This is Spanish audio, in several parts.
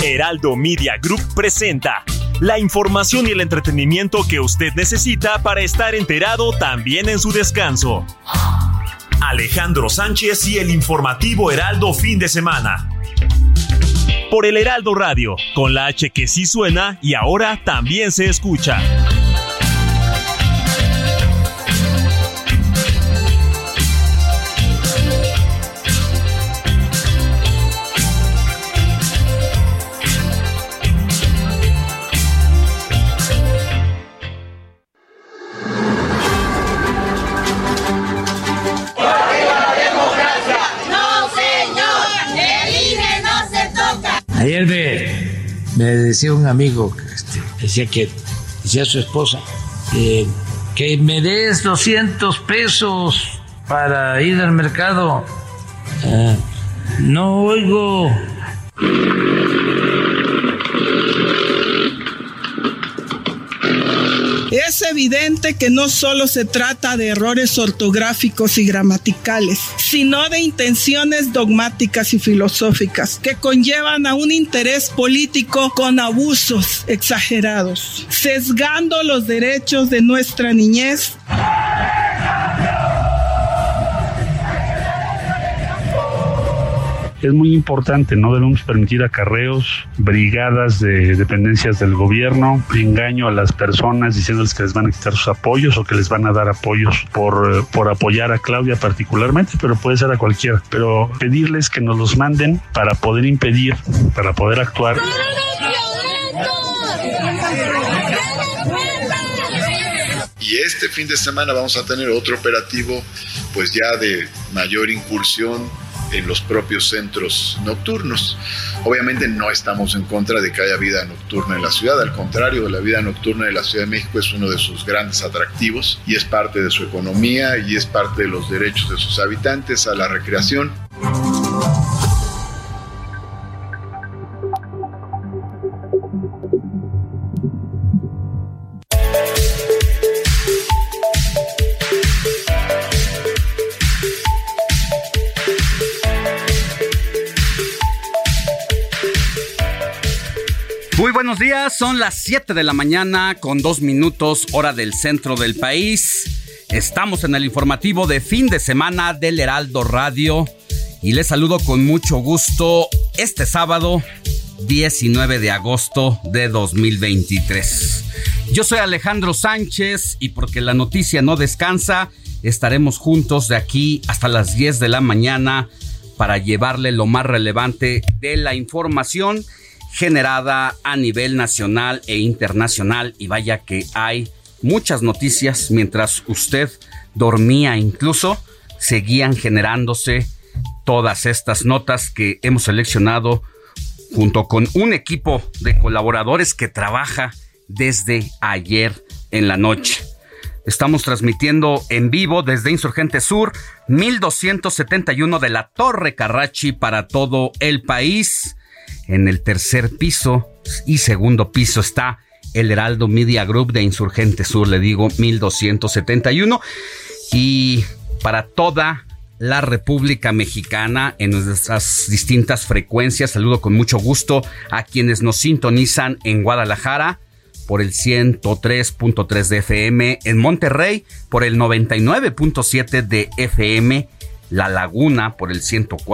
Heraldo Media Group presenta la información y el entretenimiento que usted necesita para estar enterado también en su descanso. Alejandro Sánchez y el informativo Heraldo fin de semana. Por el Heraldo Radio, con la H que sí suena y ahora también se escucha. Ayer me decía un amigo, decía que decía a su esposa, que me des 200 pesos para ir al mercado. No oigo. Es evidente que no solo se trata de errores ortográficos y gramaticales, sino de intenciones dogmáticas y filosóficas que conllevan a un interés político con abusos exagerados, sesgando los derechos de nuestra niñez. Es muy importante, no debemos permitir acarreos, brigadas de dependencias del gobierno, engaño a las personas diciéndoles que les van a quitar sus apoyos o que les van a dar apoyos por apoyar a Claudia particularmente, pero puede ser a cualquiera. Pero pedirles que nos los manden para poder impedir, para poder actuar. Y este fin de semana vamos a tener otro operativo, pues ya de mayor incursión en los propios centros nocturnos. Obviamente no estamos en contra de que haya vida nocturna en la ciudad, al contrario, la vida nocturna de la Ciudad de México es uno de sus grandes atractivos y es parte de su economía y es parte de los derechos de sus habitantes a la recreación. Muy buenos días, son las 7 de la mañana con 2 minutos, hora del centro del país. Estamos en el informativo de fin de semana del Heraldo Radio y les saludo con mucho gusto este sábado 19 de agosto de 2023. Yo soy Alejandro Sánchez y porque la noticia no descansa, estaremos juntos de aquí hasta las 10 de la mañana para llevarle lo más relevante de la información generada a nivel nacional e internacional. Y vaya que hay muchas noticias. Mientras usted dormía incluso, seguían generándose todas estas notas que hemos seleccionado junto con un equipo de colaboradores que trabaja desde ayer en la noche. Estamos transmitiendo en vivo desde Insurgente Sur, 1271 de la Torre Carrachi para todo el país. En el tercer piso y segundo piso está el Heraldo Media Group de Insurgente Sur, le digo 1271. Y para toda la República Mexicana en nuestras distintas frecuencias, saludo con mucho gusto a quienes nos sintonizan en Guadalajara por el 103.3 de FM, en Monterrey por el 99.7 de FM, La Laguna por el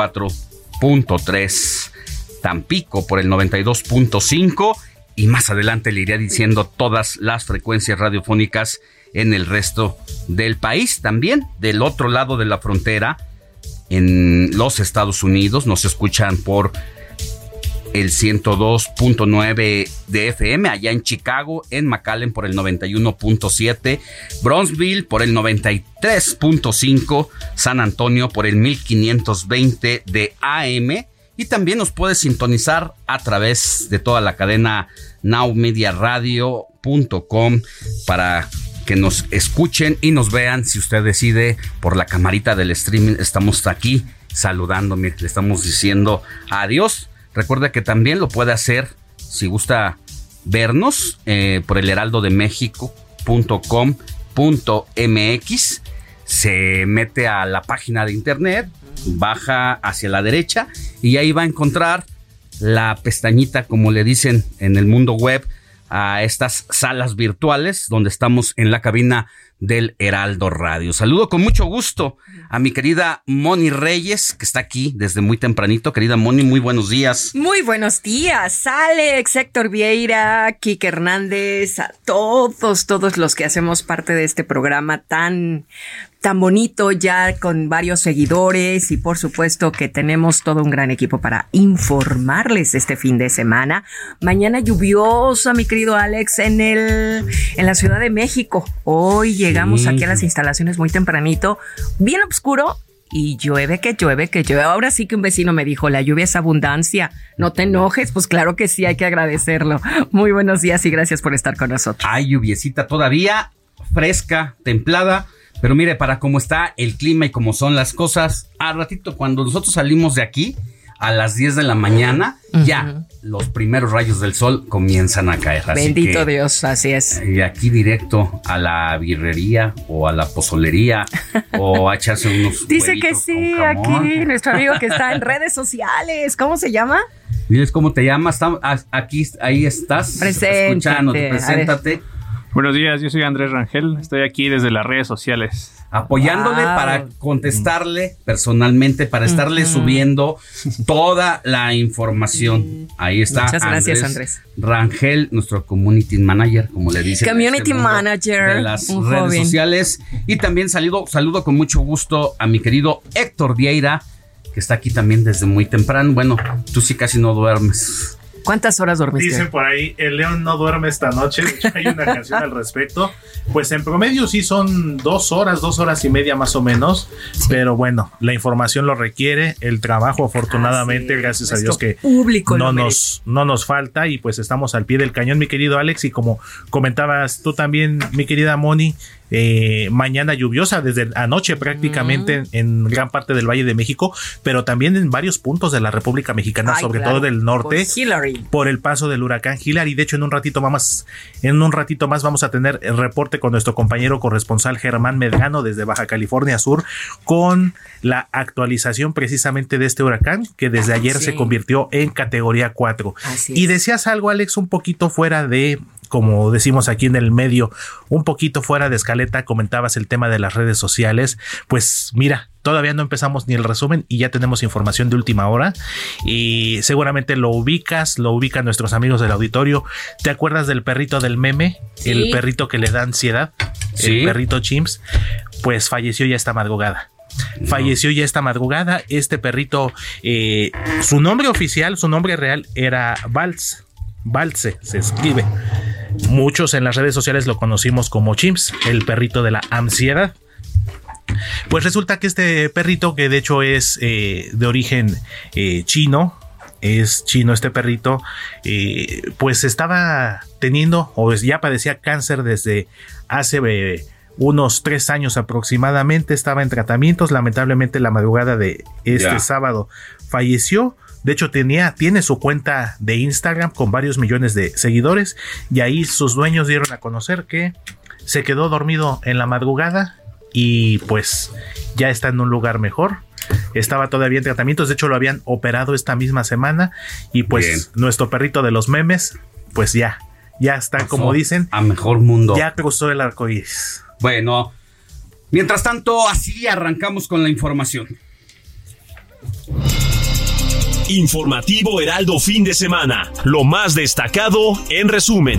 104.3, Tampico por el 92.5 y más adelante le iré diciendo todas las frecuencias radiofónicas en el resto del país. También del otro lado de la frontera, en los Estados Unidos, nos escuchan por el 102.9 de FM, allá en Chicago, en McAllen por el 91.7, Bronzeville por el 93.5, San Antonio por el 1520 de AM. Y también nos puede sintonizar a través de toda la cadena nowmediaradio.com para que nos escuchen y nos vean. Si usted decide por la camarita del streaming, estamos aquí saludándome, le estamos diciendo adiós. Recuerde que también lo puede hacer si gusta vernos por el heraldodemexico.com.mx. Se mete a la página de internet, baja hacia la derecha y ahí va a encontrar la pestañita, como le dicen en el mundo web, a estas salas virtuales donde estamos en la cabina del Heraldo Radio. Saludo con mucho gusto a mi querida Moni Reyes, que está aquí desde muy tempranito. Querida Moni, muy buenos días. Muy buenos días, Alex, Héctor Vieira, Kike Hernández, a todos los que hacemos parte de este programa tan bonito, ya con varios seguidores, y por supuesto que tenemos todo un gran equipo para informarles este fin de semana. Mañana lluviosa, mi querido Alex, en la Ciudad de México. Hoy llegamos aquí a las instalaciones muy tempranito, bien oscuro, y llueve que llueve. Ahora sí que un vecino me dijo, la lluvia es abundancia, no te enojes. Pues claro que sí, hay que agradecerlo. Muy buenos días y gracias por estar con nosotros. Hay lluviecita todavía, fresca, templada. Pero mire, para cómo está el clima y cómo son las cosas, al ratito cuando nosotros salimos de aquí, a las 10 de la mañana, ya los primeros rayos del sol comienzan a caer. Bendito Dios, así es. Y aquí directo a la birrería o a la pozolería o a echarse unos Dice que sí, aquí nuestro amigo que está en redes sociales. ¿Cómo se llama? Diles cómo te llamas. Aquí, ahí estás. Preséntate. Preséntate. Buenos días, yo soy Andrés Rangel, estoy aquí desde las redes sociales. Apoyándole para contestarle personalmente, para estarle subiendo toda la información. Ahí está. Muchas gracias, Andrés Rangel, nuestro community manager, como le dicen. Community manager de las redes sociales. Y también saludo con mucho gusto a mi querido Héctor Vieira, que está aquí también desde muy temprano. Bueno, tú sí casi no duermes. ¿Cuántas horas dormiste? Dicen por ahí, el león no duerme esta noche. De hecho, hay una canción al respecto. Pues en promedio sí son 2 horas y media más o menos. Sí. Pero bueno, la información lo requiere. El trabajo, afortunadamente, gracias a Dios que no nos falta. Y pues estamos al pie del cañón, mi querido Alex. Y como comentabas tú también, mi querida Moni, mañana lluviosa desde anoche prácticamente en gran parte del Valle de México, pero también en varios puntos de la República Mexicana, sobre todo del norte, por el paso del huracán Hillary. De hecho, en un ratito más vamos a tener el reporte con nuestro compañero corresponsal Germán Medrano desde Baja California Sur, con la actualización precisamente de este huracán que desde ayer se convirtió en categoría 4. Y decías algo, Alex, un poquito fuera de, como decimos aquí en el medio, un poquito fuera de escaleta, comentabas el tema de las redes sociales. Pues mira, todavía no empezamos ni el resumen y ya tenemos información de última hora y seguramente lo ubican nuestros amigos del auditorio. ¿Te acuerdas del perrito del meme? Sí. El perrito que le da ansiedad, el perrito Chimps, pues falleció ya esta madrugada. Este perrito, su nombre oficial, su nombre real era Balse, se escribe. Muchos en las redes sociales lo conocimos como Chimps, el perrito de la ansiedad. Pues resulta que este perrito, que de hecho es de origen chino, es chino este perrito, pues estaba teniendo o ya padecía cáncer desde hace unos 3 años aproximadamente. Estaba en tratamientos, lamentablemente la madrugada de sábado falleció. De hecho, tiene su cuenta de Instagram con varios millones de seguidores y ahí sus dueños dieron a conocer que se quedó dormido en la madrugada y pues ya está en un lugar mejor. Estaba todavía en tratamientos, de hecho lo habían operado esta misma semana y pues nuestro perrito de los memes pues ya está, pasó, como dicen, a mejor mundo. Ya cruzó el arcoíris. Bueno, mientras tanto, así arrancamos con la información. Informativo Heraldo fin de semana. Lo más destacado en resumen.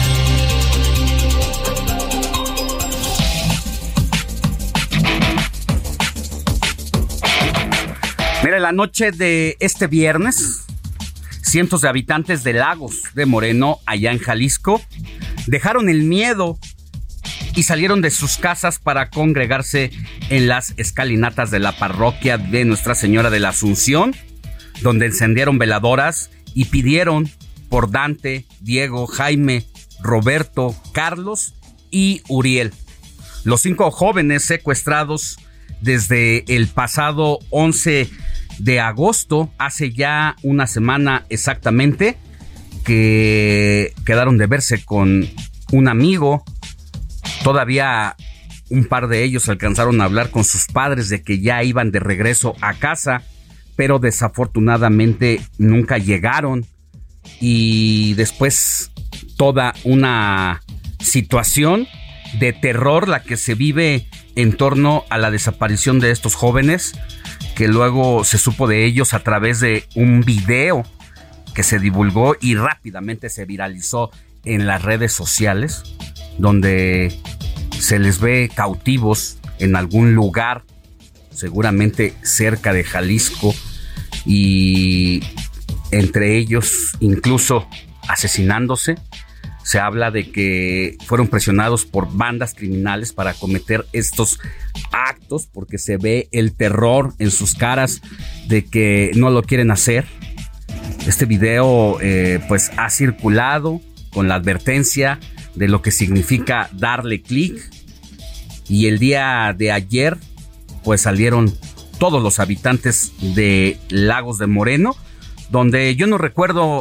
Mira, la noche de este viernes, cientos de habitantes de Lagos de Moreno, allá en Jalisco, dejaron el miedo y salieron de sus casas para congregarse en las escalinatas de la parroquia de Nuestra Señora de la Asunción, donde encendieron veladoras y pidieron por Dante, Diego, Jaime, Roberto, Carlos y Uriel, los 5 jóvenes secuestrados desde el pasado 11 de agosto, hace ya una semana exactamente, que quedaron de verse con un amigo. Todavía un par de ellos alcanzaron a hablar con sus padres de que ya iban de regreso a casa, pero desafortunadamente nunca llegaron, y después toda una situación de terror la que se vive en torno a la desaparición de estos jóvenes, que luego se supo de ellos a través de un video que se divulgó y rápidamente se viralizó en las redes sociales, donde se les ve cautivos en algún lugar, seguramente cerca de Jalisco, y entre ellos incluso asesinándose. Se habla de que fueron presionados por bandas criminales para cometer estos actos, porque se ve el terror en sus caras de que no lo quieren hacer. Este video pues ha circulado con la advertencia de lo que significa darle clic, y el día de ayer pues salieron todos los habitantes de Lagos de Moreno, donde yo no recuerdo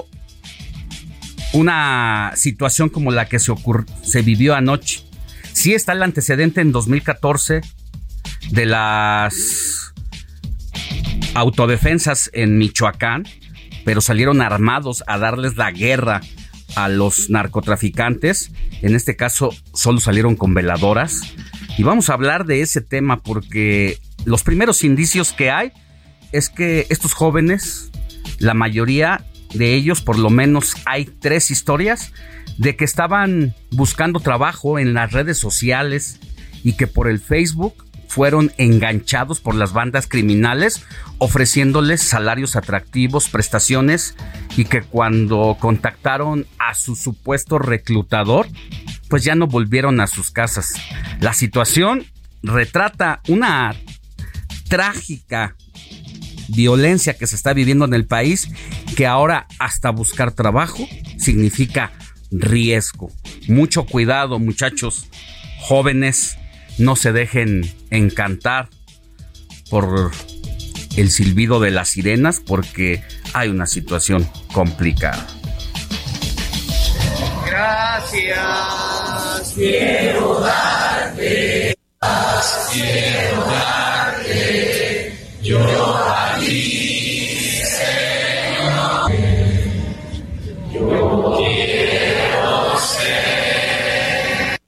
una situación como la que se vivió anoche. Sí está el antecedente en 2014 de las autodefensas en Michoacán, pero salieron armados a darles la guerra a los narcotraficantes. En este caso solo salieron con veladoras, y vamos a hablar de ese tema porque los primeros indicios que hay es que estos jóvenes, la mayoría de ellos, por lo menos hay 3 historias de que estaban buscando trabajo en las redes sociales y que por el Facebook fueron enganchados por las bandas criminales ofreciéndoles salarios atractivos, prestaciones, y que cuando contactaron a su supuesto reclutador, pues ya no volvieron a sus casas. La situación retrata una trágica violencia que se está viviendo en el país, que ahora hasta buscar trabajo significa riesgo. Mucho cuidado, muchachos, jóvenes, no se dejen encantar por el silbido de las sirenas, porque hay una situación complicada. Gracias, quiero darte, yo a ti, Señor, yo quiero ser.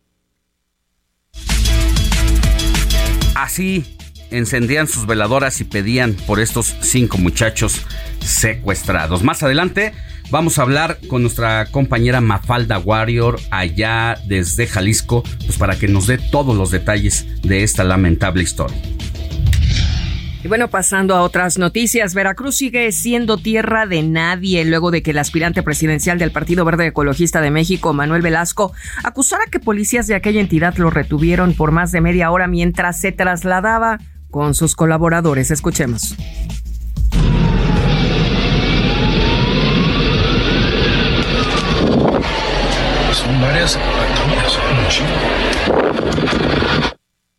Así encendían sus veladoras y pedían por estos 5 muchachos secuestrados. Más adelante vamos a hablar con nuestra compañera Mafalda Warrior allá desde Jalisco, pues para que nos dé todos los detalles de esta lamentable historia. Y bueno, pasando a otras noticias, Veracruz sigue siendo tierra de nadie luego de que el aspirante presidencial del Partido Verde Ecologista de México, Manuel Velasco, acusara que policías de aquella entidad lo retuvieron por más de media hora mientras se trasladaba con sus colaboradores. Escuchemos. Son varias patrullas, son un chingo.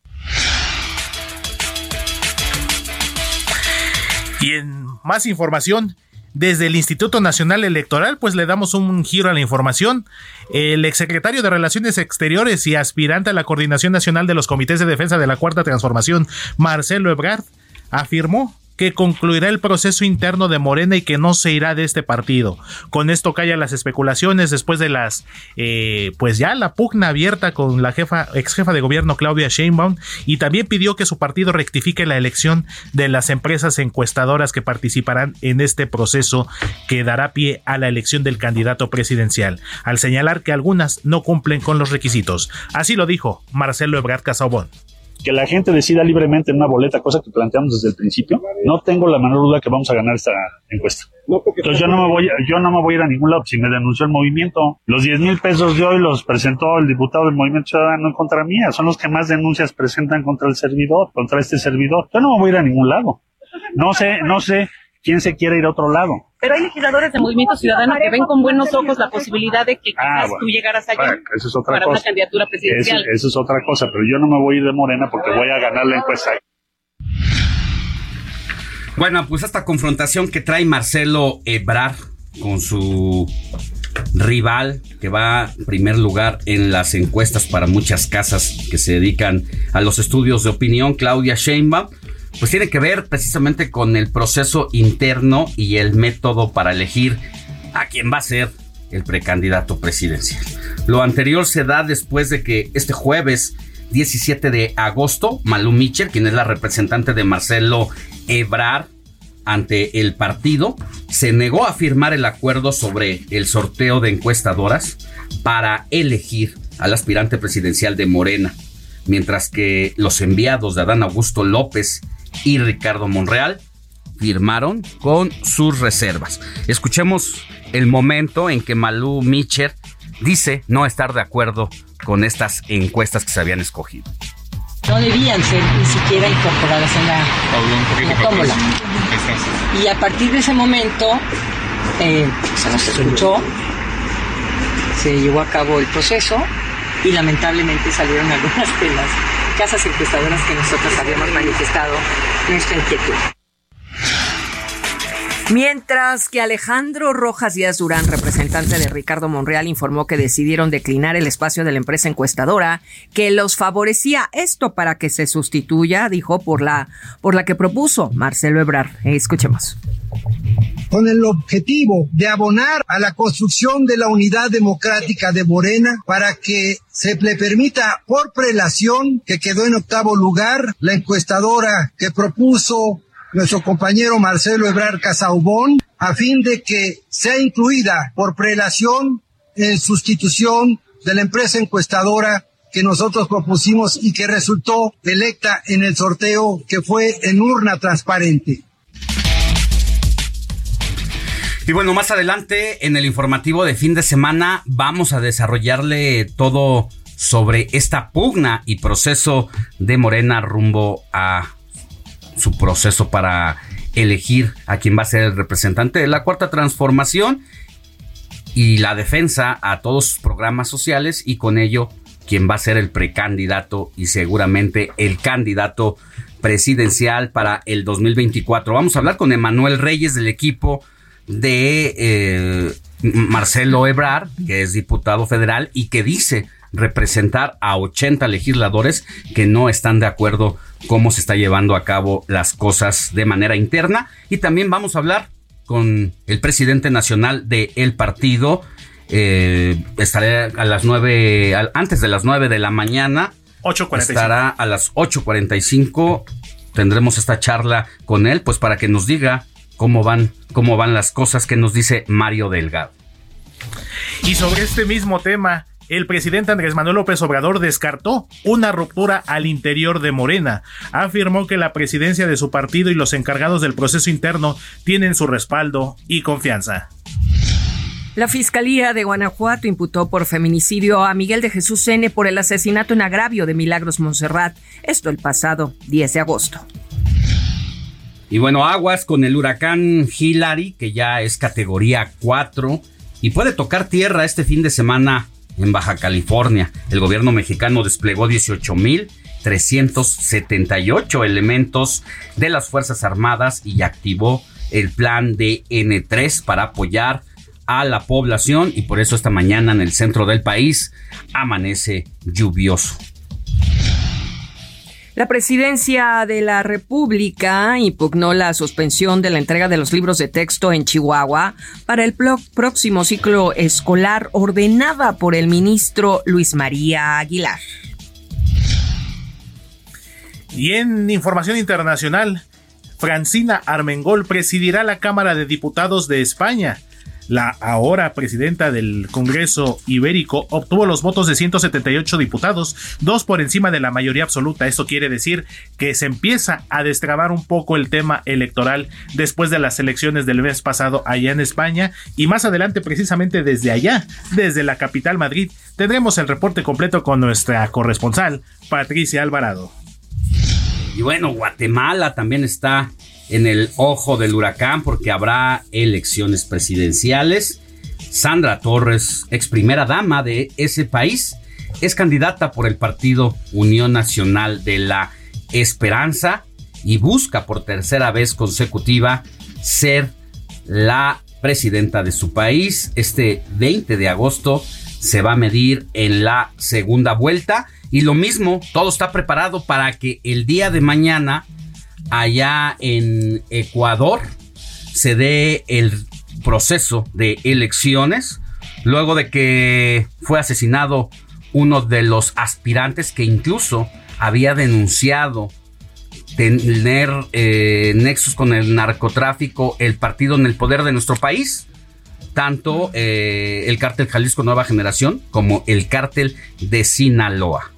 Y en más información, desde el Instituto Nacional Electoral, pues le damos un giro a la información. El exsecretario de Relaciones Exteriores y aspirante a la Coordinación Nacional de los Comités de Defensa de la Cuarta Transformación, Marcelo Ebrard, afirmó que concluirá el proceso interno de Morena y que no se irá de este partido. Con esto callan las especulaciones después de las, pues ya la pugna abierta con la ex jefa de gobierno Claudia Sheinbaum, y también pidió que su partido rectifique la elección de las empresas encuestadoras que participarán en este proceso que dará pie a la elección del candidato presidencial, al señalar que algunas no cumplen con los requisitos. Así lo dijo Marcelo Ebrard Casaubon. Que la gente decida libremente en una boleta, cosa que planteamos desde el principio, no tengo la menor duda que vamos a ganar esta encuesta. Entonces yo no me voy a ir a ningún lado. Si me denunció el movimiento, los 10,000 pesos de hoy los presentó el diputado del Movimiento Ciudadano en contra mía, son los que más denuncias presentan contra el servidor, contra este servidor. Yo no me voy a ir a ningún lado. No sé quién se quiere ir a otro lado. Pero hay legisladores del Movimiento Ciudadano que ven con buenos ojos la posibilidad de que quizás tú llegaras allá eso es otra para cosa. Una candidatura presidencial. Eso es otra cosa, pero yo no me voy a ir de Morena porque voy a ganar la encuesta. Bueno, pues esta confrontación que trae Marcelo Ebrard con su rival, que va en primer lugar en las encuestas para muchas casas que se dedican a los estudios de opinión, Claudia Sheinbaum, pues tiene que ver precisamente con el proceso interno y el método para elegir a quién va a ser el precandidato presidencial. Lo anterior se da después de que este jueves 17 de agosto, Malú Mitchell, quien es la representante de Marcelo Ebrard ante el partido, se negó a firmar el acuerdo sobre el sorteo de encuestadoras para elegir al aspirante presidencial de Morena, mientras que los enviados de Adán Augusto López y Ricardo Monreal firmaron con sus reservas. Escuchemos el momento en que Malú Mitchell dice no estar de acuerdo con estas encuestas que se habían escogido. No debían ser ni siquiera incorporadas en la tómbola. Y a partir de ese momento se nos escuchó, se llevó a cabo el proceso y lamentablemente salieron algunas de las casas encuestadoras que nosotros habíamos manifestado nuestra inquietud. Mientras que Alejandro Rojas Díaz Durán, representante de Ricardo Monreal, informó que decidieron declinar el espacio de la empresa encuestadora que los favorecía, esto para que se sustituya, dijo, por la que propuso Marcelo Ebrard. Escuchemos. Con el objetivo de abonar a la construcción de la unidad democrática de Morena para que se le permita por prelación, que quedó en 8º lugar, la encuestadora que propuso nuestro compañero Marcelo Ebrard Casaubon, a fin de que sea incluida por prelación en sustitución de la empresa encuestadora que nosotros propusimos y que resultó electa en el sorteo que fue en urna transparente. Y bueno, más adelante en el informativo de fin de semana vamos a desarrollarle todo sobre esta pugna y proceso de Morena rumbo a su proceso para elegir a quien va a ser el representante de la Cuarta Transformación y la defensa a todos sus programas sociales, y con ello quien va a ser el precandidato y seguramente el candidato presidencial para el 2024. Vamos a hablar con Emanuel Reyes del equipo de Marcelo Ebrard, que es diputado federal y que dice representar a 80 legisladores que no están de acuerdo cómo se está llevando a cabo las cosas de manera interna. Y también vamos a hablar con el presidente nacional del partido. Estaré a las 9, antes de las 9 de la mañana. 8:45. Estará a las 8:45. Tendremos esta charla con él, pues para que nos diga cómo van las cosas, que nos dice Mario Delgado. Y sobre este mismo tema, el presidente Andrés Manuel López Obrador descartó una ruptura al interior de Morena. Afirmó que la presidencia de su partido y los encargados del proceso interno tienen su respaldo y confianza. La Fiscalía de Guanajuato imputó por feminicidio a Miguel de Jesús N. por el asesinato en agravio de Milagros Montserrat, esto el pasado 10 de agosto. Y bueno, aguas con el huracán Hilary, que ya es categoría 4 y puede tocar tierra este fin de semana en Baja California. El gobierno mexicano desplegó 18,378 elementos de las Fuerzas Armadas y activó el plan de N3 para apoyar a la población, y por eso esta mañana en el centro del país amanece lluvioso. La Presidencia de la República impugnó la suspensión de la entrega de los libros de texto en Chihuahua para el próximo ciclo escolar, ordenada por el ministro Luis María Aguilar. Y en información internacional, Francina Armengol presidirá la Cámara de Diputados de España. La ahora presidenta del Congreso Ibérico obtuvo los votos de 178 diputados, 2 por encima de la mayoría absoluta. Esto quiere decir que se empieza a destrabar un poco el tema electoral después de las elecciones del mes pasado allá en España, y más adelante, precisamente desde allá, desde la capital Madrid, tendremos el reporte completo con nuestra corresponsal Patricia Alvarado. Y bueno, Guatemala también está en el ojo del huracán porque habrá elecciones presidenciales. Sandra Torres, ex primera dama de ese país, es candidata por el partido Unión Nacional de la Esperanza y busca por tercera vez consecutiva ser la presidenta de su país. Este 20 de agosto se va a medir en la segunda vuelta, y lo mismo, todo está preparado para que el día de mañana allá en Ecuador se dé el proceso de elecciones, luego de que fue asesinado uno de los aspirantes que incluso había denunciado tener nexos con el narcotráfico, el partido en el poder de nuestro país, tanto el cártel Jalisco Nueva Generación como el cártel de Sinaloa.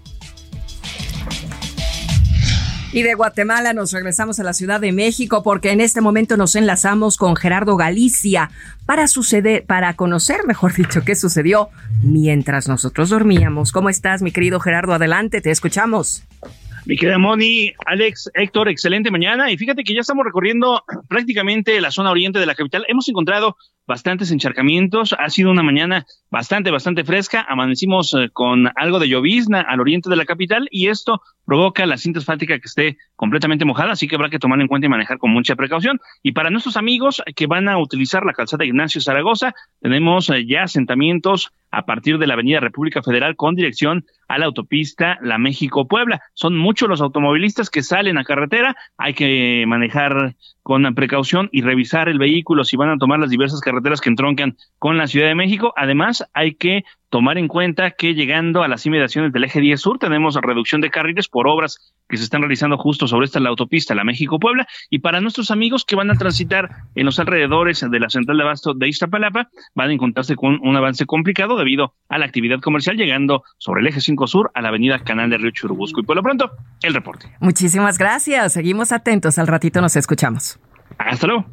Y de Guatemala nos regresamos a la Ciudad de México porque en este momento nos enlazamos con Gerardo Galicia para conocer, mejor dicho, qué sucedió mientras nosotros dormíamos. ¿Cómo estás, mi querido Gerardo? Adelante, te escuchamos. Mi querida Moni, Alex, Héctor, excelente mañana. Y fíjate que ya estamos recorriendo prácticamente la zona oriente de la capital. Hemos encontrado bastantes encharcamientos. Ha sido una mañana bastante fresca. Amanecimos con algo de llovizna al oriente de la capital y esto provoca la cinta asfáltica que esté completamente mojada, así que habrá que tomar en cuenta y manejar con mucha precaución. Y para nuestros amigos que van a utilizar la calzada Ignacio Zaragoza, tenemos ya asentamientos a partir de la avenida República Federal con dirección a la autopista La México-Puebla. Son muchos los automovilistas que salen a carretera, hay que manejar con precaución y revisar el vehículo si van a tomar las diversas carreteras que entroncan con la Ciudad de México. Además, hay que tomar en cuenta que llegando a las inmediaciones del eje 10 sur tenemos reducción de carriles por obras que se están realizando justo sobre la autopista La México-Puebla. Y para nuestros amigos que van a transitar en los alrededores de la central de abasto de Iztapalapa, van a encontrarse con un avance complicado debido a la actividad comercial llegando sobre el eje 5 sur a la avenida Canal de Río Churubusco. Y por lo pronto, el reporte. Muchísimas gracias. Seguimos atentos. Al ratito nos escuchamos. Hasta luego.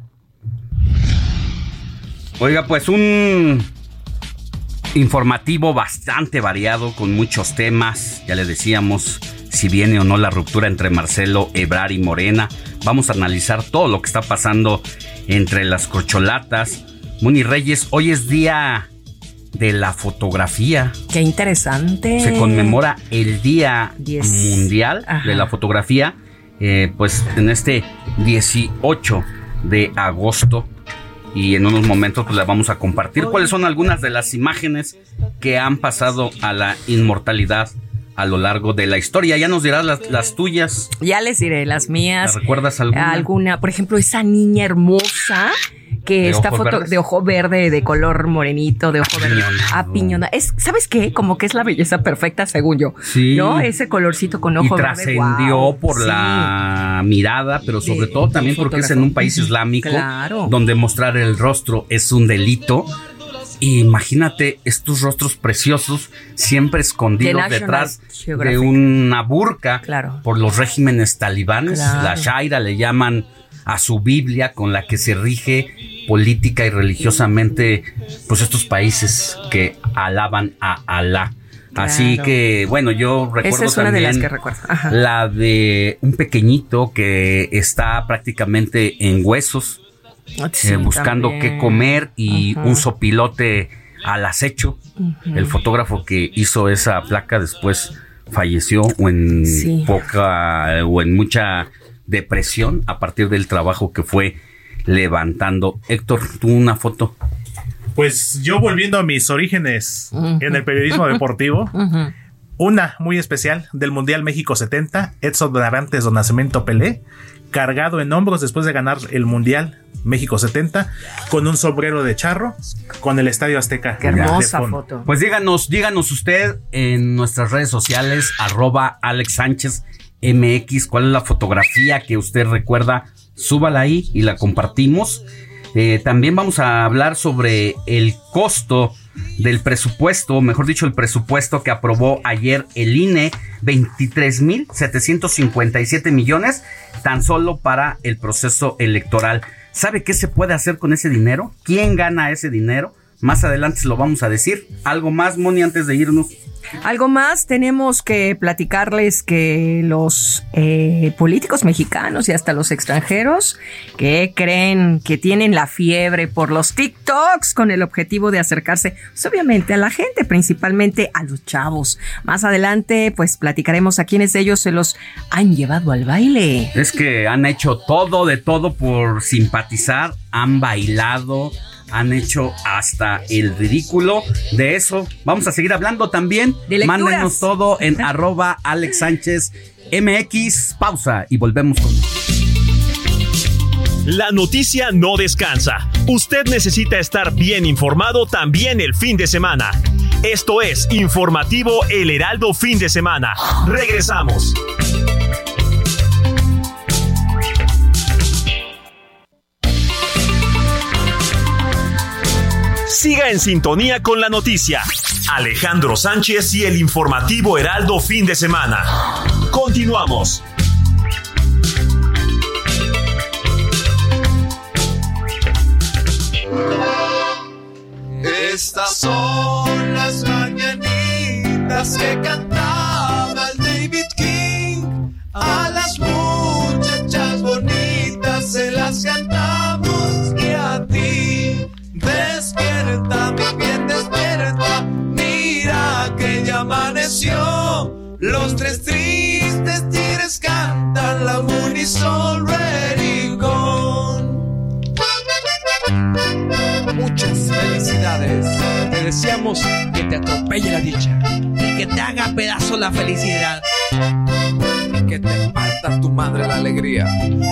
Oiga, pues un informativo bastante variado con muchos temas. Ya le decíamos si viene o no la ruptura entre Marcelo Ebrard y Morena. Vamos a analizar todo lo que está pasando entre las corcholatas. Moni Reyes, hoy es día de la fotografía. ¡Qué interesante! Se conmemora el Día Mundial de la Fotografía, pues en este 18 de agosto. Y en unos momentos pues la vamos a compartir. ¿Cuáles son algunas de las imágenes que han pasado a la inmortalidad a lo largo de la historia? Ya nos dirás las tuyas. Ya les diré las mías. ¿Te recuerdas alguna? Alguna, por ejemplo, esa niña hermosa que está de ojo verde, de color morenito, de ojo verde, apiñonada. ¿Sabes qué? Como que es la belleza perfecta, según yo. Sí. ¿No? Ese colorcito con ojo verde. Y trascendió por la mirada, pero sobre todo también porque es en un país islámico, donde mostrar el rostro es un delito. Imagínate estos rostros preciosos siempre escondidos detrás de una burka por los regímenes talibanes. La Sharia le llaman a su Biblia con la que se rige política y religiosamente pues estos países que alaban a Alá. Así que bueno, yo recuerdo esa es una de las que recuerdo. La de un pequeñito que está prácticamente en huesos, buscando qué comer y un sopilote al acecho. El fotógrafo que hizo esa placa después falleció o en mucha depresión a partir del trabajo que fue levantando. Héctor, ¿tú una foto? Pues yo, volviendo a mis orígenes en el periodismo deportivo, una muy especial del Mundial México 70, Edson Arantes do Nascimento Pelé, cargado en hombros después de ganar el Mundial México 70, con un sombrero de charro, con el Estadio Azteca. Qué hermosa foto. Pues díganos usted en nuestras redes sociales, @AlexSánchez MX, cuál es la fotografía que usted recuerda. Súbala ahí y la compartimos. También vamos a hablar sobre el costo del presupuesto, mejor dicho, el presupuesto que aprobó ayer el INE, 23,757 millones tan solo para el proceso electoral. ¿Sabe qué se puede hacer con ese dinero? ¿Quién gana ese dinero? Más adelante se lo vamos a decir. ¿Algo más, Moni, antes de irnos? Algo más, tenemos que platicarles que los políticos mexicanos y hasta los extranjeros que creen que tienen la fiebre por los TikToks con el objetivo de acercarse, pues, obviamente a la gente, principalmente a los chavos. Más adelante, pues platicaremos a quiénes de ellos se los han llevado al baile. Es que han hecho todo de todo por simpatizar, han bailado, han hecho hasta el ridículo. De eso vamos a seguir hablando también. Mándenos todo en @AlexSánchezMX. Pausa y volvemos con... La noticia no descansa. Usted necesita estar bien informado también el fin de semana. Esto es Informativo El Heraldo Fin de Semana. Regresamos. Siga en sintonía con la noticia. Alejandro Sánchez y el Informativo Heraldo Fin de Semana. Continuamos. Estas son las mañanitas que cantaba el David King. A las muchachas bonitas se las cantamos y a ti. Despierta, mi bien, despierta. Mira que ya amaneció. Los tres tristes tigres cantan la unison ready gone. Muchas felicidades. Te deseamos que te atropelle la dicha y que te haga pedazo la felicidad y que te parta tu madre la alegría.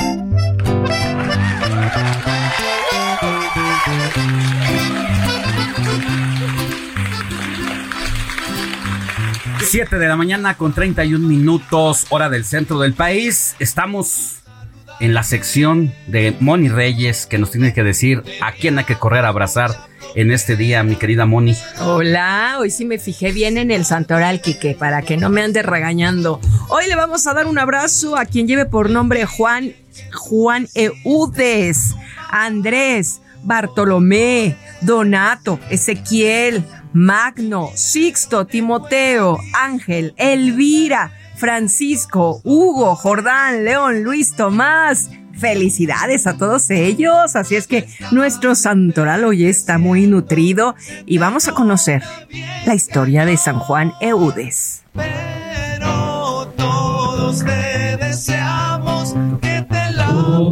7 de la mañana con 31 minutos, hora del centro del país. Estamos en la sección de Moni Reyes, que nos tiene que decir a quién hay que correr a abrazar en este día, mi querida Moni. Hola, hoy sí me fijé bien en el santoral, Quique, para que no me ande regañando. Hoy le vamos a dar un abrazo a quien lleve por nombre Juan Eudes, Andrés, Bartolomé, Donato, Ezequiel, Magno, Sixto, Timoteo, Ángel, Elvira, Francisco, Hugo, Jordán, León, Luis, Tomás. Felicidades a todos ellos. Así es que nuestro santoral hoy está muy nutrido y vamos a conocer la historia de San Juan Eudes. Pero todos te deseamos que te la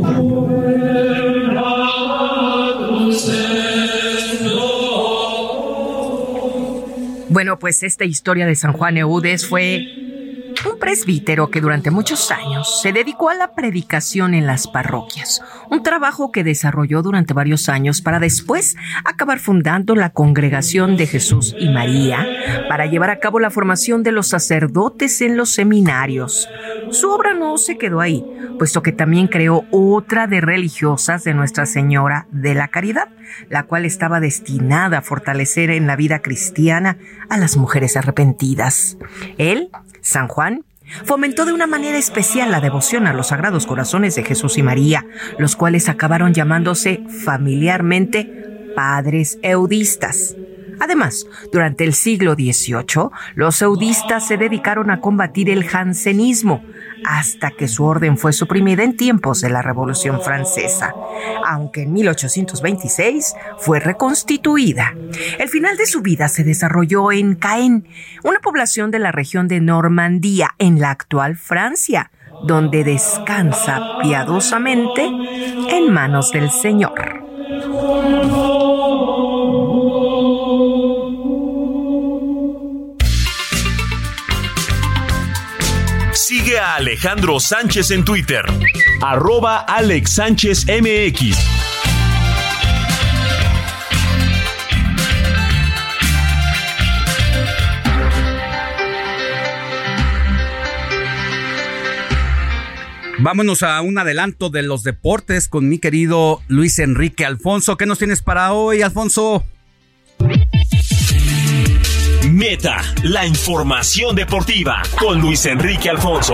Bueno, pues esta historia de San Juan Eudes fue un presbítero que durante muchos años se dedicó a la predicación en las parroquias, un trabajo que desarrolló durante varios años para después acabar fundando la Congregación de Jesús y María para llevar a cabo la formación de los sacerdotes en los seminarios. Su obra no se quedó ahí, puesto que también creó otra de religiosas de Nuestra Señora de la Caridad, la cual estaba destinada a fortalecer en la vida cristiana a las mujeres arrepentidas. Él, San Juan, fomentó de una manera especial la devoción a los Sagrados Corazones de Jesús y María, los cuales acabaron llamándose familiarmente Padres Eudistas. Además, durante el siglo XVIII, los eudistas se dedicaron a combatir el jansenismo, hasta que su orden fue suprimida en tiempos de la Revolución Francesa, aunque en 1826 fue reconstituida. El final de su vida se desarrolló en Caen, una población de la región de Normandía, en la actual Francia, donde descansa piadosamente en manos del Señor. Sigue a Alejandro Sánchez en Twitter, @AlexSánchezMX. Vámonos a un adelanto de los deportes con mi querido Luis Enrique Alfonso. ¿Qué nos tienes para hoy, Alfonso? Meta, la información deportiva con Luis Enrique Alfonso.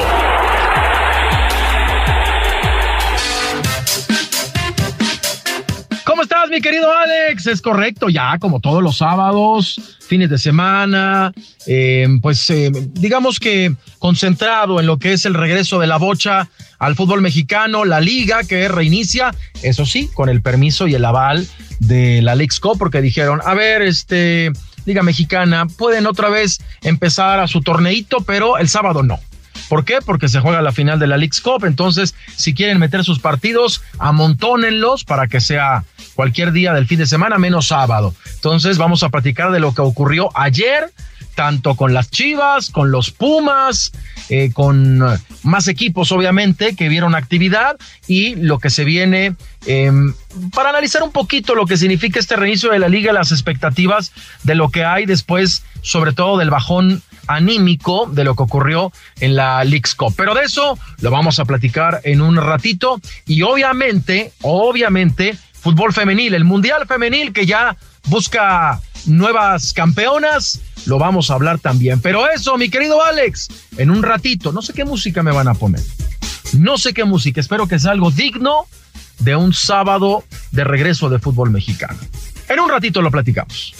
¿Cómo estás, mi querido Alex? Es correcto, ya como todos los sábados, fines de semana, digamos que concentrado en lo que es el regreso de la bocha al fútbol mexicano, la liga que reinicia, eso sí, con el permiso y el aval de la Leagues Cup, porque dijeron, a ver, Liga Mexicana, pueden otra vez empezar a su torneito, pero el sábado no. ¿Por qué? Porque se juega la final de la Leagues Cup, entonces si quieren meter sus partidos, amontónenlos para que sea cualquier día del fin de semana, menos sábado. Entonces vamos a platicar de lo que ocurrió ayer, tanto con las Chivas, con los Pumas, con más equipos, obviamente, que vieron actividad y lo que se viene para analizar un poquito lo que significa este reinicio de la liga, las expectativas de lo que hay después, sobre todo del bajón anímico de lo que ocurrió en la Leagues Cup. Pero de eso lo vamos a platicar en un ratito y obviamente, fútbol femenil, el Mundial Femenil que ya busca nuevas campeonas, lo vamos a hablar también. Pero eso, mi querido Alex, en un ratito, no sé qué música me van a poner. No sé qué música, espero que sea algo digno de un sábado de regreso de fútbol mexicano. En un ratito lo platicamos.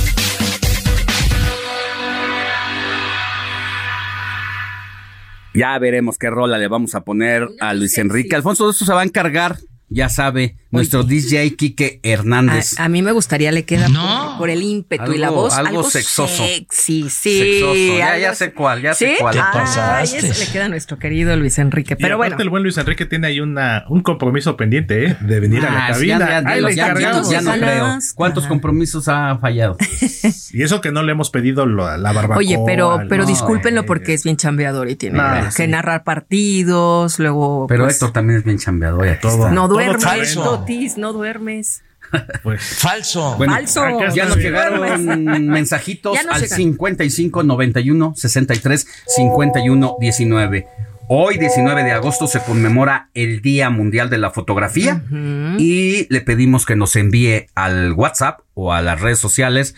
Ya veremos qué rola le vamos a poner a Luis Enrique. Alfonso, de eso se va a encargar, ya sabe, nuestro DJ Quique Hernández. A mí me gustaría, le queda por el ímpetu y la voz. Algo sexoso. Sexy, sí. Sexoso. Ya sé cuál, ya sé cuál. ¿Te pasaste? Eso le queda a nuestro querido Luis Enrique. Pero bueno. El buen Luis Enrique tiene ahí un compromiso pendiente, de venir a la cabina. Ya no creo. ¿Cuántos compromisos ha fallado? Y eso que no le hemos pedido la barbacoa. Oye, pero discúlpenlo porque es bien chambeador y tiene que narrar partidos, luego. Pero pues, Héctor también es bien chambeador. Todo. No duermes, Totis, no duermes. Pues falso. Bueno, falso. Ya nos llegaron mensajitos al 55 91 63 51 19. Hoy, 19 de agosto, se conmemora el Día Mundial de la Fotografía y le pedimos que nos envíe al WhatsApp o a las redes sociales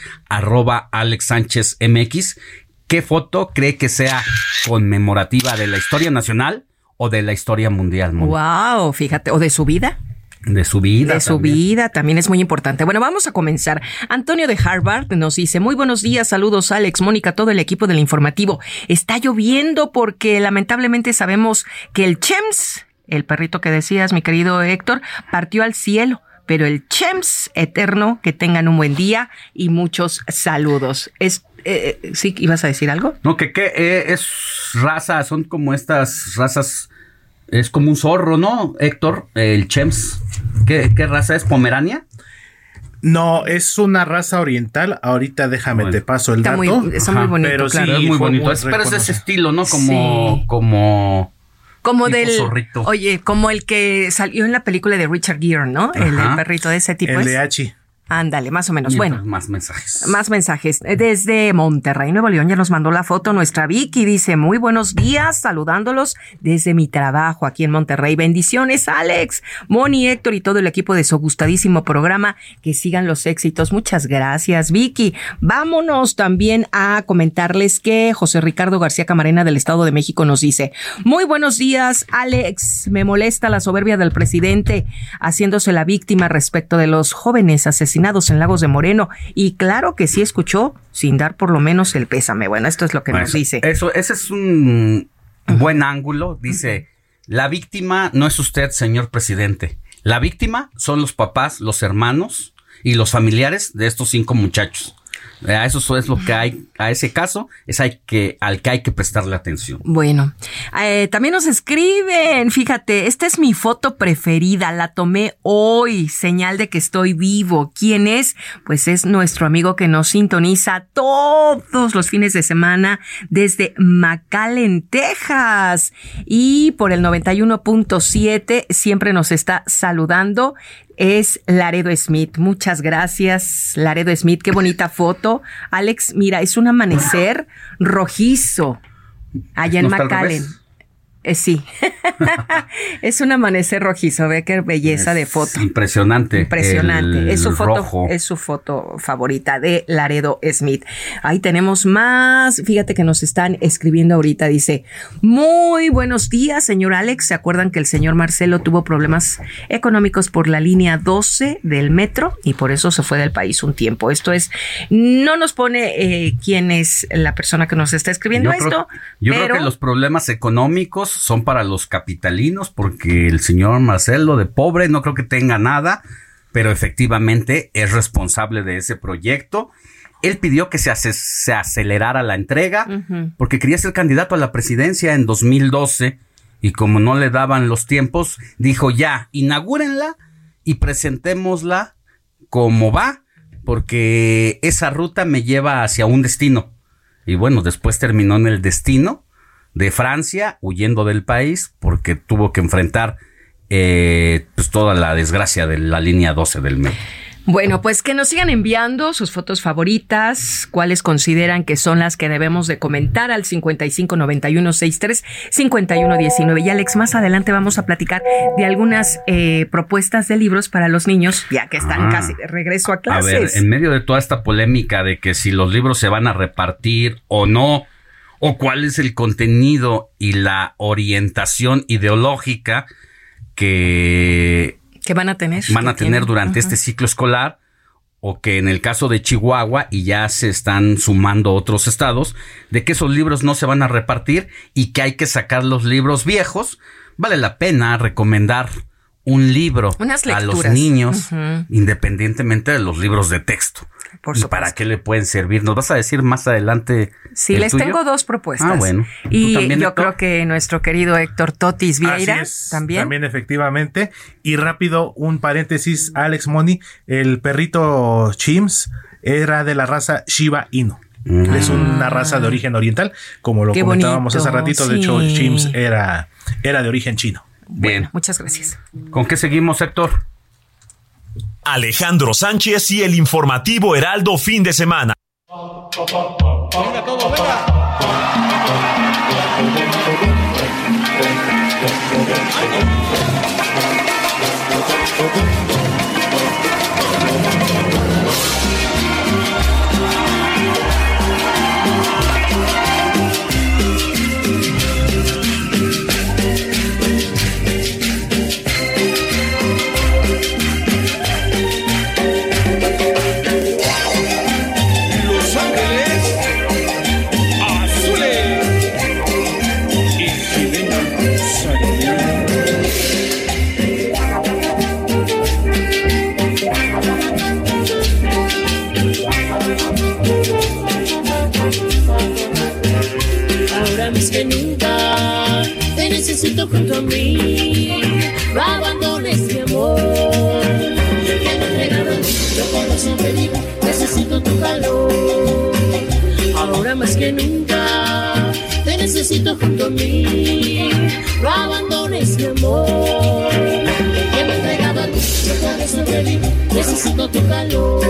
@AlexSánchezMX qué foto cree que sea conmemorativa de la historia nacional o de la historia mundial. Wow, fíjate, o de su vida. De su vida. De su vida también es muy importante. Bueno, vamos a comenzar. Antonio de Harvard nos dice: muy buenos días, saludos Alex, Mónica, todo el equipo del informativo. Está lloviendo porque lamentablemente sabemos que el Chems, el perrito que decías, mi querido Héctor, partió al cielo. Pero el Chems eterno, que tengan un buen día y muchos saludos. ¿Sí ibas a decir algo? No, que es raza, son como estas razas. Es como un zorro, ¿no, Héctor? El Chems. ¿Qué raza es? ¿Pomerania? No, es una raza oriental. Ahorita déjame te paso el dato. Está muy bonito, pero claro. Sí, es muy bonito. Pero es de ese estilo, ¿no? Como del zorrito. Oye, como el que salió en la película de Richard Gere, ¿no? El perrito de ese tipo. El de Hachi. Ándale, más o menos. Bueno. Más mensajes. Más mensajes. Desde Monterrey, Nuevo León, ya nos mandó la foto nuestra Vicky. Dice: muy buenos días, saludándolos desde mi trabajo aquí en Monterrey. Bendiciones, Alex, Moni, Héctor y todo el equipo de su gustadísimo programa. Que sigan los éxitos. Muchas gracias, Vicky. Vámonos también a comentarles que José Ricardo García Camarena del Estado de México nos dice: muy buenos días, Alex. Me molesta la soberbia del presidente haciéndose la víctima respecto de los jóvenes asesinados en Lagos de Moreno, y claro que sí escuchó sin dar por lo menos el pésame. Bueno, esto es lo que nos dice. Ese es un buen ángulo. Dice: la víctima no es usted, señor presidente. La víctima son los papás, los hermanos y los familiares de estos 5 muchachos. Eso es lo que hay, a ese caso es al que hay que prestarle atención. Bueno, también nos escriben, fíjate, esta es mi foto preferida, la tomé hoy, señal de que estoy vivo. ¿Quién es? Pues es nuestro amigo que nos sintoniza todos los fines de semana desde McAllen, Texas, y por el 91.7 siempre nos está saludando. Es Laredo Smith. Muchas gracias, Laredo Smith. Qué bonita foto. Alex, mira, es un amanecer rojizo allá en McAllen. Sí, es un amanecer rojizo, ve qué belleza de foto. Impresionante. Es su foto favorita de Laredo Smith. Ahí tenemos más. Fíjate que nos están escribiendo ahorita. Dice: muy buenos días, señor Alex. ¿Se acuerdan que el señor Marcelo tuvo problemas económicos por la línea 12 del metro y por eso se fue del país un tiempo? Esto es, no nos pone quién es la persona que nos está escribiendo esto. Yo creo que los problemas económicos son para los capitalinos, porque el señor Marcelo de pobre no creo que tenga nada, pero efectivamente es responsable de ese proyecto. Él pidió que se acelerara la entrega porque quería ser candidato a la presidencia en 2012 y como no le daban los tiempos, dijo: ya, inaugurenla y presentémosla como va, porque esa ruta me lleva hacia un destino. Y bueno, después terminó en el destino de Francia, huyendo del país porque tuvo que enfrentar pues toda la desgracia de la línea 12 del metro. Bueno, pues que nos sigan enviando sus fotos favoritas, cuáles consideran que son las que debemos de comentar al 5591635119. Y Alex, más adelante vamos a platicar de algunas propuestas de libros para los niños, ya que están casi de regreso a clases. A ver, en medio de toda esta polémica de que si los libros se van a repartir o no, o cuál es el contenido y la orientación ideológica que van a tener durante este ciclo escolar, o que en el caso de Chihuahua, y ya se están sumando otros estados, de que esos libros no se van a repartir y que hay que sacar los libros viejos. Vale la pena recomendar un libro a los niños, independientemente de los libros de texto. Por supuesto. ¿Para qué le pueden servir? ¿Nos vas a decir más adelante? Sí, les tuyo? Tengo 2 propuestas. Ah, bueno. Y también, yo creo que nuestro querido Héctor Totis Vieira también. También, efectivamente. Y rápido, un paréntesis, Alex, Moni, el perrito Chims era de la raza Shiba Inu. Es una raza de origen oriental, como lo comentábamos hace ratito. De hecho, Chims era de origen chino. Bien. Muchas gracias. ¿Con qué seguimos, Héctor? Alejandro Sánchez y el informativo Heraldo fin de semana. Venga, todo, venga. Que nunca te necesito junto a mí, no abandones mi amor, que me entregado yo corazón feliz, necesito tu calor, ahora más que nunca te necesito junto a mí, no abandones mi amor, que me entregado yo corazón feliz, necesito tu calor,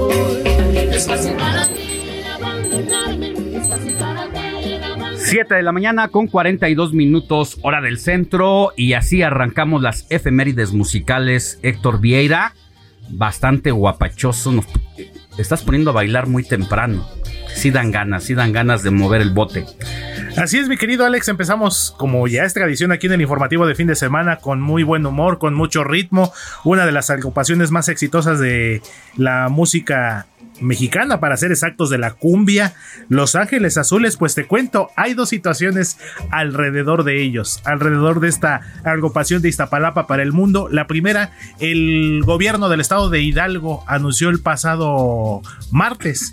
es fácil para ti abandonarme, es fácil para ti. 7 de la mañana con 42 minutos, hora del centro, y así arrancamos las efemérides musicales. Héctor Vieira, bastante guapachoso, nos estás poniendo a bailar muy temprano. Sí dan ganas de mover el bote. Así es, mi querido Alex, empezamos como ya es tradición aquí en el informativo de fin de semana con muy buen humor, con mucho ritmo, una de las agrupaciones más exitosas de la música mexicana, para ser exactos, de la cumbia, Los Ángeles Azules. Pues te cuento, hay 2 situaciones alrededor de ellos, alrededor de esta agrupación de Iztapalapa para el mundo. La primera, el gobierno del estado de Hidalgo anunció el pasado martes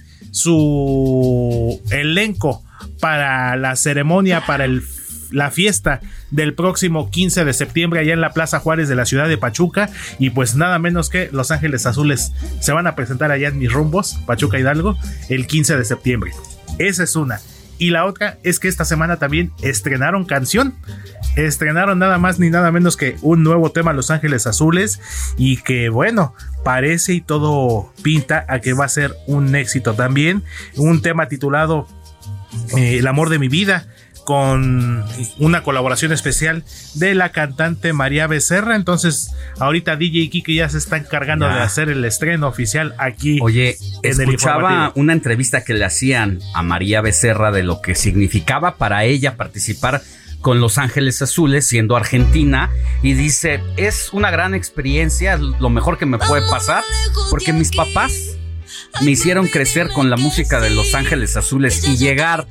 su elenco para la ceremonia, para la fiesta del próximo 15 de septiembre allá en la Plaza Juárez de la ciudad de Pachuca, y pues nada menos que Los Ángeles Azules se van a presentar allá en mis rumbos, Pachuca Hidalgo, el 15 de septiembre. Esa es una. Y la otra es que esta semana también estrenaron canción. Estrenaron nada más ni nada menos que un nuevo tema, Los Ángeles Azules, y que bueno, parece y todo pinta a que va a ser un éxito también. Un tema titulado El amor de mi vida, con una colaboración especial de la cantante María Becerra. Entonces ahorita DJ y Kike ya se está encargando de hacer el estreno oficial aquí. Oye, escuchaba una entrevista que le hacían a María Becerra de lo que significaba para ella participar con Los Ángeles Azules siendo argentina, y dice, es una gran experiencia, lo mejor que me puede pasar, porque mis papás me hicieron crecer con la música de Los Ángeles Azules, y llegar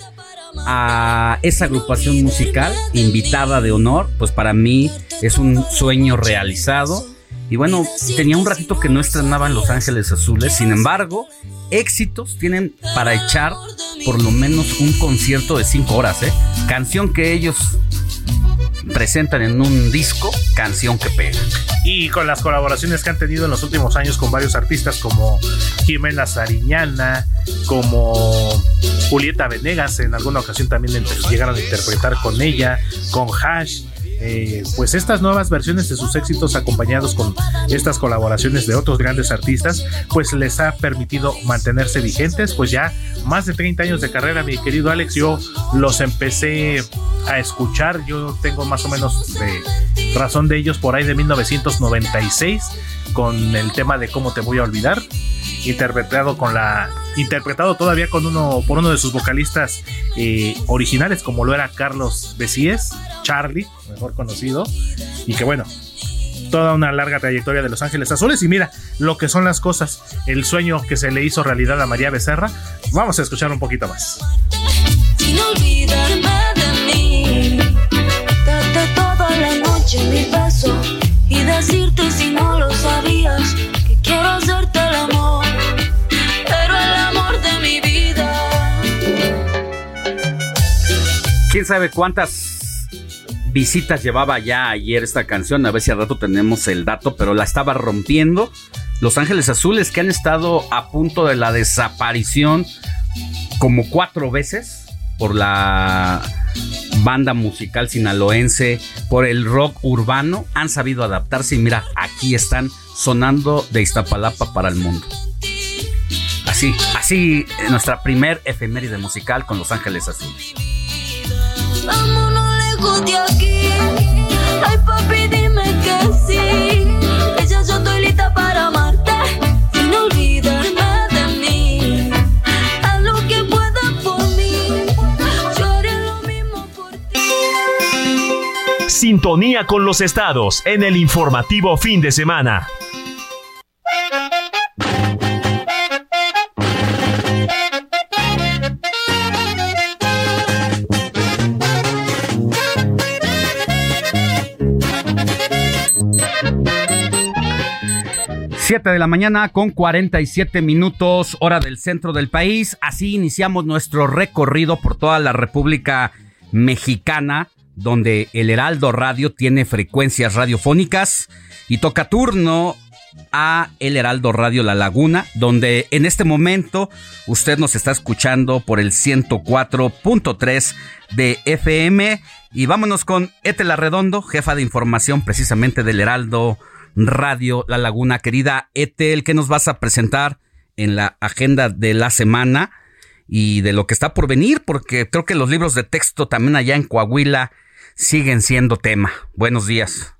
a esa agrupación musical invitada de honor, pues para mí es un sueño realizado. Y bueno, tenía un ratito que no estrenaban Los Ángeles Azules, sin embargo, éxitos tienen para echar por lo menos un concierto de 5 horas, canción que ellos presentan en un disco Canción que Pega. Y con las colaboraciones que han tenido en los últimos años con varios artistas como Jimena Sariñana, como Julieta Venegas, en alguna ocasión también llegaron a interpretar con ella, con Hash. Pues estas nuevas versiones de sus éxitos acompañados con estas colaboraciones de otros grandes artistas, pues les ha permitido mantenerse vigentes, pues ya más de 30 años de carrera, mi querido Alex. Yo los empecé a escuchar, yo tengo más o menos de razón de ellos por ahí de 1996 con el tema de Cómo te voy a olvidar, interpretado todavía por uno de sus vocalistas originales, como lo era Carlos Besies, Charlie, mejor conocido, y que bueno, toda una larga trayectoria de Los Ángeles Azules. Y mira lo que son las cosas, el sueño que se le hizo realidad a María Becerra. Vamos a escuchar un poquito más. Sin olvidarme de mí, darte toda la noche mi beso y decirte si no lo sabías que quiero hacerte el amor, pero el amor de mi vida. ¿Quién sabe cuántas visitas llevaba ya ayer esta canción? A ver si al rato tenemos el dato, pero la estaba rompiendo Los Ángeles Azules, que han estado a punto de la desaparición como 4 veces por la banda musical sinaloense, por el rock urbano. Han sabido adaptarse y mira, aquí están sonando de Iztapalapa para el mundo. Así nuestra primer efeméride musical con Los Ángeles Azules. Vámonos lejos de aquí. Ay, papi, dime que sí. Que ya yo estoy lista para amarte, sin olvidarme de mí. Haz lo que puedas por mí. Yo haré lo mismo por ti. Sintonía con los estados en el informativo fin de semana. De la mañana con 47 minutos, hora del centro del país. Así iniciamos nuestro recorrido por toda la República Mexicana, donde el Heraldo Radio tiene frecuencias radiofónicas y toca turno a el Heraldo Radio La Laguna, donde en este momento usted nos está escuchando por el 104.3 de FM. Y vámonos con Ethel Arredondo, jefa de información precisamente del Heraldo Radio La Laguna. Querida Ethel, ¿qué nos vas a presentar en la agenda de la semana y de lo que está por venir? Porque creo que los libros de texto también allá en Coahuila siguen siendo tema. Buenos días.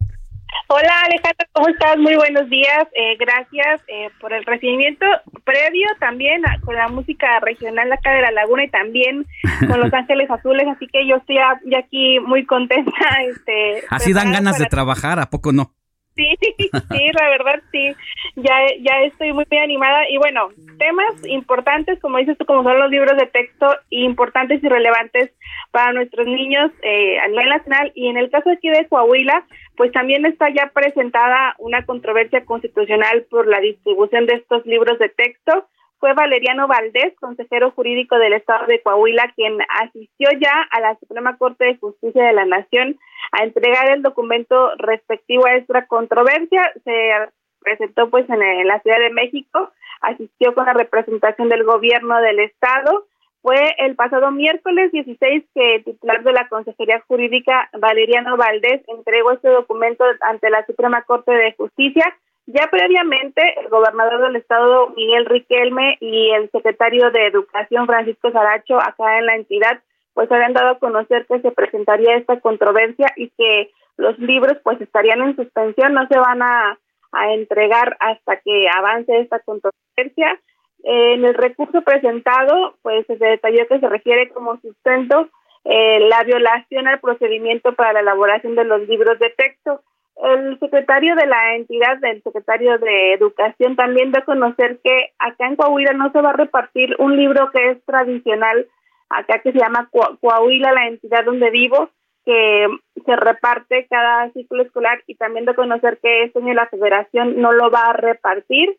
Hola Alejandro, ¿cómo estás? Muy buenos días. Gracias por el recibimiento previo también con la música regional acá de La Laguna y también con Los Ángeles Azules, así que yo estoy ya aquí muy contenta. Así dan ganas de trabajar, ¿a poco no? Sí, la verdad sí, ya estoy muy animada. Y bueno, temas importantes, como dices tú, como son los libros de texto, importantes y relevantes para nuestros niños a nivel nacional. Y en el caso aquí de Coahuila, pues también está ya presentada una controversia constitucional por la distribución de estos libros de texto. Fue Valeriano Valdés, consejero jurídico del estado de Coahuila, quien asistió ya a la Suprema Corte de Justicia de la Nación a entregar el documento respectivo a esta controversia. Se presentó pues en la Ciudad de México, asistió con la representación del gobierno del estado. Fue el pasado miércoles 16 que el titular de la Consejería Jurídica, Valeriano Valdés, entregó este documento ante la Suprema Corte de Justicia. Ya previamente, el gobernador del estado, Miguel Riquelme, y el secretario de Educación, Francisco Saracho, acá en la entidad, pues habían dado a conocer que se presentaría esta controversia y que los libros pues estarían en suspensión, no se van a entregar hasta que avance esta controversia. En el recurso presentado, pues se detalló que se refiere como sustento la violación al procedimiento para la elaboración de los libros de texto. El secretario de la entidad, el secretario de Educación, también dio a conocer que acá en Coahuila no se va a repartir un libro que es tradicional, acá que se llama Coahuila, la entidad donde vivo, que se reparte cada ciclo escolar, y también dio a conocer que este año la federación no lo va a repartir.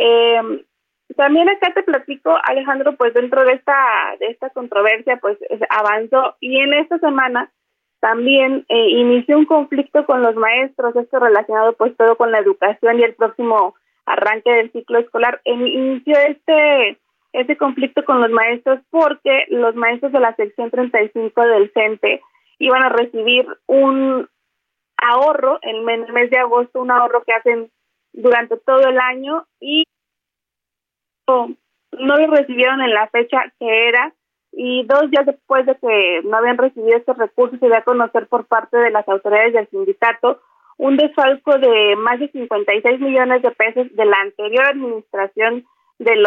También acá te platico, Alejandro, pues dentro de esta controversia pues avanzó, y en esta semana también inició un conflicto con los maestros, esto relacionado pues todo con la educación y el próximo arranque del ciclo escolar. Inició este conflicto con los maestros porque los maestros de la sección 35 del CENTE iban a recibir un ahorro en el mes de agosto, un ahorro que hacen durante todo el año, y no lo recibieron en la fecha que era, y 2 días después de que no habían recibido estos recursos, se dio a conocer por parte de las autoridades del sindicato un desfalco de más de 56 millones de pesos de la anterior administración del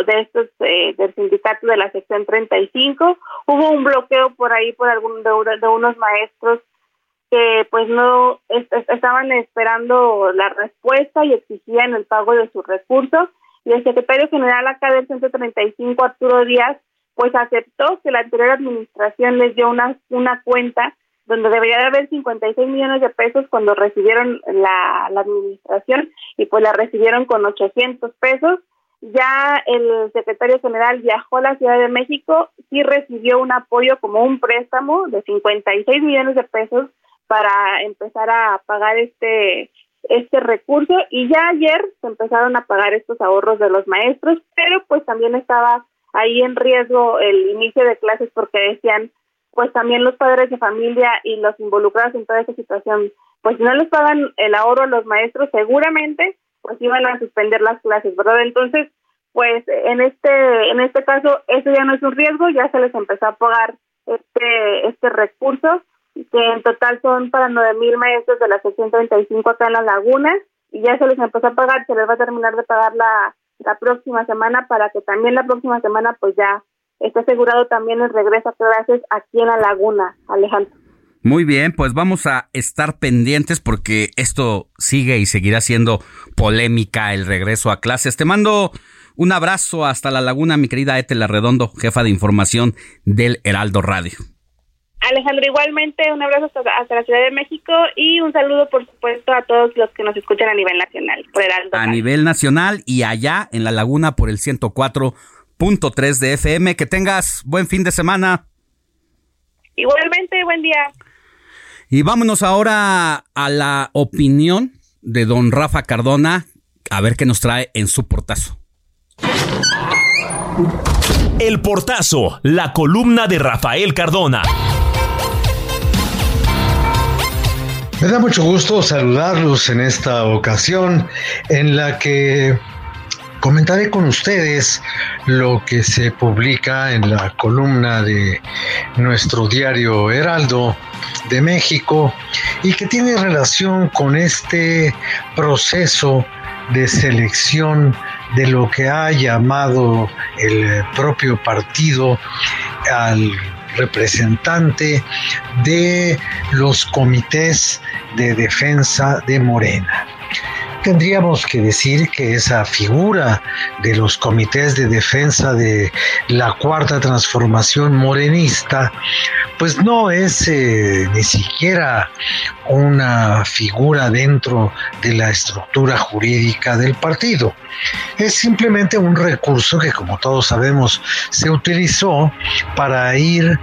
sindicato de la sección 35. Hubo un bloqueo por ahí por de unos maestros que pues no estaban esperando la respuesta y exigían el pago de sus recursos, y el secretario general acá del Centro 35, Arturo Díaz, pues aceptó que la anterior administración les dio una cuenta donde debería de haber 56 millones de pesos cuando recibieron la administración, y pues la recibieron con 800 pesos. Ya el secretario general viajó a la Ciudad de México, sí recibió un apoyo como un préstamo de 56 millones de pesos para empezar a pagar este recurso, y ya ayer se empezaron a pagar estos ahorros de los maestros, pero pues también estaba ahí en riesgo el inicio de clases porque decían, pues también los padres de familia y los involucrados en toda esta situación, pues si no les pagan el ahorro a los maestros, seguramente pues iban a suspender las clases, ¿verdad? Entonces, pues en este caso, eso ya no es un riesgo, ya se les empezó a pagar este recurso, que en total son para 9,000 maestros de la sección 35 acá en Las Lagunas, y ya se les empezó a pagar, se les va a terminar de pagar la próxima semana, para que también la próxima semana pues ya esté asegurado también el regreso a clases aquí en La Laguna, Alejandro. Muy bien, pues vamos a estar pendientes porque esto sigue y seguirá siendo polémica, el regreso a clases. Te mando un abrazo hasta La Laguna, mi querida Ethel Arredondo, jefa de información del Heraldo Radio. Alejandro, igualmente un abrazo hasta la Ciudad de México, y un saludo, por supuesto, a todos los que nos escuchan a nivel nacional, por Heraldo Radio. A nivel nacional y allá en La Laguna por el 104.3 de FM. Que tengas buen fin de semana. Igualmente, buen día. Y vámonos ahora a la opinión de don Rafa Cardona, a ver qué nos trae en su portazo. El portazo, la columna de Rafael Cardona. Me da mucho gusto saludarlos en esta ocasión en la que comentaré con ustedes lo que se publica en la columna de nuestro diario Heraldo de México y que tiene relación con este proceso de selección de lo que ha llamado el propio partido al representante de los comités de defensa de Morena. Tendríamos que decir que esa figura de los comités de defensa de la Cuarta Transformación morenista, pues no es ni siquiera una figura dentro de la estructura jurídica del partido. Es simplemente un recurso que, como todos sabemos, se utilizó para ir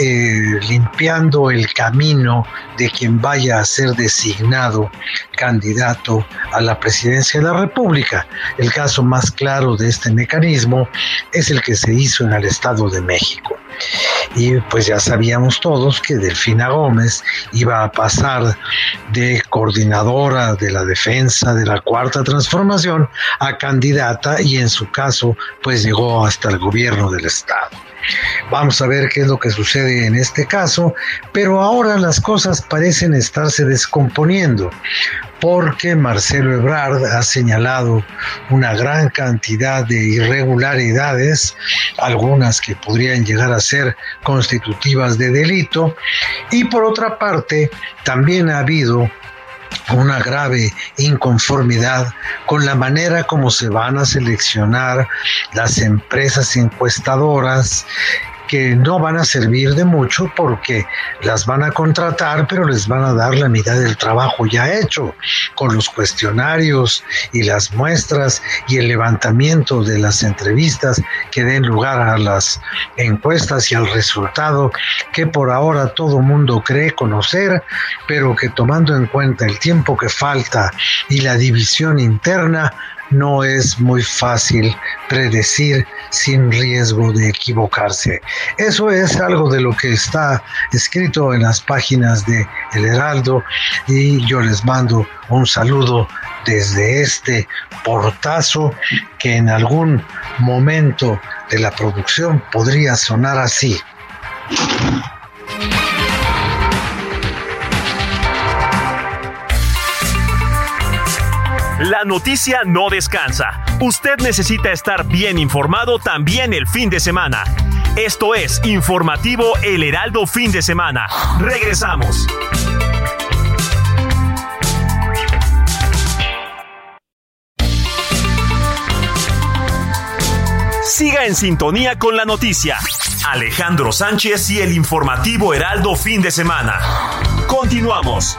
limpiando el camino de quien vaya a ser designado candidato a la presidencia de la República. El caso más claro de este mecanismo es el que se hizo en el Estado de México. Y pues ya sabíamos todos que Delfina Gómez iba a pasar de coordinadora de la defensa de la Cuarta Transformación a candidata, y en su caso pues llegó hasta el gobierno del Estado. Vamos a ver qué es lo que sucede en este caso, pero ahora las cosas parecen estarse descomponiendo, porque Marcelo Ebrard ha señalado una gran cantidad de irregularidades, algunas que podrían llegar a ser constitutivas de delito, y por otra parte también ha habido una grave inconformidad con la manera como se van a seleccionar las empresas encuestadoras, que no van a servir de mucho porque las van a contratar, pero les van a dar la mitad del trabajo ya hecho, con los cuestionarios y las muestras y el levantamiento de las entrevistas que den lugar a las encuestas y al resultado que por ahora todo mundo cree conocer, pero que tomando en cuenta el tiempo que falta y la división interna, no es muy fácil predecir sin riesgo de equivocarse. Eso es algo de lo que está escrito en las páginas de El Heraldo, y yo les mando un saludo desde este portazo que en algún momento de la producción podría sonar así. La noticia no descansa. Usted necesita estar bien informado también el fin de semana. Esto es Informativo El Heraldo Fin de Semana. Regresamos. Siga en sintonía con la noticia. Alejandro Sánchez y el Informativo Heraldo Fin de Semana. Continuamos.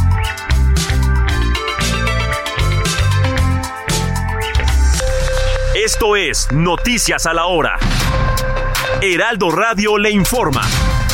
Esto es Noticias a la Hora. Heraldo Radio le informa.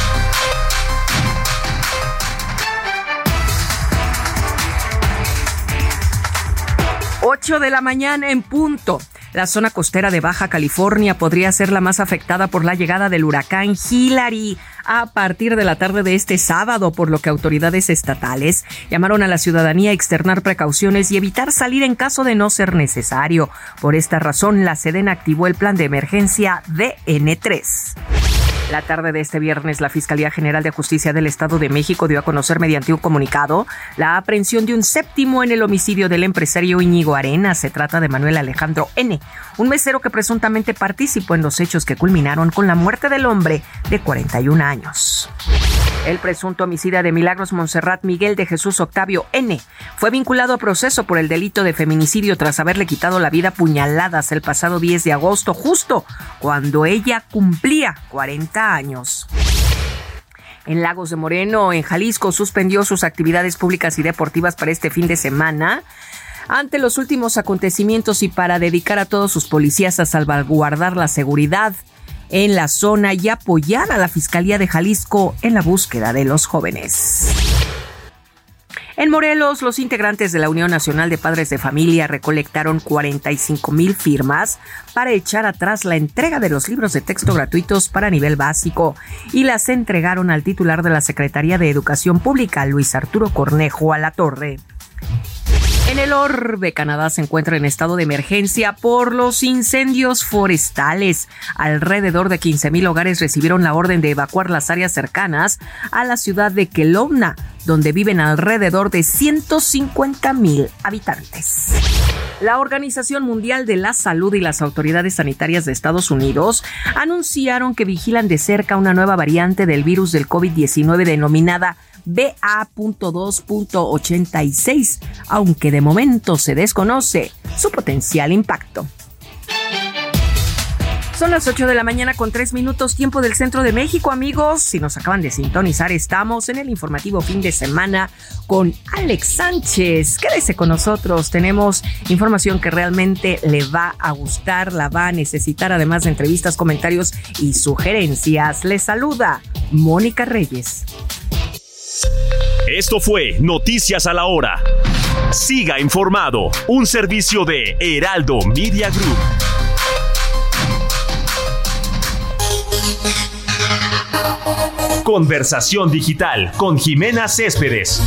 8 de la mañana en punto. La zona costera de Baja California podría ser la más afectada por la llegada del huracán Hillary a partir de la tarde de este sábado, por lo que autoridades estatales llamaron a la ciudadanía a externar precauciones y evitar salir en caso de no ser necesario. Por esta razón, la Sedena activó el plan de emergencia DN3. La tarde de este viernes, la Fiscalía General de Justicia del Estado de México dio a conocer mediante un comunicado la aprehensión de un séptimo en el homicidio del empresario Íñigo Arenas. Se trata de Manuel Alejandro N., un mesero que presuntamente participó en los hechos que culminaron con la muerte del hombre de 41 años. El presunto homicida de Milagros Montserrat Miguel de Jesús Octavio N. fue vinculado a proceso por el delito de feminicidio tras haberle quitado la vida a puñaladas el pasado 10 de agosto, justo cuando ella cumplía 40 años. En Lagos de Moreno, en Jalisco, suspendió sus actividades públicas y deportivas para este fin de semana ante los últimos acontecimientos y para dedicar a todos sus policías a salvaguardar la seguridad en la zona y apoyar a la Fiscalía de Jalisco en la búsqueda de los jóvenes. En Morelos, los integrantes de la Unión Nacional de Padres de Familia recolectaron 45,000 firmas para echar atrás la entrega de los libros de texto gratuitos para nivel básico y las entregaron al titular de la Secretaría de Educación Pública, Luis Arturo Cornejo Alatorre. En el Orbe, Canadá, se encuentra en estado de emergencia por los incendios forestales. Alrededor de 15,000 hogares recibieron la orden de evacuar las áreas cercanas a la ciudad de Kelowna, donde viven alrededor de 150,000 habitantes. La Organización Mundial de la Salud y las autoridades sanitarias de Estados Unidos anunciaron que vigilan de cerca una nueva variante del virus del COVID-19 denominada BA.2.86, aunque de momento se desconoce su potencial impacto. Son las 8 de la mañana con 3 minutos, tiempo del centro de México, amigos. Si nos acaban de sintonizar, estamos en el informativo fin de semana con Alex Sánchez. Quédese con nosotros, tenemos información que realmente le va a gustar, la va a necesitar, además de entrevistas, comentarios y sugerencias. Les saluda Mónica Reyes. Esto fue Noticias a la Hora. Siga informado, un servicio de Heraldo Media Group. Conversación digital con Jimena Céspedes.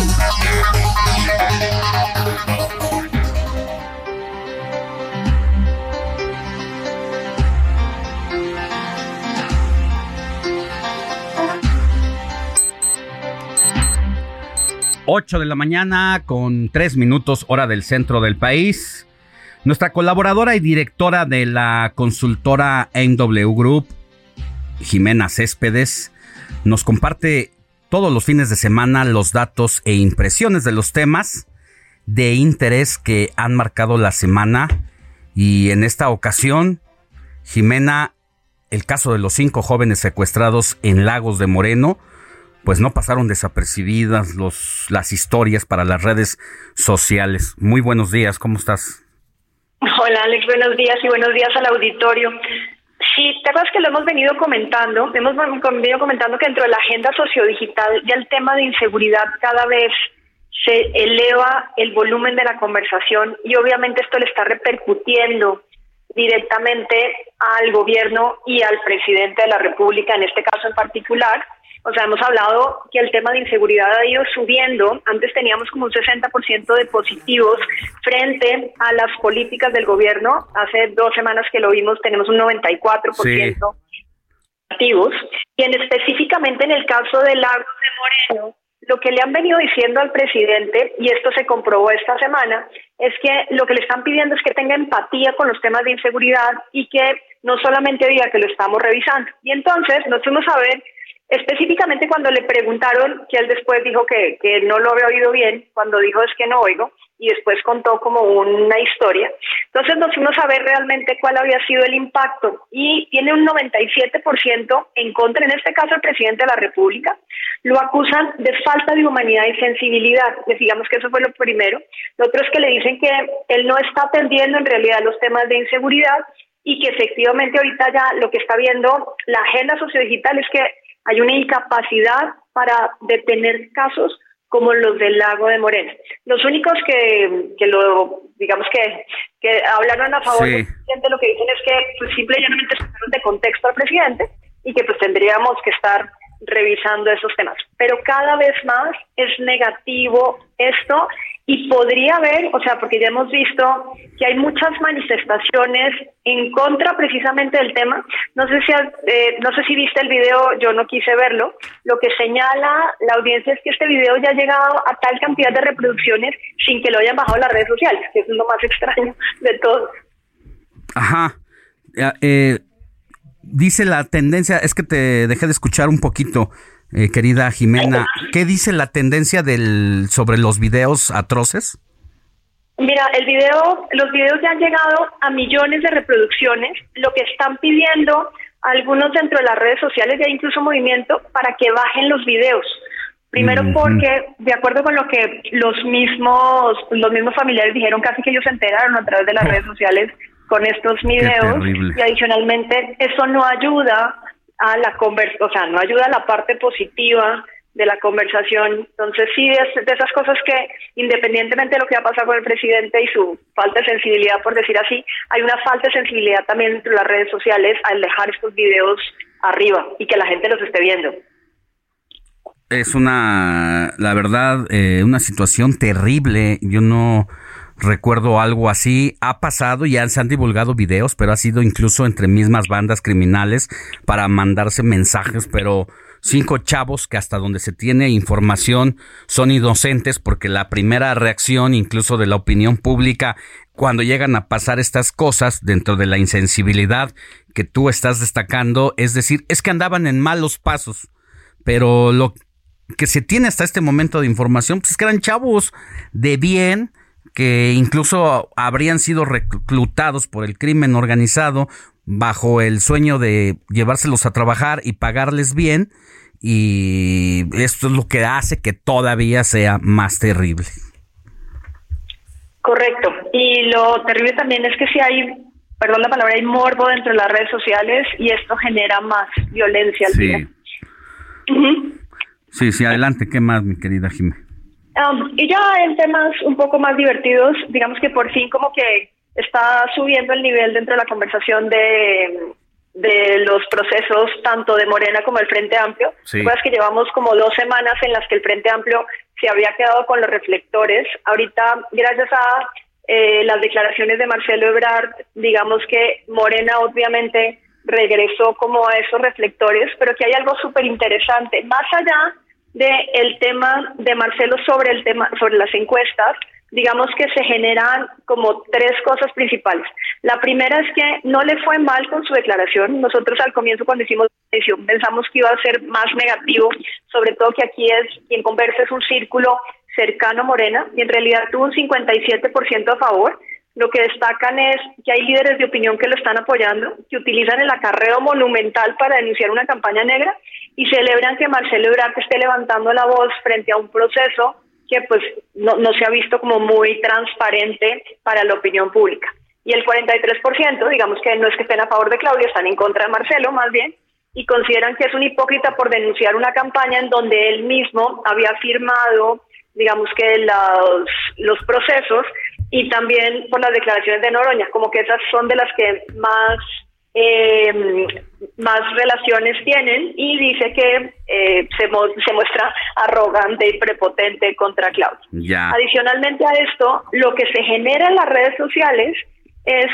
Ocho de la mañana con 3 minutos, hora del centro del país. Nuestra colaboradora y directora de la consultora MW Group, Jimena Céspedes, nos comparte todos los fines de semana los datos e impresiones de los temas de interés que han marcado la semana. Y en esta ocasión, Jimena, el caso de los 5 jóvenes secuestrados en Lagos de Moreno, pues no pasaron desapercibidas las historias para las redes sociales. Muy buenos días, ¿cómo estás? Hola Alex, buenos días y buenos días al auditorio. Sí, te acuerdas que lo hemos venido comentando que dentro de la agenda sociodigital ya el tema de inseguridad cada vez se eleva el volumen de la conversación y obviamente esto le está repercutiendo directamente al gobierno y al presidente de la República, en este caso en particular. O sea, hemos hablado que el tema de inseguridad ha ido subiendo. Antes teníamos como un 60% de positivos frente a las políticas del gobierno. Hace 2 semanas que lo vimos, tenemos un 94% positivos. Y específicamente en el caso de Lagos de Moreno, lo que le han venido diciendo al presidente, y esto se comprobó esta semana, es que lo que le están pidiendo es que tenga empatía con los temas de inseguridad y que no solamente diga que lo estamos revisando. Y entonces nos fuimos a ver específicamente cuando le preguntaron, que él después dijo que no lo había oído bien, cuando dijo es que no oigo, y después contó como una historia. Entonces nos fuimos a ver realmente cuál había sido el impacto, y tiene un 97% en contra, en este caso el presidente de la República. Lo acusan de falta de humanidad y sensibilidad. Digamos que eso fue lo primero. Lo otro es que le dicen que él no está atendiendo en realidad los temas de inseguridad y que efectivamente ahorita ya lo que está viendo la agenda sociodigital es que hay una incapacidad para detener casos como los del Lago de Moreno. Los únicos que hablaron a favor del presidente lo que dicen es que pues, simplemente sacaron de contexto al presidente y que pues tendríamos que estar revisando esos temas. Pero cada vez más es negativo esto y podría haber, o sea, porque ya hemos visto que hay muchas manifestaciones en contra precisamente del tema. No sé si viste el video, yo no quise verlo. Lo que señala la audiencia es que este video ya ha llegado a tal cantidad de reproducciones sin que lo hayan bajado las redes sociales, que es lo más extraño de todo. Ajá. Dice la tendencia, es que te dejé de escuchar un poquito, querida Jimena. ¿Qué dice la tendencia sobre los videos atroces? Mira, los videos ya han llegado a millones de reproducciones. Lo que están pidiendo algunos dentro de las redes sociales, ya incluso movimiento, para que bajen los videos. Primero porque, de acuerdo con lo que los mismos familiares dijeron, casi que ellos se enteraron a través de las redes sociales con estos videos, y adicionalmente eso no ayuda a no ayuda a la parte positiva de la conversación. Entonces sí, es de esas cosas que independientemente de lo que va a pasar con el presidente y su falta de sensibilidad, por decir así, hay una falta de sensibilidad también entre las redes sociales al dejar estos videos arriba y que la gente los esté viendo. Es la verdad, una situación terrible. Yo no recuerdo algo así. Ha pasado, ya se han divulgado videos, pero ha sido incluso entre mismas bandas criminales para mandarse mensajes, pero 5 chavos que hasta donde se tiene información son inocentes, porque la primera reacción incluso de la opinión pública cuando llegan a pasar estas cosas dentro de la insensibilidad que tú estás destacando, es decir, es que andaban en malos pasos, pero lo que se tiene hasta este momento de información pues es que eran chavos de bien, que incluso habrían sido reclutados por el crimen organizado bajo el sueño de llevárselos a trabajar y pagarles bien, y esto es lo que hace que todavía sea más terrible. Correcto, y lo terrible también es que si hay, perdón la palabra, hay morbo dentro de las redes sociales y esto genera más violencia al final. Sí, adelante, ¿qué más, mi querida Jimena? Y ya en temas un poco más divertidos, digamos que por fin como que está subiendo el nivel dentro de la conversación de los procesos tanto de Morena como del Frente Amplio. Recuerdas que llevamos como 2 semanas en las que el Frente Amplio se había quedado con los reflectores. Ahorita, gracias a las declaraciones de Marcelo Ebrard, digamos que Morena obviamente regresó como a esos reflectores, pero que hay algo súper interesante. Más allá del tema de Marcelo sobre las encuestas, digamos que se generan como 3 cosas principales. La primera es que no le fue mal con su declaración. Nosotros al comienzo, cuando hicimos la decisión, pensamos que iba a ser más negativo, sobre todo que aquí quien conversa es un círculo cercano a Morena, y en realidad tuvo un 57% a favor. Lo que destacan es que hay líderes de opinión que lo están apoyando, que utilizan el acarreo monumental para denunciar una campaña negra y celebran que Marcelo Ebrard esté levantando la voz frente a un proceso que pues no se ha visto como muy transparente para la opinión pública. y el 43%, digamos que no es que estén a favor de Claudia, están en contra de Marcelo más bien, y consideran que es un hipócrita por denunciar una campaña en donde él mismo había firmado, digamos que los procesos, y también por las declaraciones de Noroña, como que esas son de las que más relaciones tienen, y dice que se muestra arrogante y prepotente contra Claudia. Ya. Adicionalmente a esto, lo que se genera en las redes sociales es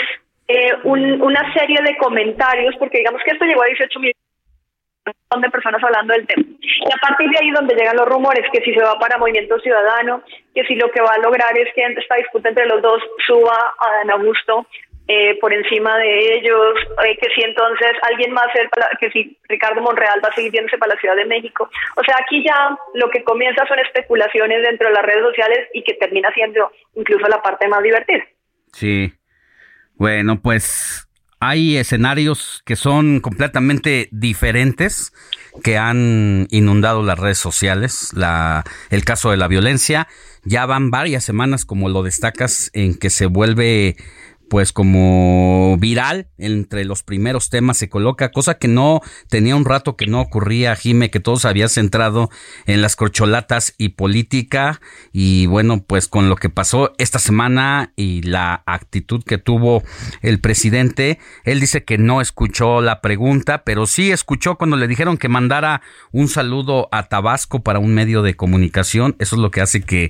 una serie de comentarios, porque digamos que esto llegó a 18 millones de personas hablando del tema. Y a partir de ahí donde llegan los rumores, que si se va para Movimiento Ciudadano, que si lo que va a lograr es que esta disputa entre los dos suba a Dan Augusto por encima de ellos, que si entonces alguien más, que si Ricardo Monreal va a seguir yéndose para la Ciudad de México. O sea, aquí ya lo que comienza son especulaciones dentro de las redes sociales y que termina siendo incluso la parte más divertida. Sí. Bueno, pues hay escenarios que son completamente diferentes que han inundado las redes sociales. El caso de la violencia, ya van varias semanas, como lo destacas, en que se vuelve pues como viral, entre los primeros temas se coloca, cosa que no tenía un rato que no ocurría, Jime, que todo se había centrado en las corcholatas y política, y bueno, pues con lo que pasó esta semana y la actitud que tuvo el presidente, él dice que no escuchó la pregunta, pero sí escuchó cuando le dijeron que mandara un saludo a Tabasco para un medio de comunicación. Eso es lo que hace que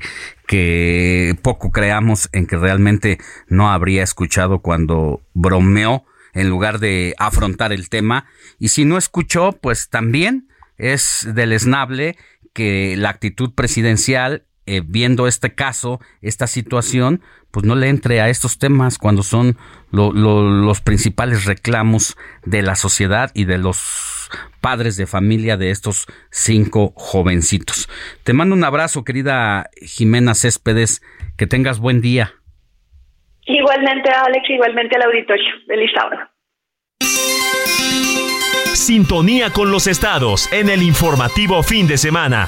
poco creamos en que realmente no habría escuchado cuando bromeó en lugar de afrontar el tema. Y si no escuchó, pues también es deleznable que la actitud presidencial, viendo este caso, esta situación, pues no le entre a estos temas cuando son los principales reclamos de la sociedad y de los padres de familia de estos 5 jovencitos. Te mando un abrazo, querida Jimena Céspedes, que tengas buen día. Igualmente, Alex, igualmente al auditorio. Feliz sábado. Sintonía con los estados en el informativo fin de semana.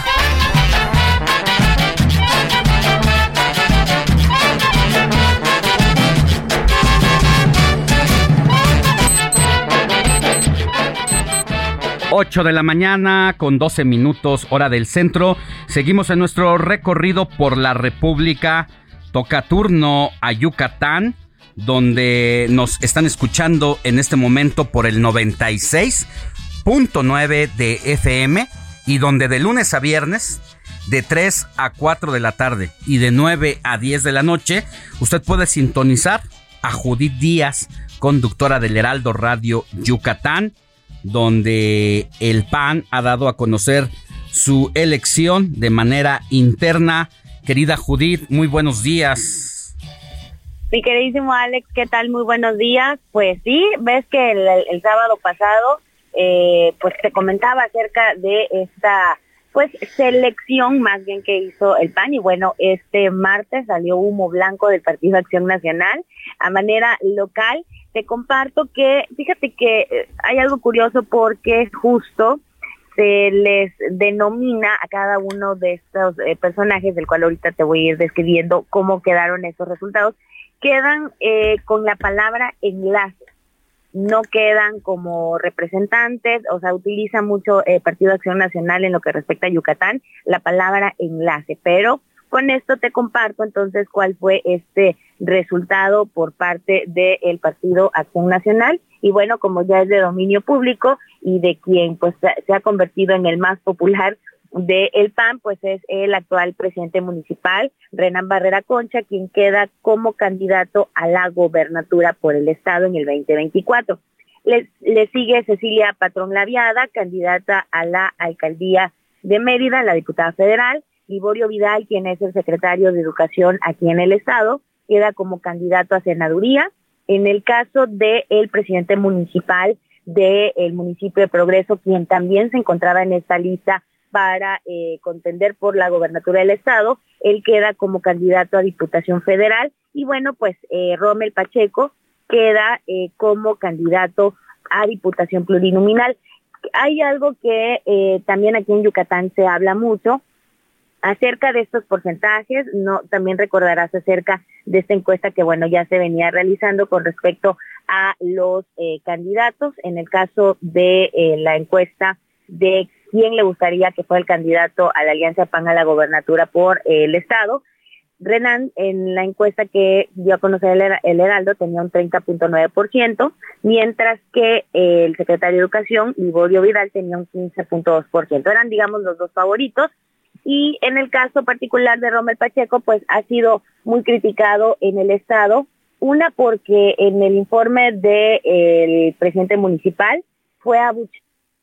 Ocho de la mañana con 12 minutos, hora del centro. Seguimos en nuestro recorrido por la República. Toca turno a Yucatán, donde nos están escuchando en este momento por el 96.9 de FM, y donde de lunes a viernes, de 3 a 4 de la tarde y de 9 a 10 de la noche, usted puede sintonizar a Judith Díaz, conductora del Heraldo Radio Yucatán, donde el PAN ha dado a conocer su elección de manera interna. Querida Judith, muy buenos días. Mi queridísimo Alex, ¿qué tal? Muy buenos días. Pues sí, ves que el sábado pasado, pues te comentaba acerca de esta pues selección más bien que hizo el PAN, y bueno, este martes salió humo blanco del Partido Acción Nacional a manera local. Te comparto que, fíjate que hay algo curioso, porque justo se les denomina a cada uno de estos personajes, del cual ahorita te voy a ir describiendo cómo quedaron estos resultados, quedan con la palabra enlace, no quedan como representantes, o sea, utiliza mucho Partido Acción Nacional en lo que respecta a Yucatán, la palabra enlace, pero con esto te comparto entonces cuál fue este resultado por parte del Partido Acción Nacional. Y bueno, como ya es de dominio público y de quien pues se ha convertido en el más popular del PAN, pues es el actual presidente municipal, Renán Barrera Concha, quien queda como candidato a la gobernatura por el estado en el 2024. Le sigue Cecilia Patrón Laviada, candidata a la alcaldía de Mérida, la diputada federal. Liborio Vidal, quien es el secretario de Educación aquí en el estado, queda como candidato a senaduría. En el caso del presidente municipal del municipio de Progreso, quien también se encontraba en esta lista para contender por la gobernatura del estado, él queda como candidato a Diputación Federal. Y bueno, pues Rommel Pacheco queda como candidato a Diputación Plurinominal. Hay algo que también aquí en Yucatán se habla mucho Acerca de estos porcentajes, también recordarás acerca de esta encuesta que, bueno, ya se venía realizando con respecto a los candidatos. En el caso de la encuesta de quién le gustaría que fuera el candidato a la Alianza PAN a la gobernatura por el Estado, Renan, en la encuesta que dio a conocer el Heraldo, tenía un 30.9%, mientras que el secretario de Educación, Liborio Vidal, tenía un 15.2%. Eran, digamos, los dos favoritos. Y en el caso particular de Rommel Pacheco, pues ha sido muy criticado en el Estado. Una, porque en el informe del presidente municipal fue abucheado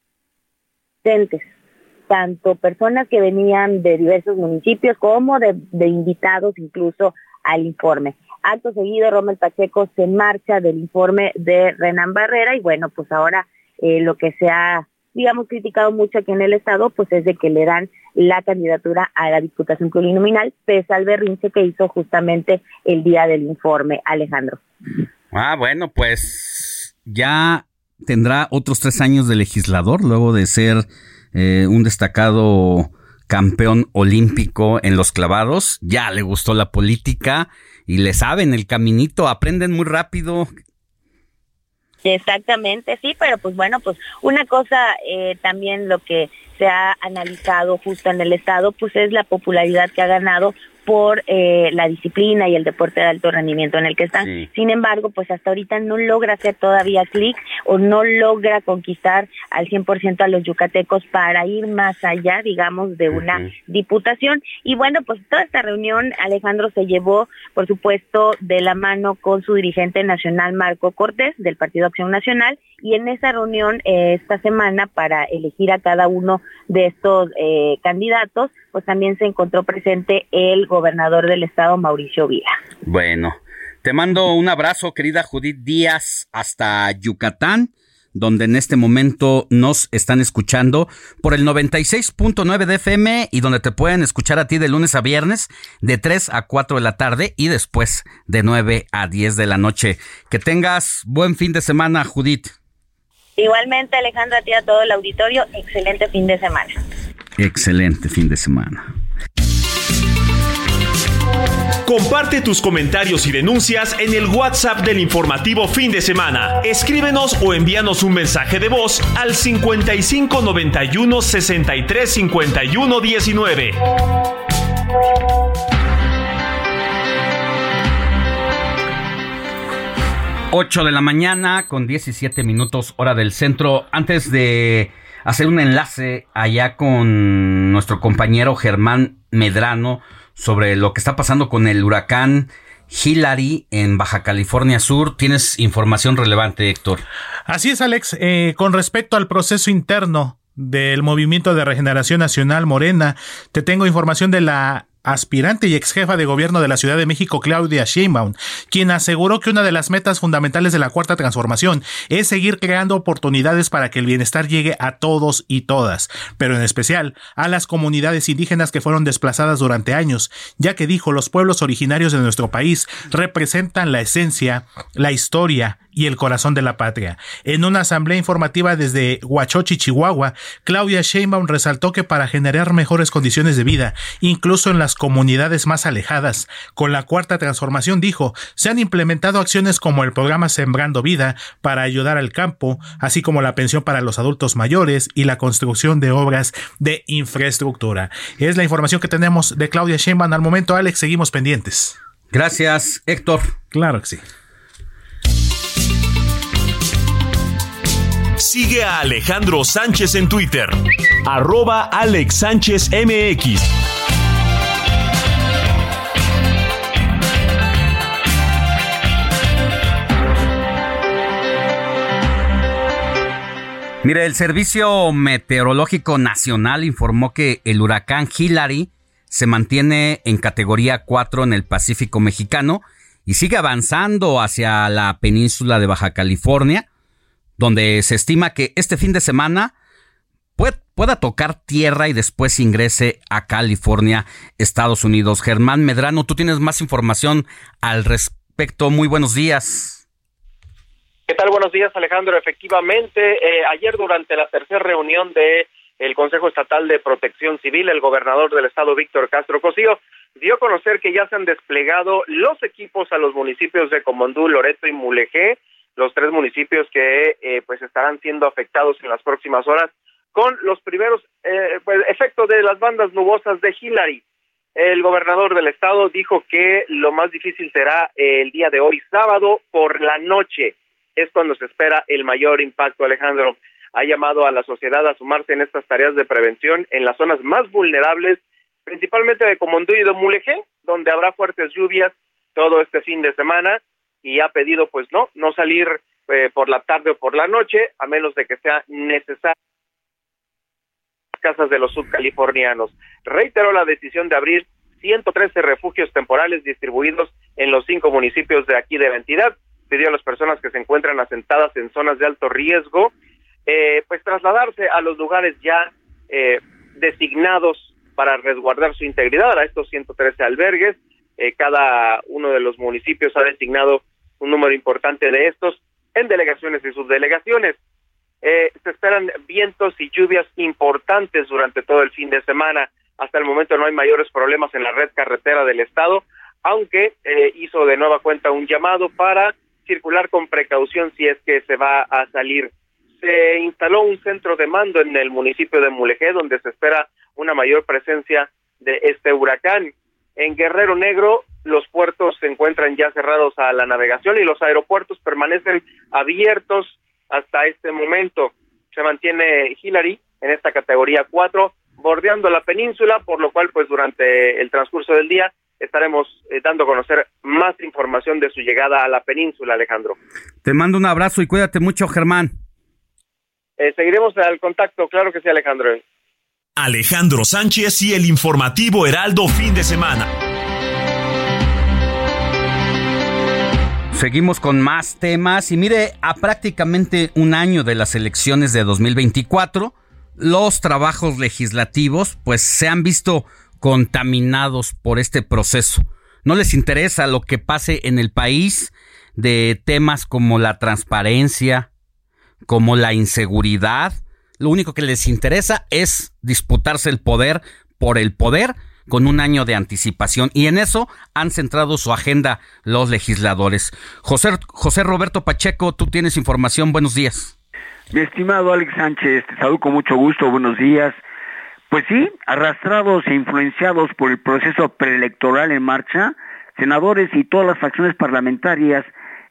tanto personas que venían de diversos municipios como de invitados incluso al informe. Acto seguido, Rommel Pacheco se marcha del informe de Renan Barrera y bueno, pues ahora lo que se ha, digamos, criticado mucho aquí en el Estado, pues es de que le dan la candidatura a la Diputación Plurinominal, pese al berrinche que hizo justamente el día del informe, Alejandro. Bueno, pues ya tendrá otros 3 años de legislador, luego de ser un destacado campeón olímpico en los clavados. Ya le gustó la política y le saben el caminito, aprenden muy rápido. Exactamente, sí, pero pues bueno, pues una cosa también lo que se ha analizado justo en el Estado, pues es la popularidad que ha ganado por la disciplina y el deporte de alto rendimiento en el que están. Sí. Sin embargo, pues hasta ahorita no logra hacer todavía clic o no logra conquistar al 100% a los yucatecos para ir más allá, digamos, de una diputación. Y bueno, pues toda esta reunión, Alejandro, se llevó, por supuesto, de la mano con su dirigente nacional, Marco Cortés, del Partido Acción Nacional, y en esa reunión esta semana para elegir a cada uno de estos candidatos, pues también se encontró presente el gobernador del estado, Mauricio Vila. Bueno, te mando un abrazo, querida Judith Díaz, hasta Yucatán, donde en este momento nos están escuchando por el 96.9 de FM y donde te pueden escuchar a ti de lunes a viernes de 3 a 4 de la tarde y después de 9 a 10 de la noche. Que tengas buen fin de semana, Judith. Igualmente, Alejandra, a ti, a todo el auditorio, excelente fin de semana. Excelente fin de semana. Comparte tus comentarios y denuncias en el WhatsApp del informativo Fin de Semana. Escríbenos o envíanos un mensaje de voz al 55 91 63 51 19. Ocho de la mañana con 17 minutos hora del centro. Antes de hacer un enlace allá con nuestro compañero Germán Medrano sobre lo que está pasando con el huracán Hilary en Baja California Sur, tienes información relevante, Héctor. Así es, Alex. Con respecto al proceso interno del Movimiento de Regeneración Nacional Morena, te tengo información de la aspirante y ex jefa de gobierno de la Ciudad de México, Claudia Sheinbaum, quien aseguró que una de las metas fundamentales de la Cuarta Transformación es seguir creando oportunidades para que el bienestar llegue a todos y todas, pero en especial a las comunidades indígenas que fueron desplazadas durante años, ya que dijo los pueblos originarios de nuestro país representan la esencia, la historia y el corazón de la patria. En una asamblea informativa desde Huachochi, Chihuahua, Claudia Sheinbaum resaltó que para generar mejores condiciones de vida, incluso en las comunidades más alejadas, con la Cuarta Transformación, dijo, se han implementado acciones como el programa Sembrando Vida para ayudar al campo, así como la pensión para los adultos mayores y la construcción de obras de infraestructura. Es la información que tenemos de Claudia Sheinbaum al momento, Alex, seguimos pendientes. Gracias, Héctor. Claro que sí. Sigue a Alejandro Sánchez en Twitter, @AlexSánchezMX. Mire, el Servicio Meteorológico Nacional informó que el huracán Hilary se mantiene en categoría 4 en el Pacífico mexicano y sigue avanzando hacia la península de Baja California, donde se estima que este fin de semana pueda tocar tierra y después ingrese a California, Estados Unidos. Germán Medrano, tú tienes más información al respecto. Muy buenos días. ¿Qué tal? Buenos días, Alejandro. Efectivamente, ayer durante la tercera reunión de el Consejo Estatal de Protección Civil, el gobernador del estado, Víctor Castro Cosío, dio a conocer que ya se han desplegado los equipos a los municipios de Comondú, Loreto y Mulegé, los 3 municipios que pues estarán siendo afectados en las próximas horas con los primeros efectos de las bandas nubosas de Hillary. El gobernador del estado dijo que lo más difícil será el día de hoy, sábado por la noche, es cuando se espera el mayor impacto. Alejandro ha llamado a la sociedad a sumarse en estas tareas de prevención en las zonas más vulnerables, principalmente de Comondú y de Mulegé, donde habrá fuertes lluvias todo este fin de semana, y ha pedido pues no salir por la tarde o por la noche, a menos de que sea necesario casas de los subcalifornianos. Reiteró la decisión de abrir 113 refugios temporales distribuidos en los 5 municipios de aquí de la entidad. Pidió a las personas que se encuentran asentadas en zonas de alto riesgo, pues trasladarse a los lugares ya designados para resguardar su integridad, a estos 113 albergues. Cada uno de los municipios ha designado un número importante de estos en delegaciones y subdelegaciones. Se esperan vientos y lluvias importantes durante todo el fin de semana. Hasta el momento no hay mayores problemas en la red carretera del estado, aunque hizo de nueva cuenta un llamado para circular con precaución si es que se va a salir. Se instaló un centro de mando en el municipio de Mulegé, donde se espera una mayor presencia de este huracán. En Guerrero Negro, los puertos se encuentran ya cerrados a la navegación y los aeropuertos permanecen abiertos hasta este momento. Se mantiene Hillary en esta categoría 4, bordeando la península, por lo cual pues durante el transcurso del día estaremos dando a conocer más información de su llegada a la península, Alejandro. Te mando un abrazo y cuídate mucho, Germán. Seguiremos al contacto, claro que sí, Alejandro. Alejandro Sánchez y el informativo Heraldo fin de semana. Seguimos con más temas y mire, a prácticamente un año de las elecciones de 2024, los trabajos legislativos pues se han visto contaminados por este proceso. No les interesa lo que pase en el país de temas como la transparencia, como la inseguridad. Lo único que les interesa es disputarse el poder por el poder con un año de anticipación, y en eso han centrado su agenda los legisladores. José Roberto Pacheco, tú tienes información. Buenos días. Mi estimado Alex Sánchez, te saludo con mucho gusto. Buenos días. Pues sí, arrastrados e influenciados por el proceso preelectoral en marcha, senadores y todas las facciones parlamentarias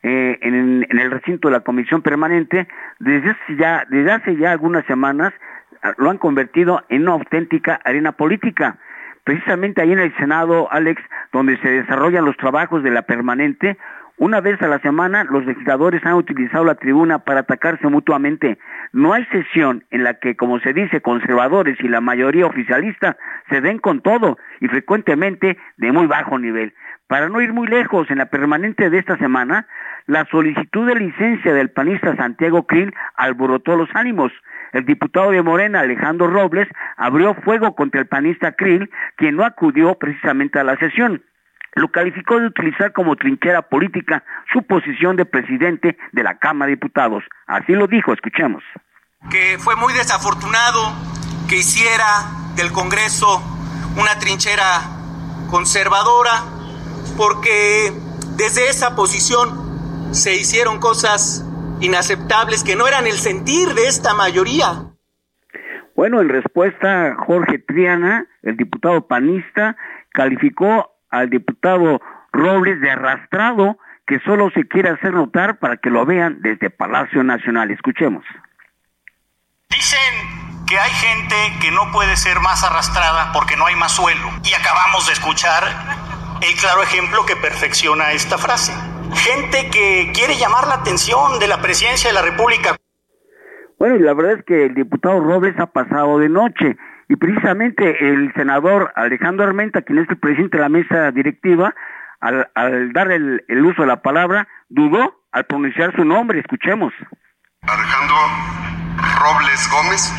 en el recinto de la Comisión Permanente, desde hace ya algunas semanas, lo han convertido en una auténtica arena política. Precisamente ahí en el Senado, Alex, donde se desarrollan los trabajos de la permanente, una vez a la semana los legisladores han utilizado la tribuna para atacarse mutuamente. No hay sesión en la que, como se dice, conservadores y la mayoría oficialista se den con todo, y frecuentemente de muy bajo nivel. Para no ir muy lejos, en la permanente de esta semana, la solicitud de licencia del panista Santiago Krill alborotó los ánimos. El diputado de Morena, Alejandro Robles, abrió fuego contra el panista Krill, quien no acudió precisamente a la sesión. Lo calificó de utilizar como trinchera política su posición de presidente de la Cámara de Diputados. Así lo dijo, escuchemos. Que fue muy desafortunado que hiciera del Congreso una trinchera conservadora, porque desde esa posición se hicieron cosas inaceptables que no eran el sentir de esta mayoría. Bueno, en respuesta, Jorge Triana, el diputado panista, calificó al diputado Robles de arrastrado, que solo se quiere hacer notar para que lo vean desde Palacio Nacional. Escuchemos. Dicen que hay gente que no puede ser más arrastrada porque no hay más suelo. Y acabamos de escuchar el claro ejemplo que perfecciona esta frase. Gente que quiere llamar la atención de la presidencia de la República. Bueno, y la verdad es que el diputado Robles ha pasado de noche, y precisamente el senador Alejandro Armenta, quien es el presidente de la mesa directiva, al dar el uso de la palabra, dudó al pronunciar su nombre. Escuchemos. Alejandro Robles Gómez.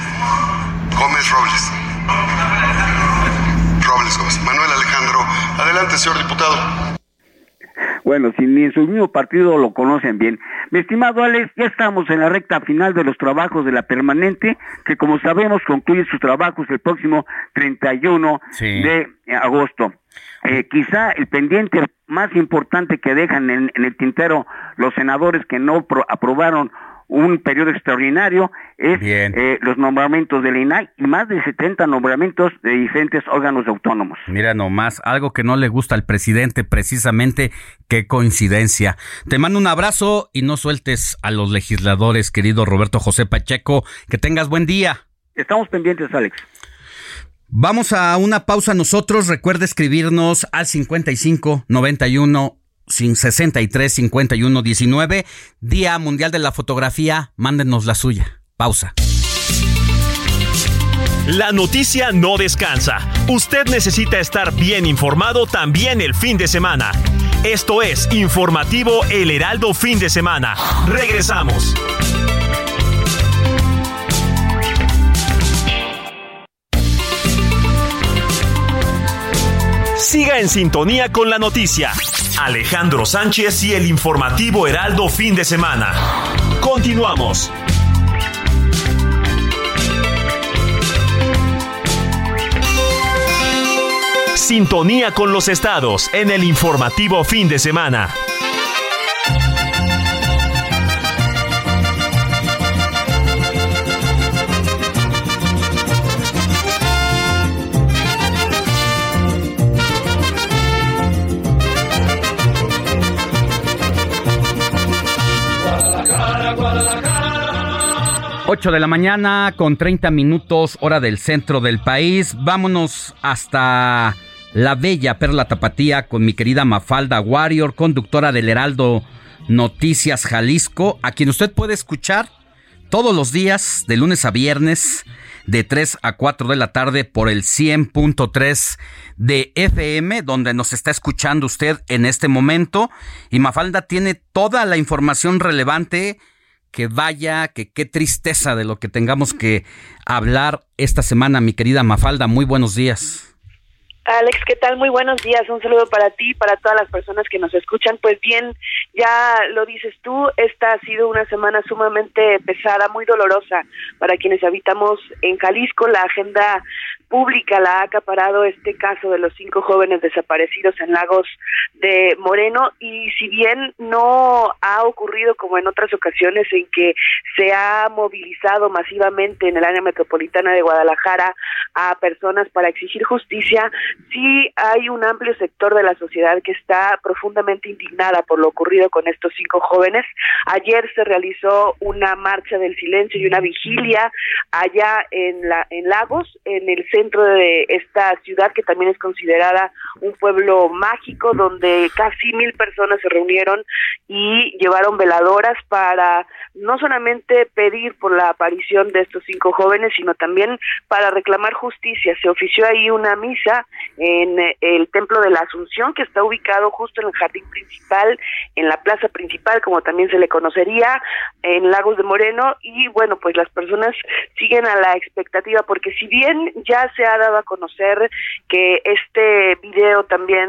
Manuel Alejandro. Adelante, señor diputado. Bueno, si ni en su mismo partido lo conocen bien. Mi estimado Alex, ya estamos en la recta final de los trabajos de la permanente, que como sabemos concluye sus trabajos el próximo 31 de agosto. Quizá el pendiente más importante que dejan en el tintero los senadores que no aprobaron un periodo extraordinario es los nombramientos del INAI y más de 70 nombramientos de diferentes órganos autónomos. Mira nomás, algo que no le gusta al presidente, precisamente, qué coincidencia. Te mando un abrazo y no sueltes a los legisladores, querido Roberto José Pacheco. Que tengas buen día. Estamos pendientes, Alex. Vamos a una pausa nosotros. Recuerda escribirnos al 55 91 63 51 19. Día Mundial de la Fotografía. Mándenos la suya. Pausa. La noticia no descansa. Usted necesita estar bien informado también el fin de semana. Esto es Informativo El Heraldo Fin de Semana. Regresamos. Siga en sintonía con la noticia. Alejandro Sánchez y el Informativo Heraldo Fin de Semana. Continuamos. Sintonía con los estados en el Informativo Fin de Semana. Ocho de la mañana con 30 minutos, hora del centro del país. Vámonos hasta la bella Perla Tapatía con mi querida Mafalda Warrior, conductora del Heraldo Noticias Jalisco, a quien usted puede escuchar todos los días, de lunes a viernes, de 3 a 4 de la tarde por el 100.3 de FM, donde nos está escuchando usted en este momento. Y Mafalda tiene toda la información relevante. Que vaya, que qué tristeza de lo que tengamos que hablar esta semana, mi querida Mafalda. Muy buenos días. Alex, ¿qué tal? Muy buenos días. Un saludo para ti y para todas las personas que nos escuchan. Pues bien, ya lo dices tú, esta ha sido una semana sumamente pesada, muy dolorosa para quienes habitamos en Jalisco. La agenda pública la ha acaparado este caso de los 5 jóvenes desaparecidos en Lagos de Moreno, y si bien no ha ocurrido como en otras ocasiones en que se ha movilizado masivamente en el área metropolitana de Guadalajara a personas para exigir justicia, sí hay un amplio sector de la sociedad que está profundamente indignada por lo ocurrido con estos 5 jóvenes. Ayer se realizó una marcha del silencio y una vigilia allá en Lagos, en el centro de esta ciudad que también es considerada un pueblo mágico, donde casi 1,000 personas se reunieron y llevaron veladoras para no solamente pedir por la aparición de estos 5 jóvenes, sino también para reclamar justicia. Se ofició ahí una misa en el Templo de la Asunción, que está ubicado justo en el jardín principal, en la plaza principal, como también se le conocería, en Lagos de Moreno. Y bueno, pues las personas siguen a la expectativa, porque si bien ya se ha dado a conocer que este video también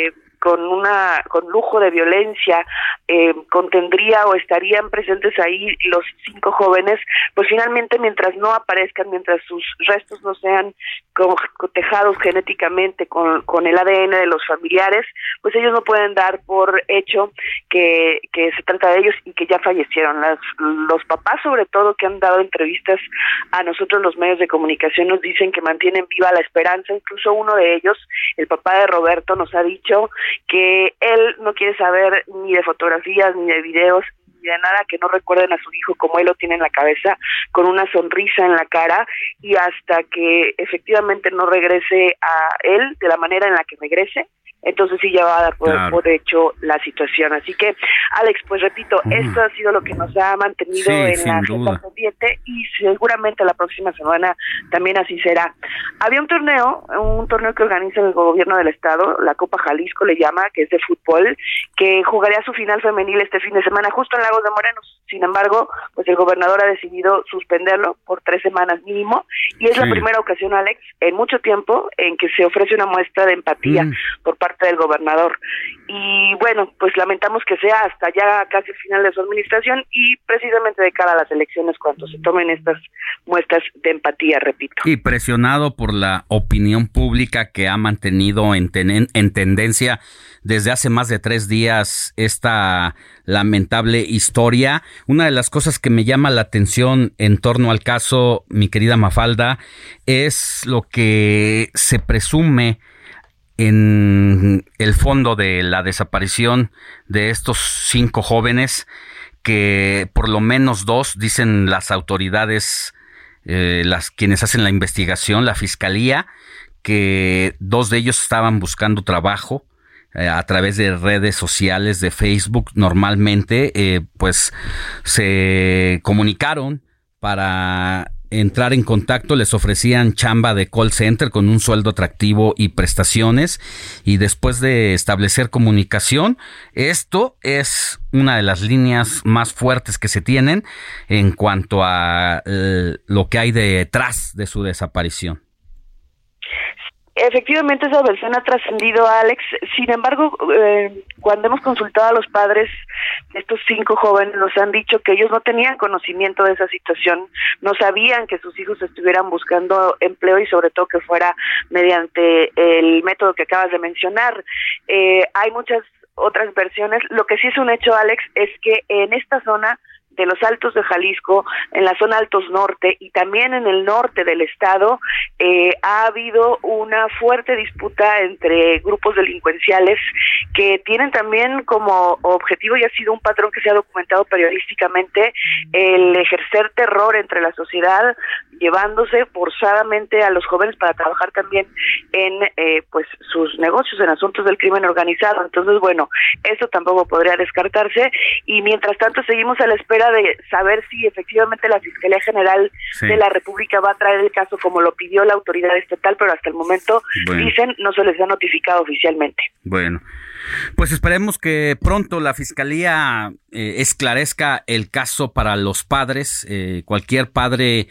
con lujo de violencia contendría o estarían presentes ahí los 5 jóvenes, pues finalmente mientras no aparezcan, mientras sus restos no sean cotejados genéticamente con el ADN de los familiares, pues ellos no pueden dar por hecho que se trata de ellos y que ya fallecieron. Los papás, sobre todo, que han dado entrevistas a nosotros los medios de comunicación, nos dicen que mantienen viva la esperanza. Incluso uno de ellos, el papá de Roberto, nos ha dicho que él no quiere saber ni de fotografías, ni de videos, ni de nada que no recuerden a su hijo como él lo tiene en la cabeza, con una sonrisa en la cara, y hasta que efectivamente no regrese a él de la manera en la que regrese, entonces sí ya va a dar por hecho la situación. Así que, Alex, pues repito, esto ha sido lo que nos ha mantenido en la agenda pendiente, y seguramente la próxima semana también así será. Había un torneo que organiza el gobierno del estado, la Copa Jalisco le llama, que es de fútbol, que jugaría su final femenil este fin de semana justo en Lagos de Moreno. Sin embargo, pues el gobernador ha decidido suspenderlo por 3 semanas mínimo, y es la primera ocasión, Alex, en mucho tiempo en que se ofrece una muestra de empatía por parte del gobernador. Y bueno, pues lamentamos que sea hasta ya casi el final de su administración y precisamente de cara a las elecciones cuando se tomen estas muestras de empatía, repito. Y presionado por la opinión pública que ha mantenido en tendencia desde hace más de 3 días esta lamentable historia. Una de las cosas que me llama la atención en torno al caso, mi querida Mafalda, es lo que se presume en el fondo de la desaparición de estos 5 jóvenes, que por lo menos 2, dicen las autoridades, quienes hacen la investigación, la fiscalía, que 2 de ellos estaban buscando trabajo a través de redes sociales, de Facebook. Normalmente pues se comunicaron para entrar en contacto, les ofrecían chamba de call center con un sueldo atractivo y prestaciones, y después de establecer comunicación, esto es una de las líneas más fuertes que se tienen en cuanto a lo que hay detrás de su desaparición. Efectivamente, esa versión ha trascendido, Alex. Sin embargo, cuando hemos consultado a los padres de estos 5 jóvenes, nos han dicho que ellos no tenían conocimiento de esa situación, no sabían que sus hijos estuvieran buscando empleo y sobre todo que fuera mediante el método que acabas de mencionar. Hay muchas otras versiones. Lo que sí es un hecho, Alex, es que en esta zona de los Altos de Jalisco, en la zona Altos Norte y también en el norte del estado, ha habido una fuerte disputa entre grupos delincuenciales que tienen también como objetivo, y ha sido un patrón que se ha documentado periodísticamente, el ejercer terror entre la sociedad, llevándose forzadamente a los jóvenes para trabajar también en pues sus negocios, en asuntos del crimen organizado. Entonces, bueno, eso tampoco podría descartarse, y mientras tanto seguimos a la espera de saber si efectivamente la Fiscalía General de la República va a traer el caso como lo pidió la autoridad estatal, pero hasta el momento, dicen, no se les ha notificado oficialmente. Bueno, pues esperemos que pronto la Fiscalía esclarezca el caso para los padres. Cualquier padre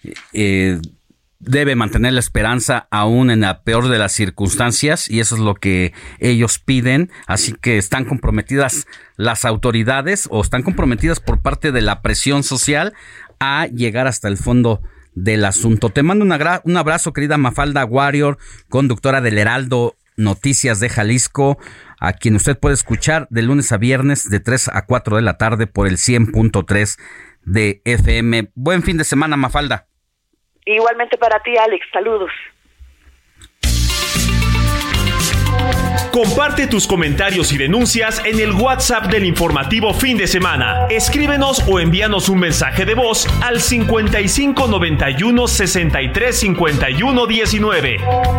debe mantener la esperanza aún en la peor de las circunstancias, y eso es lo que ellos piden. Así que están comprometidas las autoridades, o están comprometidas por parte de la presión social, a llegar hasta el fondo del asunto. Te mando un abrazo, querida Mafalda Warrior, conductora del Heraldo Noticias de Jalisco, a quien usted puede escuchar de lunes a viernes de 3 a 4 de la tarde por el 100.3 de FM. Buen fin de semana, Mafalda. Igualmente para ti, Alex. Saludos. Comparte tus comentarios y denuncias en el WhatsApp del informativo Fin de Semana. Escríbenos o envíanos un mensaje de voz al 55 91 63 51 19.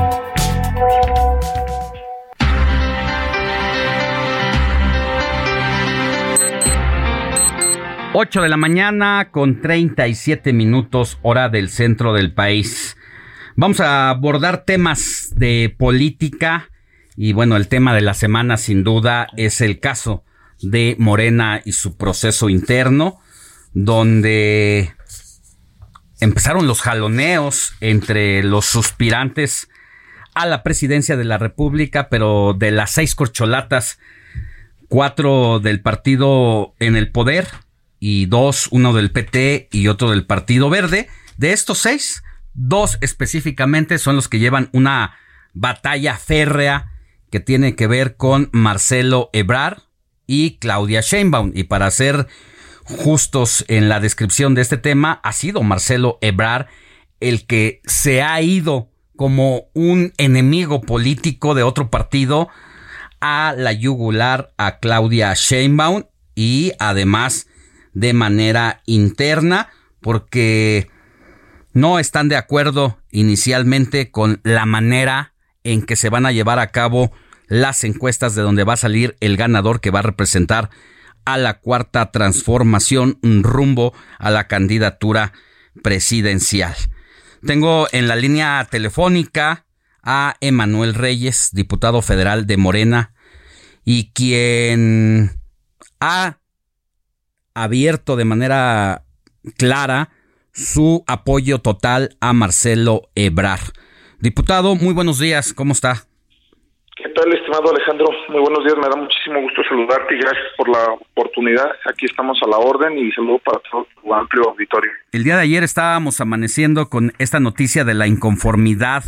Ocho de la mañana con 37 minutos, hora del centro del país. Vamos a abordar temas de política. Y bueno, el tema de la semana sin duda es el caso de Morena y su proceso interno, donde empezaron los jaloneos entre los suspirantes a la presidencia de la República, pero de las 6 corcholatas, 4 del partido en el poder y 2, uno del PT y otro del Partido Verde. De estos 6, 2 específicamente son los que llevan una batalla férrea que tiene que ver con Marcelo Ebrard y Claudia Sheinbaum. Y para ser justos en la descripción de este tema, ha sido Marcelo Ebrard el que se ha ido como un enemigo político de otro partido a la yugular a Claudia Sheinbaum, y además de manera interna, porque no están de acuerdo inicialmente con la manera en que se van a llevar a cabo las encuestas de donde va a salir el ganador que va a representar a la Cuarta Transformación rumbo a la candidatura presidencial. Tengo en la línea telefónica a Emanuel Reyes, diputado federal de Morena, y quien ha abierto de manera clara su apoyo total a Marcelo Ebrard. Diputado, muy buenos días, ¿cómo está? ¿Qué tal, estimado Alejandro? Muy buenos días, me da muchísimo gusto saludarte y gracias por la oportunidad. Aquí estamos a la orden y saludo para todo tu amplio auditorio. El día de ayer estábamos amaneciendo con esta noticia de la inconformidad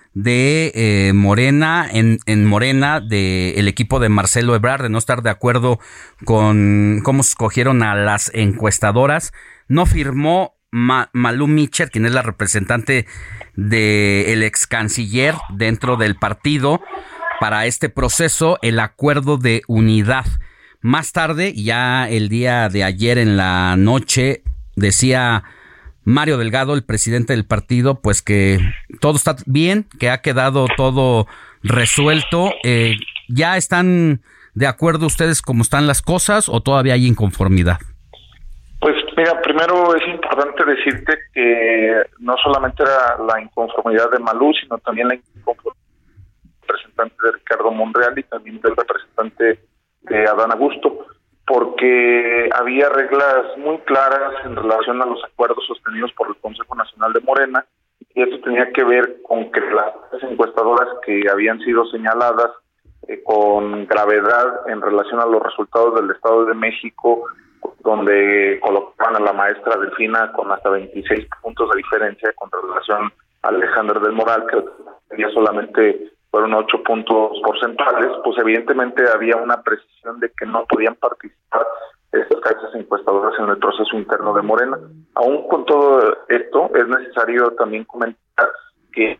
de Morena, en Morena, del equipo de Marcelo Ebrard, de no estar de acuerdo con cómo escogieron a las encuestadoras. No firmó Malú Micher, quien es la representante del ex canciller dentro del partido, para este proceso, el acuerdo de unidad. Más tarde, ya el día de ayer en la noche, decía Mario Delgado, el presidente del partido, pues que todo está bien, que ha quedado todo resuelto. ¿Ya están de acuerdo ustedes cómo están las cosas o todavía hay inconformidad? Pues mira, primero es importante decirte que no solamente era la inconformidad de Malú, sino también la inconformidad del representante de Ricardo Monreal y también del representante de Adán Augusto, porque había reglas muy claras en relación a los acuerdos sostenidos por el Consejo Nacional de Morena, y eso tenía que ver con que las encuestadoras que habían sido señaladas con gravedad en relación a los resultados del Estado de México, donde colocaban a la maestra Delfina con hasta 26 puntos de diferencia con relación a Alejandra del Moral, que tenía solamente fueron 8 puntos porcentuales, pues evidentemente había una precisión de que no podían participar estas casas encuestadoras en el proceso interno de Morena. Aún con todo esto, es necesario también comentar que...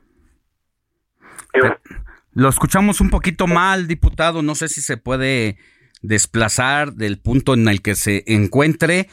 Lo escuchamos un poquito mal, diputado, no sé si se puede desplazar del punto en el que se encuentre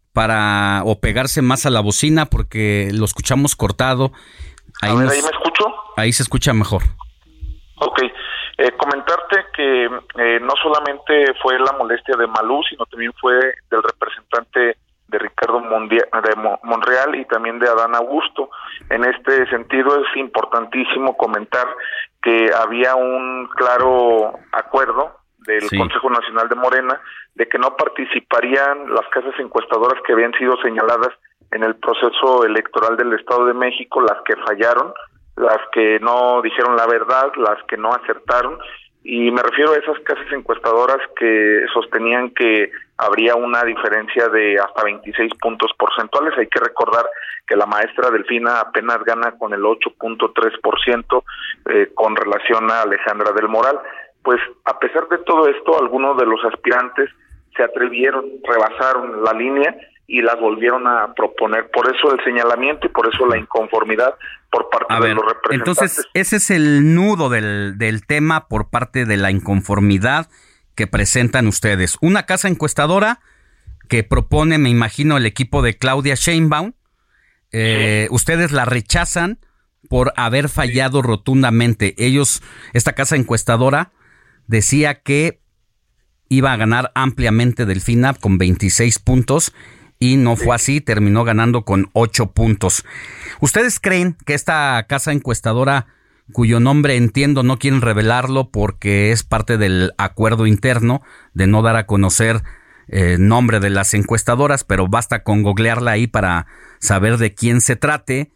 o pegarse más a la bocina, porque lo escuchamos cortado. ¿Ahí me escucho? Ahí se escucha mejor. Ok, comentarte que no solamente fue la molestia de Malú, sino también fue del representante de Ricardo Monreal y también de Adán Augusto. En este sentido es importantísimo comentar que había un claro acuerdo del Consejo Nacional de Morena de que no participarían las casas encuestadoras que habían sido señaladas en el proceso electoral del Estado de México, las que fallaron, las que no dijeron la verdad, las que no acertaron, y me refiero a esas casas encuestadoras que sostenían que habría una diferencia de hasta 26 puntos porcentuales. Hay que recordar que la maestra Delfina apenas gana con el 8.3% con relación a Alejandra del Moral. Pues a pesar de todo esto, algunos de los aspirantes se atrevieron, rebasaron la línea y las volvieron a proponer. Por eso el señalamiento y por eso la inconformidad por parte de los representantes. Entonces, ese es el nudo del tema por parte de la inconformidad que presentan ustedes. Una casa encuestadora que propone, me imagino, el equipo de Claudia Sheinbaum. Ustedes la rechazan por haber fallado rotundamente. Esta casa encuestadora decía que iba a ganar ampliamente Delfina con 26 puntos y no fue así, terminó ganando con 8 puntos. ¿Ustedes creen que esta casa encuestadora, cuyo nombre entiendo no quieren revelarlo porque es parte del acuerdo interno de no dar a conocer nombre de las encuestadoras, pero basta con googlearla ahí para saber de quién se trate,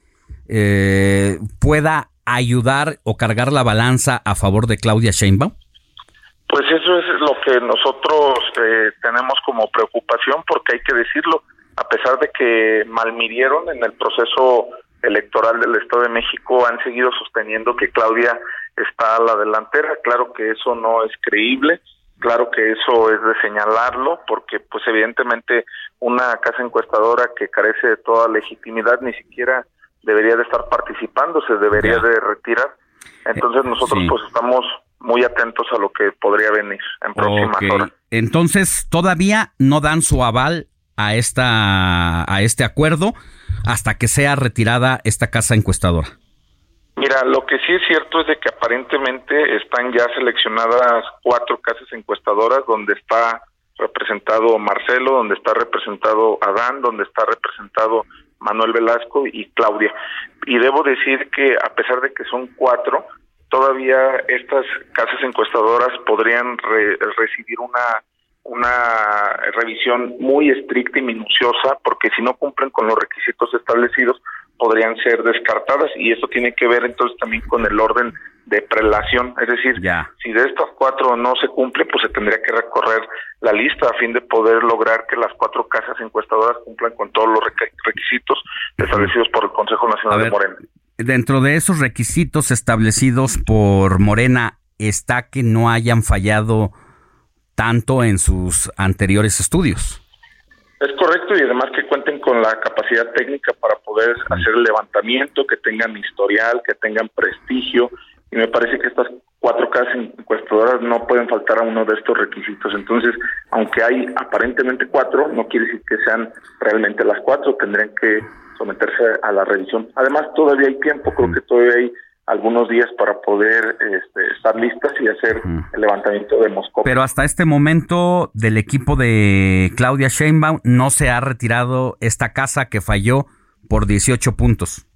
pueda ayudar o cargar la balanza a favor de Claudia Sheinbaum? Pues eso es lo que nosotros tenemos como preocupación, porque hay que decirlo, a pesar de que malmidieron en el proceso electoral del Estado de México, han seguido sosteniendo que Claudia está a la delantera. Claro que eso no es creíble, claro que eso es de señalarlo, porque pues evidentemente una casa encuestadora que carece de toda legitimidad ni siquiera debería de estar participando, se debería de retirar. Entonces nosotros pues estamos muy atentos a lo que podría venir en próximas horas. Entonces todavía no dan su aval a este acuerdo hasta que sea retirada esta casa encuestadora. Mira, lo que sí es cierto es de que aparentemente están ya seleccionadas 4 casas encuestadoras donde está representado Marcelo, donde está representado Adán, donde está representado Manuel Velasco y Claudia. Y debo decir que a pesar de que son 4, todavía estas casas encuestadoras podrían recibir una revisión muy estricta y minuciosa, porque si no cumplen con los requisitos establecidos podrían ser descartadas, y eso tiene que ver entonces también con el orden de prelación, es decir, si de estas 4 no se cumple, pues se tendría que recorrer la lista a fin de poder lograr que las 4 casas encuestadoras cumplan con todos los requisitos establecidos por el Consejo Nacional de Morena. Dentro de esos requisitos establecidos por Morena está que no hayan fallado tanto en sus anteriores estudios. Es correcto, y además que cuenten con la capacidad técnica para poder hacer el levantamiento, que tengan historial, que tengan prestigio, y me parece que estas 4 casas encuestadoras no pueden faltar a uno de estos requisitos. Entonces, aunque hay aparentemente 4, no quiere decir que sean realmente las 4, tendrían que someterse a la revisión. Además, todavía hay tiempo, creo que todavía hay algunos días para poder estar listas y hacer el levantamiento de Moscú. Pero hasta este momento del equipo de Claudia Sheinbaum no se ha retirado esta casa que falló por 18 puntos.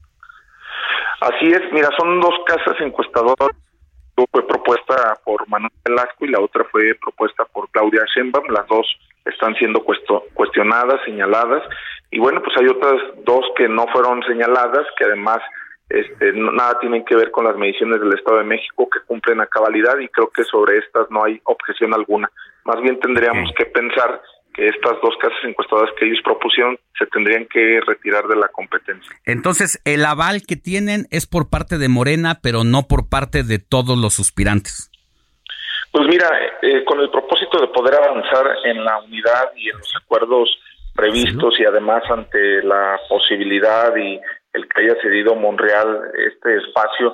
Así es, mira, son 2 casas encuestadoras. Una fue propuesta por Manuel Velasco y la otra fue propuesta por Claudia Sheinbaum. Las 2 están siendo cuestionadas, señaladas, y bueno, pues hay otras 2 que no fueron señaladas, que además nada tienen que ver con las mediciones del Estado de México, que cumplen a cabalidad, y creo que sobre estas no hay objeción alguna. Más bien tendríamos que pensar que estas 2 casas encuestadoras que ellos propusieron se tendrían que retirar de la competencia. Entonces, el aval que tienen es por parte de Morena, pero no por parte de todos los suspirantes. Pues mira, con el propósito de poder avanzar en la unidad y en los acuerdos previstos, y además ante la posibilidad y el que haya cedido Monreal este espacio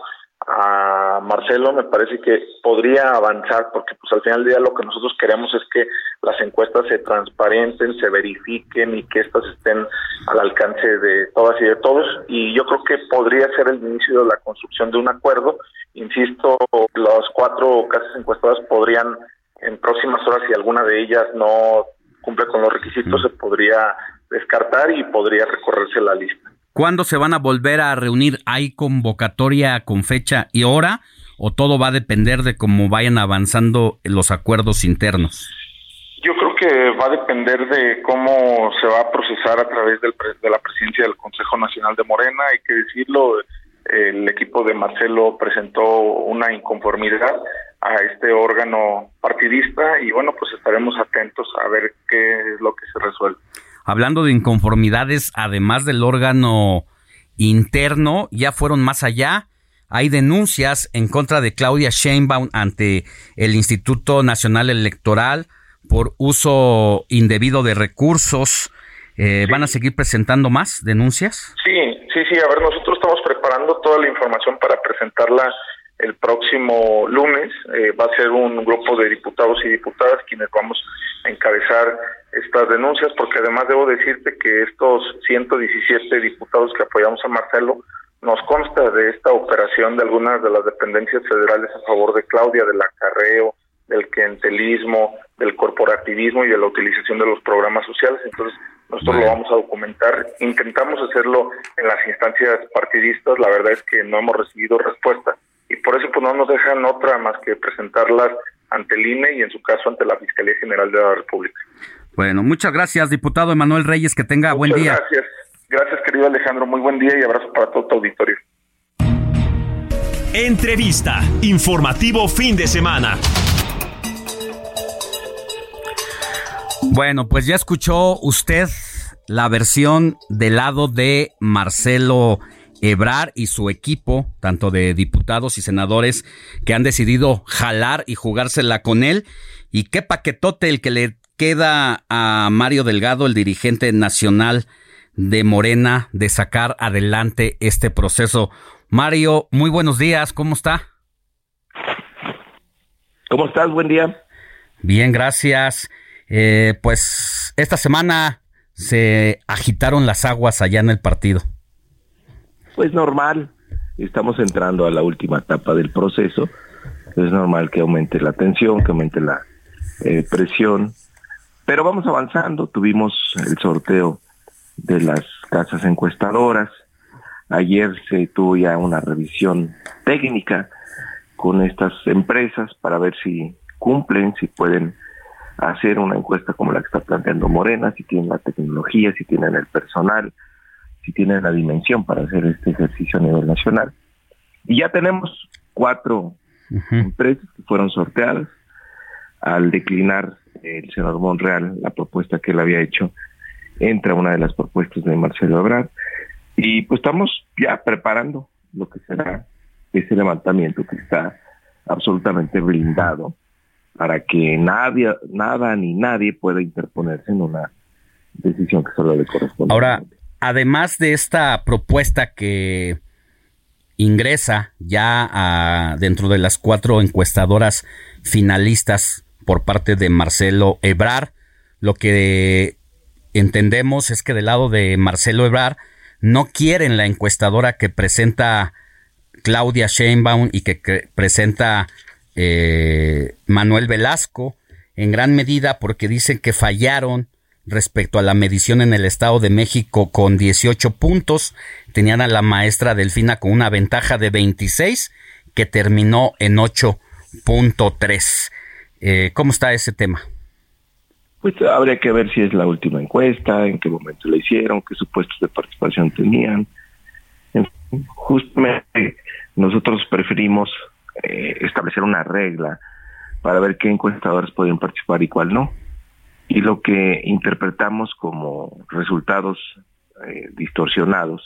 a Marcelo, me parece que podría avanzar, porque pues al final del día lo que nosotros queremos es que las encuestas se transparenten, se verifiquen y que estas estén al alcance de todas y de todos, y yo creo que podría ser el inicio de la construcción de un acuerdo. Insisto, las 4 casas encuestadas podrían en próximas horas, si alguna de ellas no cumple con los requisitos, se podría descartar y podría recorrerse la lista. ¿Cuándo se van a volver a reunir? ¿Hay convocatoria con fecha y hora o todo va a depender de cómo vayan avanzando los acuerdos internos? Yo creo que va a depender de cómo se va a procesar a través de la presidencia del Consejo Nacional de Morena. Hay que decirlo, el equipo de Marcelo presentó una inconformidad a este órgano partidista y bueno, pues estaremos atentos a ver qué es lo que se resuelve. Hablando de inconformidades, además del órgano interno, ya fueron más allá. Hay denuncias en contra de Claudia Sheinbaum ante el Instituto Nacional Electoral por uso indebido de recursos. ¿Van a seguir presentando más denuncias? Sí. A ver, nosotros estamos preparando toda la información para presentarla el próximo lunes. Va a ser un grupo de diputados y diputadas quienes vamos a encabezar estas denuncias, porque además debo decirte que estos 117 diputados que apoyamos a Marcelo, nos consta de esta operación de algunas de las dependencias federales a favor de Claudia, del acarreo, del clientelismo, del corporativismo y de la utilización de los programas sociales. Entonces, nosotros lo vamos a documentar. Intentamos hacerlo en las instancias partidistas, la verdad es que no hemos recibido respuesta y por eso pues no nos dejan otra más que presentarlas ante el INE y en su caso ante la Fiscalía General de la República. Bueno, muchas gracias, diputado Emanuel Reyes, que tenga buen día. Gracias, querido Alejandro, muy buen día y abrazo para todo tu auditorio. Entrevista, informativo fin de semana. Bueno, pues ya escuchó usted la versión del lado de Marcelo Ebrard y su equipo, tanto de diputados y senadores que han decidido jalar y jugársela con él. Y qué paquetote el que le queda a Mario Delgado, el dirigente nacional de Morena, de sacar adelante este proceso. Mario, muy buenos días, ¿cómo está? ¿Cómo estás? Buen día. Bien, gracias. Pues esta semana se agitaron las aguas allá en el partido. Pues normal, estamos entrando a la última etapa del proceso, es normal que aumente la tensión, que aumente la presión, pero vamos avanzando. Tuvimos el sorteo de las casas encuestadoras. Ayer se tuvo ya una revisión técnica con estas empresas para ver si cumplen, si pueden hacer una encuesta como la que está planteando Morena, si tienen la tecnología, si tienen el personal, si tienen la dimensión para hacer este ejercicio a nivel nacional. Y ya tenemos 4 empresas que fueron sorteadas. Al declinar el senador Monreal la propuesta que él había hecho, entra una de las propuestas de Marcelo Ebrard, y pues estamos ya preparando lo que será ese levantamiento que está absolutamente blindado para que nada ni nadie pueda interponerse en una decisión que solo le corresponde. Ahora, además de esta propuesta que ingresa ya dentro de las 4 encuestadoras finalistas por parte de Marcelo Ebrard, lo que entendemos es que del lado de Marcelo Ebrard no quieren la encuestadora que presenta Claudia Sheinbaum y que presenta Manuel Velasco, en gran medida porque dicen que fallaron respecto a la medición en el Estado de México con 18 puntos. Tenían a la maestra Delfina con una ventaja de 26 que terminó en 8.3. ¿Cómo está ese tema? Pues habría que ver si es la última encuesta, en qué momento la hicieron, qué supuestos de participación tenían. Justamente nosotros preferimos establecer una regla para ver qué encuestadores podían participar y cuál no. Y lo que interpretamos como resultados distorsionados,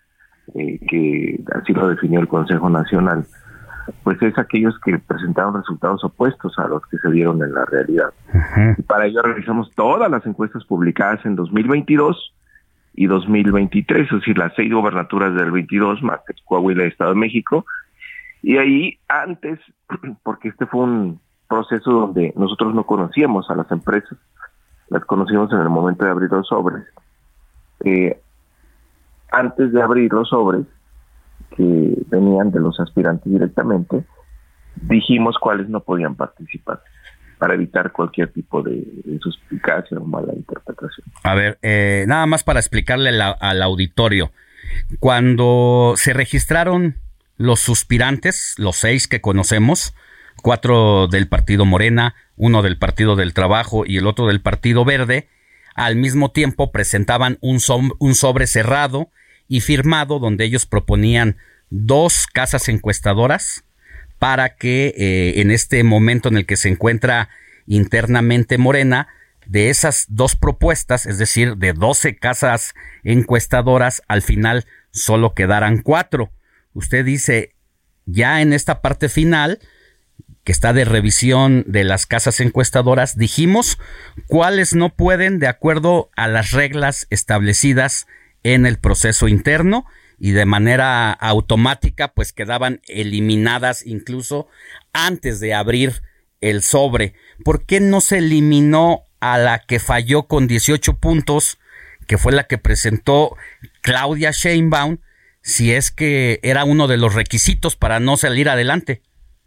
que así lo definió el Consejo Nacional, pues es aquellos que presentaron resultados opuestos a los que se dieron en la realidad. Y para ello realizamos todas las encuestas publicadas en 2022 y 2023, es decir, las 6 gobernaturas del 22, más Coahuila y Estado de México. Y ahí antes, porque este fue un proceso donde nosotros no conocíamos a las empresas, las conocimos en el momento de abrir los sobres. Antes de abrir los sobres, que venían de los aspirantes directamente, dijimos cuáles no podían participar para evitar cualquier tipo de suspicacia o mala interpretación. A ver, nada más para explicarle al auditorio. Cuando se registraron los suspirantes, los 6 que conocemos, 4 del Partido Morena, 1 del Partido del Trabajo y el otro del Partido Verde, al mismo tiempo presentaban un sobre cerrado y firmado donde ellos proponían 2 casas encuestadoras para que en este momento en el que se encuentra internamente Morena, de esas 2 propuestas, es decir, de 12 casas encuestadoras, al final solo quedaran 4. Usted dice, ya en esta parte final, que está de revisión de las casas encuestadoras, dijimos cuáles no pueden de acuerdo a las reglas establecidas en el proceso interno, y de manera automática pues quedaban eliminadas incluso antes de abrir el sobre. ¿Por qué no se eliminó a la que falló con 18 puntos, que fue la que presentó Claudia Sheinbaum, si es que era uno de los requisitos para no salir adelante?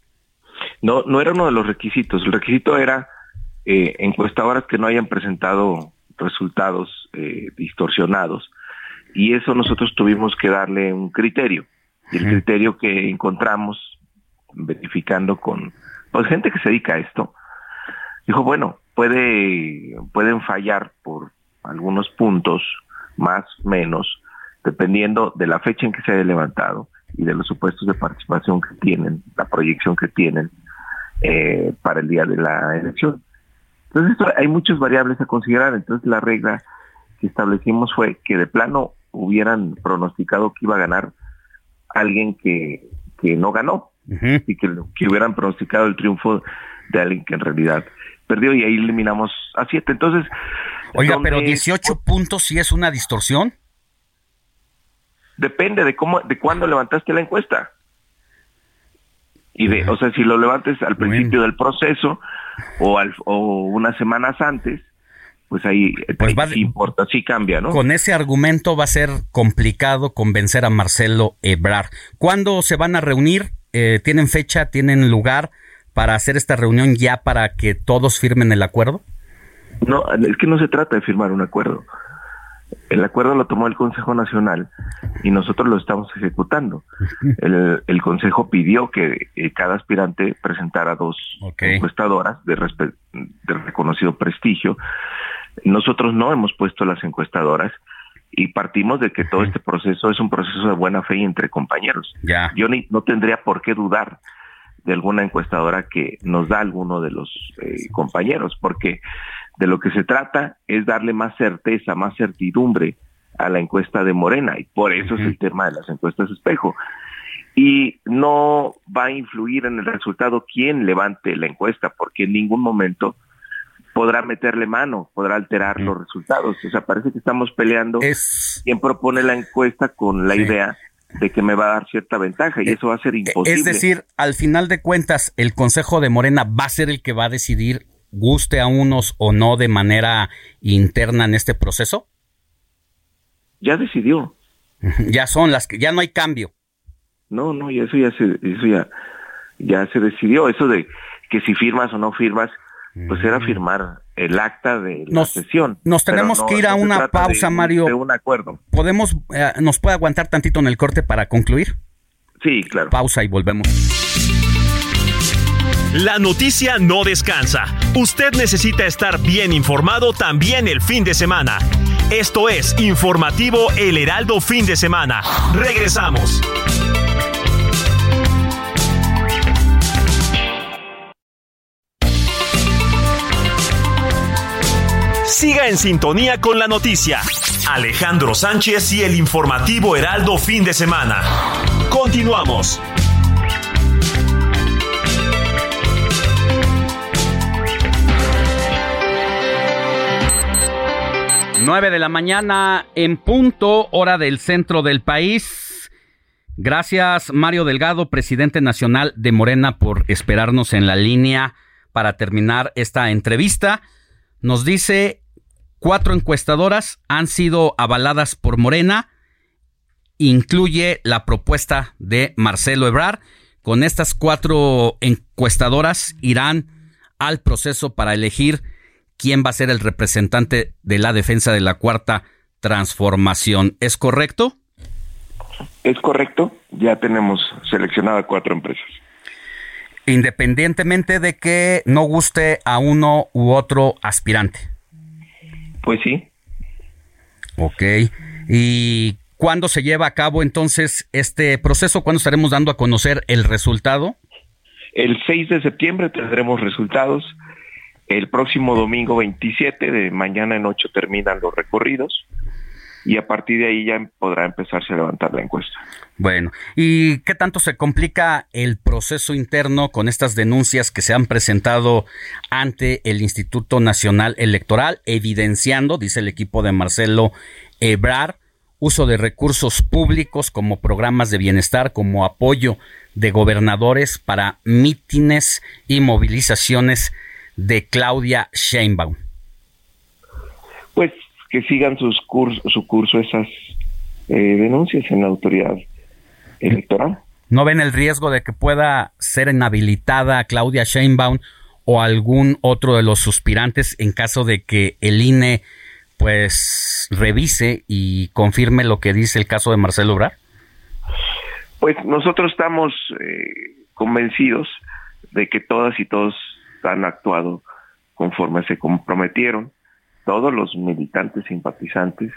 No era uno de los requisitos. El requisito era encuestadoras que no hayan presentado resultados distorsionados, y eso nosotros tuvimos que darle un criterio. Y el criterio que encontramos verificando con gente que se dedica a esto, dijo, bueno, pueden fallar por algunos puntos, más, menos, dependiendo de la fecha en que se haya levantado y de los supuestos de participación que tienen, la proyección que tienen para el día de la elección. Entonces hay muchas variables a considerar. Entonces la regla que establecimos fue que de plano hubieran pronosticado que iba a ganar alguien que no ganó, y que hubieran pronosticado el triunfo de alguien que en realidad perdió, y ahí eliminamos a 7. Entonces, oiga, pero 18 puntos sí es una distorsión. Depende de cuándo levantaste la encuesta. O sea, si lo levantes al principio del proceso o unas semanas antes, pues ahí pues sí importa, sí cambia, ¿no? Con ese argumento va a ser complicado convencer a Marcelo Ebrard. ¿Cuándo se van a reunir? ¿Tienen fecha, tienen lugar para hacer esta reunión ya para que todos firmen el acuerdo? No, es que no se trata de firmar un acuerdo. El acuerdo lo tomó el Consejo Nacional y nosotros lo estamos ejecutando. El Consejo pidió que cada aspirante presentara 2 encuestadoras de reconocido prestigio. Nosotros no hemos puesto las encuestadoras y partimos de que todo este proceso es un proceso de buena fe entre compañeros. Yo no tendría por qué dudar de alguna encuestadora que nos da alguno de los compañeros, porque de lo que se trata es darle más certeza, más certidumbre a la encuesta de Morena, y por eso es el tema de las encuestas espejo. Y no va a influir en el resultado quién levante la encuesta, porque en ningún momento podrá meterle mano, podrá alterar los resultados. O sea, parece que estamos peleando quién propone la encuesta con la idea de que me va a dar cierta ventaja, y eso va a ser imposible. Es decir, al final de cuentas, el Consejo de Morena va a ser el que va a decidir, guste a unos o no, de manera interna en este proceso. Ya decidió. Ya son las que, ya no hay cambio. No, y eso ya se decidió. Eso de que si firmas o no firmas, pues era firmar el acta de la sesión. Nos tenemos que ir a una pausa, Mario. De un acuerdo. ¿Nos puede aguantar tantito en el corte para concluir? Sí, claro. Pausa y volvemos. La noticia no descansa. Usted necesita estar bien informado también el fin de semana. Esto es Informativo El Heraldo Fin de Semana. Regresamos. Siga en sintonía con la noticia. Alejandro Sánchez y el Informativo Heraldo Fin de Semana. Continuamos. 9 de la mañana en punto, hora del centro del país. Gracias, Mario Delgado, presidente nacional de Morena, por esperarnos en la línea para terminar esta entrevista. Nos dice 4 encuestadoras han sido avaladas por Morena. Incluye la propuesta de Marcelo Ebrard. Con estas 4 encuestadoras irán al proceso para elegir quién va a ser el representante de la defensa de la Cuarta Transformación. ¿Es correcto? Es correcto. Ya tenemos seleccionadas 4 empresas. Independientemente de que no guste a uno u otro aspirante. Pues sí. Ok. ¿Y cuándo se lleva a cabo entonces este proceso? ¿Cuándo estaremos dando a conocer el resultado? El 6 de septiembre tendremos resultados. El próximo domingo 27, de mañana en 8, terminan los recorridos. Y a partir de ahí ya podrá empezarse a levantar la encuesta. Bueno, ¿y qué tanto se complica el proceso interno con estas denuncias que se han presentado ante el Instituto Nacional Electoral, evidenciando, dice el equipo de Marcelo Ebrard, uso de recursos públicos como programas de bienestar, como apoyo de gobernadores para mítines y movilizaciones de Claudia Sheinbaum? Pues que sigan su curso esas denuncias en la autoridad electoral. ¿No ven el riesgo de que pueda ser inhabilitada Claudia Sheinbaum o algún otro de los suspirantes en caso de que el INE pues revise y confirme lo que dice el caso de Marcelo Ebrard? Pues nosotros estamos convencidos de que todas y todos han actuado conforme se comprometieron, todos los militantes simpatizantes,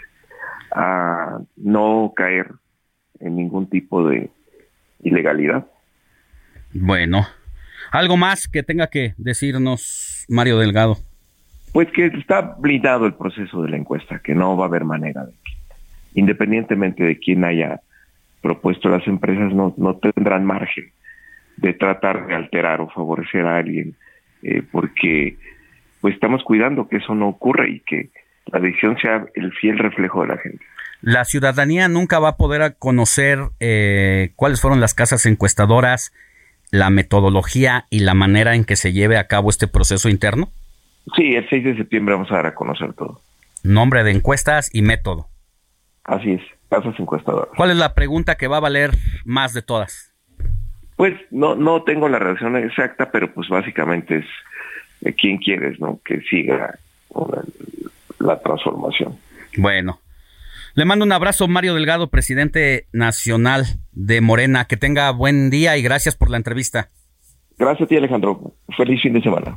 a no caer en ningún tipo de ilegalidad. Bueno, ¿algo más que tenga que decirnos, Mario Delgado? Pues que está blindado el proceso de la encuesta, que no va a haber manera de que, independientemente de quién haya propuesto, las empresas no tendrán margen de tratar de alterar o favorecer a alguien, porque pues estamos cuidando que eso no ocurra y que la decisión sea el fiel reflejo de la gente. La ciudadanía nunca va a poder conocer cuáles fueron las casas encuestadoras, la metodología y la manera en que se lleve a cabo este proceso interno. Sí, el 6 de septiembre vamos a dar a conocer todo. Nombre de encuestas y método. Así es, casas encuestadoras. ¿Cuál es la pregunta que va a valer más de todas? Pues no tengo la relación exacta, pero pues básicamente es quién quieres, ¿no? Que siga la transformación. Bueno, Le mando un abrazo, Mario Delgado, presidente nacional de Morena. Que tenga buen día y gracias por la entrevista. Gracias a ti, Alejandro. Feliz fin de semana.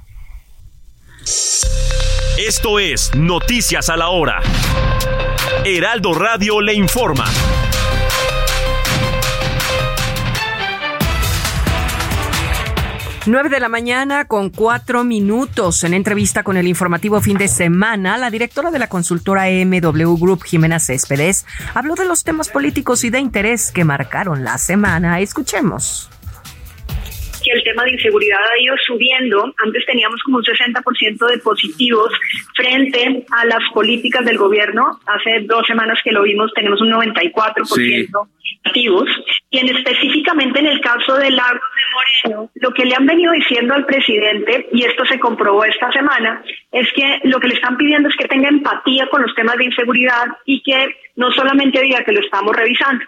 Esto es Noticias a la Hora. Heraldo Radio le informa. Nueve de la mañana con 4 minutos. En entrevista con el informativo Fin de Semana, la directora de la consultora MW Group, Jimena Céspedes, habló de los temas políticos y de interés que marcaron la semana. Escuchemos. Que el tema de inseguridad ha ido subiendo. Antes teníamos como un 60% de positivos frente a las políticas del gobierno. Hace 2 semanas que lo vimos, tenemos un 94% activos. Y específicamente en el caso de Lagos de Moreno, lo que le han venido diciendo al presidente, y esto se comprobó esta semana, es que lo que le están pidiendo es que tenga empatía con los temas de inseguridad y que no solamente diga que lo estamos revisando.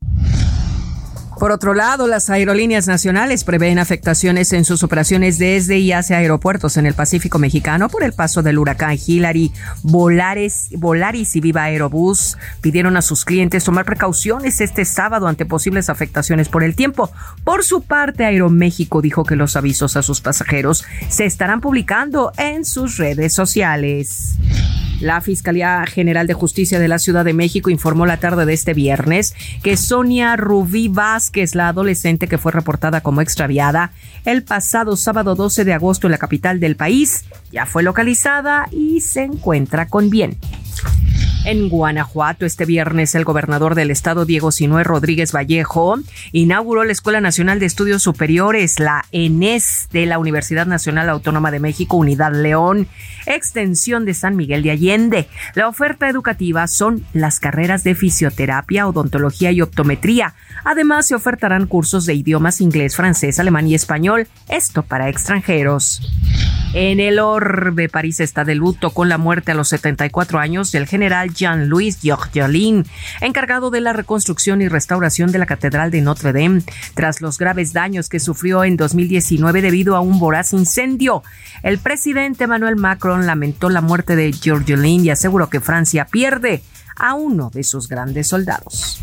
Por otro lado, las aerolíneas nacionales prevén afectaciones en sus operaciones desde y hacia aeropuertos en el Pacífico mexicano por el paso del huracán Hillary. Volaris y Viva Aerobús pidieron a sus clientes tomar precauciones este sábado ante posibles afectaciones por el tiempo. Por su parte, Aeroméxico dijo que los avisos a sus pasajeros se estarán publicando en sus redes sociales. La Fiscalía General de Justicia de la Ciudad de México informó la tarde de este viernes que Sonia Rubí Vázquez, la adolescente que fue reportada como extraviada el pasado sábado 12 de agosto en la capital del país, ya fue localizada y se encuentra con bien. En Guanajuato, este viernes, el gobernador del estado, Diego Sinue Rodríguez Vallejo, inauguró la Escuela Nacional de Estudios Superiores, la ENES, de la Universidad Nacional Autónoma de México, Unidad León, extensión de San Miguel de Allende. La oferta educativa son las carreras de fisioterapia, odontología y optometría. Además, se ofertarán cursos de idiomas inglés, francés, alemán y español, esto para extranjeros. En el orbe, París está de luto con la muerte a los 74 años del general Jean-Louis Georgelin, encargado de la reconstrucción y restauración de la Catedral de Notre Dame, tras los graves daños que sufrió en 2019 debido a un voraz incendio. El presidente Emmanuel Macron lamentó la muerte de Georgelin y aseguró que Francia pierde a uno de sus grandes soldados.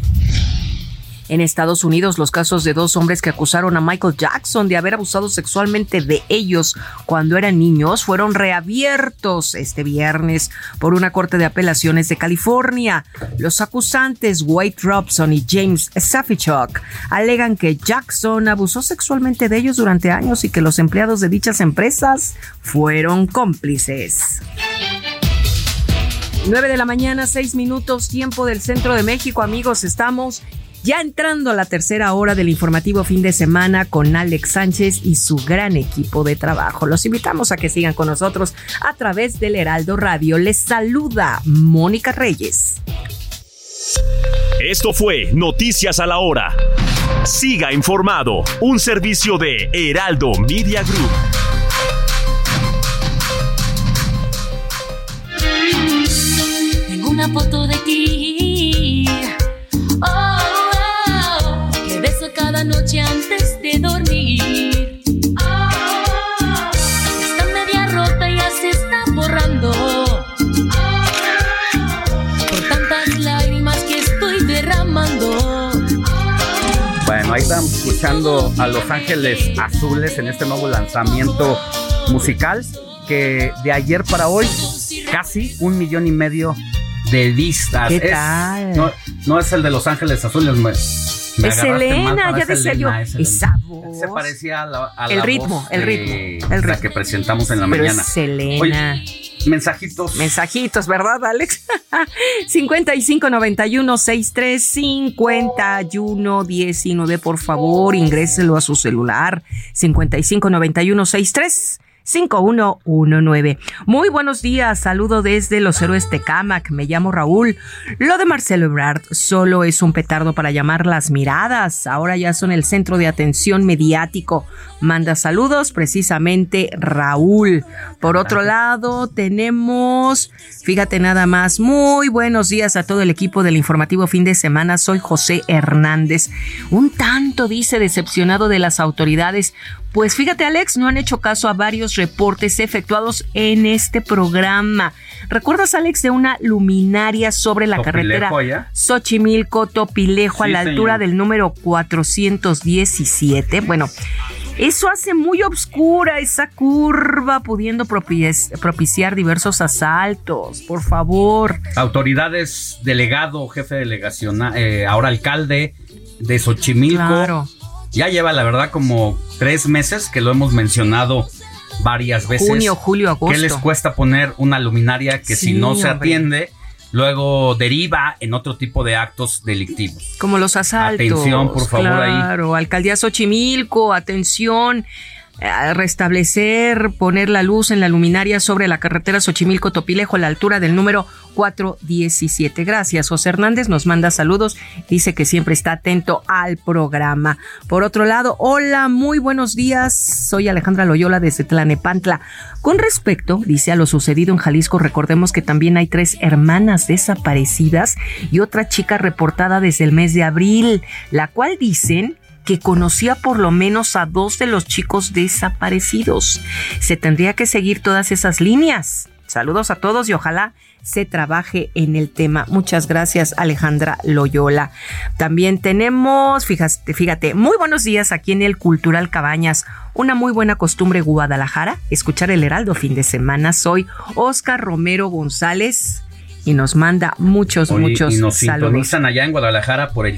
En Estados Unidos, los casos de 2 hombres que acusaron a Michael Jackson de haber abusado sexualmente de ellos cuando eran niños fueron reabiertos este viernes por una corte de apelaciones de California. Los acusantes Wade Robson y James Safichuk alegan que Jackson abusó sexualmente de ellos durante años y que los empleados de dichas empresas fueron cómplices. 9 de la mañana, 6 minutos, tiempo del centro de México. Amigos, estamos ya entrando a la tercera hora del informativo Fin de Semana con Alex Sánchez y su gran equipo de trabajo. Los invitamos a que sigan con nosotros a través del Heraldo Radio. Les saluda Mónica Reyes. Esto fue Noticias a la Hora. Siga informado, un servicio de Heraldo Media Group. Tengo una foto de ti. Que beso cada noche antes de dormir. Está media rota y ya se está borrando. Por tantas lágrimas que estoy derramando. Bueno, ahí estamos escuchando a Los Ángeles Azules en este nuevo lanzamiento musical que de ayer para hoy casi 1,5 millones de vistas. ¿Qué tal? No es el de Los Ángeles Azules. Es Selena, ya decía yo. Esa voz. Se parecía a la el ritmo, voz el ritmo. La que presentamos en la Pero mañana. Es Selena. Oye, mensajitos, ¿verdad, Alex? 5591-63-5119, por favor, ingréselo a su celular. 5591-63-5119. Muy buenos días, saludo desde Los Héroes Tecámac, me llamo Raúl. Lo de Marcelo Ebrard solo es un petardo para llamar las miradas, ahora ya son el centro de atención mediático. Manda saludos precisamente Raúl. Por otro lado tenemos, fíjate nada más, muy buenos días a todo el equipo del informativo Fin de Semana, soy José Hernández. Un tanto, dice, decepcionado de las autoridades Pues fíjate, Alex, no han hecho caso a varios reportes efectuados en este programa. ¿Recuerdas, Alex, de una luminaria sobre la carretera Xochimilco-Topilejo a la altura del número 417? Bueno, eso hace muy oscura esa curva, pudiendo propiciar diversos asaltos. Por favor. Autoridades, delegado, jefe de delegación, ahora alcalde de Xochimilco. Claro. Ya lleva, la verdad, como 3 meses que lo hemos mencionado varias veces. Junio, julio, agosto. ¿Qué les cuesta poner una luminaria que si no se atiende, luego deriva en otro tipo de actos delictivos? Como los asaltos. Atención, por favor, ahí. Claro, Alcaldía Xochimilco, atención. A restablecer, poner la luz en la luminaria sobre la carretera Xochimilco-Topilejo a la altura del número 417. Gracias. José Hernández nos manda saludos, dice que siempre está atento al programa. Por otro lado, hola, muy buenos días, soy Alejandra Loyola desde Tlanepantla. Con respecto, dice, a lo sucedido en Jalisco, recordemos que también hay 3 hermanas desaparecidas y otra chica reportada desde el mes de abril, la cual dicen que conocía por lo menos a 2 de los chicos desaparecidos. Se tendría que seguir todas esas líneas. Saludos a todos y ojalá se trabaje en el tema. Muchas gracias, Alejandra Loyola. También tenemos, fíjate, muy buenos días aquí en el Cultural Cabañas. Una muy buena costumbre Guadalajara, escuchar el Heraldo fin de semana. Soy Oscar Romero González. Y nos manda muchos y nos saludos. Sintonizan allá en Guadalajara por el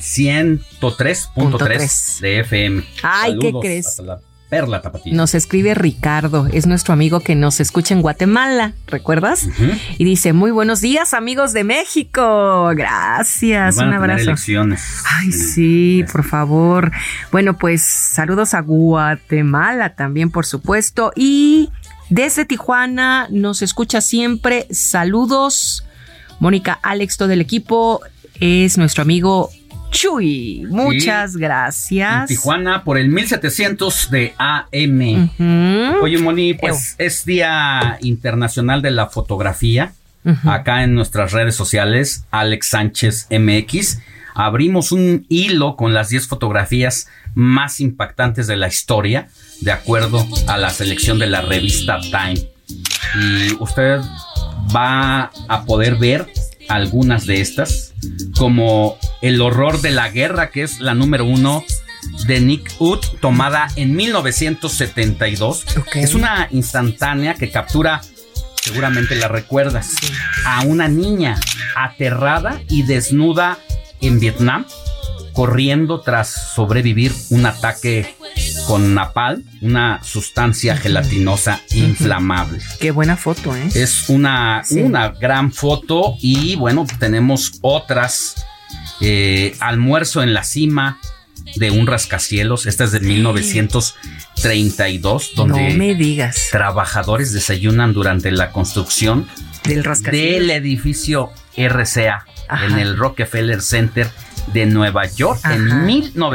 103.3 de FM. Ay, saludos, ¿qué crees? Hasta la perla tapatía. Nos escribe Ricardo, es nuestro amigo que nos escucha en Guatemala, ¿recuerdas? Y dice, muy buenos días, amigos de México. Gracias, un abrazo. Elecciones. Ay, sí, por favor. Bueno, pues saludos a Guatemala también, por supuesto. Y desde Tijuana nos escucha siempre. Saludos. Mónica, Alex, todo el equipo, es nuestro amigo Chuy. Muchas gracias. En Tijuana por el 1700 de AM. Oye, Moni, pues es Día Internacional de la Fotografía. Acá en nuestras redes sociales, Alex Sánchez MX, abrimos un hilo con las 10 fotografías más impactantes de la historia, de acuerdo a la selección de la revista Time. Y usted va a poder ver algunas de estas, como El horror de la guerra, que es la número 1 de Nick Ut, tomada en 1972. Es una instantánea que captura, seguramente la recuerdas, a una niña aterrada y desnuda en Vietnam, corriendo tras sobrevivir un ataque con napalm, una sustancia gelatinosa inflamable. Qué buena foto, ¿eh? Es una gran foto. Y bueno, tenemos otras. Almuerzo en la cima de un rascacielos. Esta es de 1932, donde no me digas, trabajadores desayunan durante la construcción del edificio RCA en el Rockefeller Center de Nueva York. En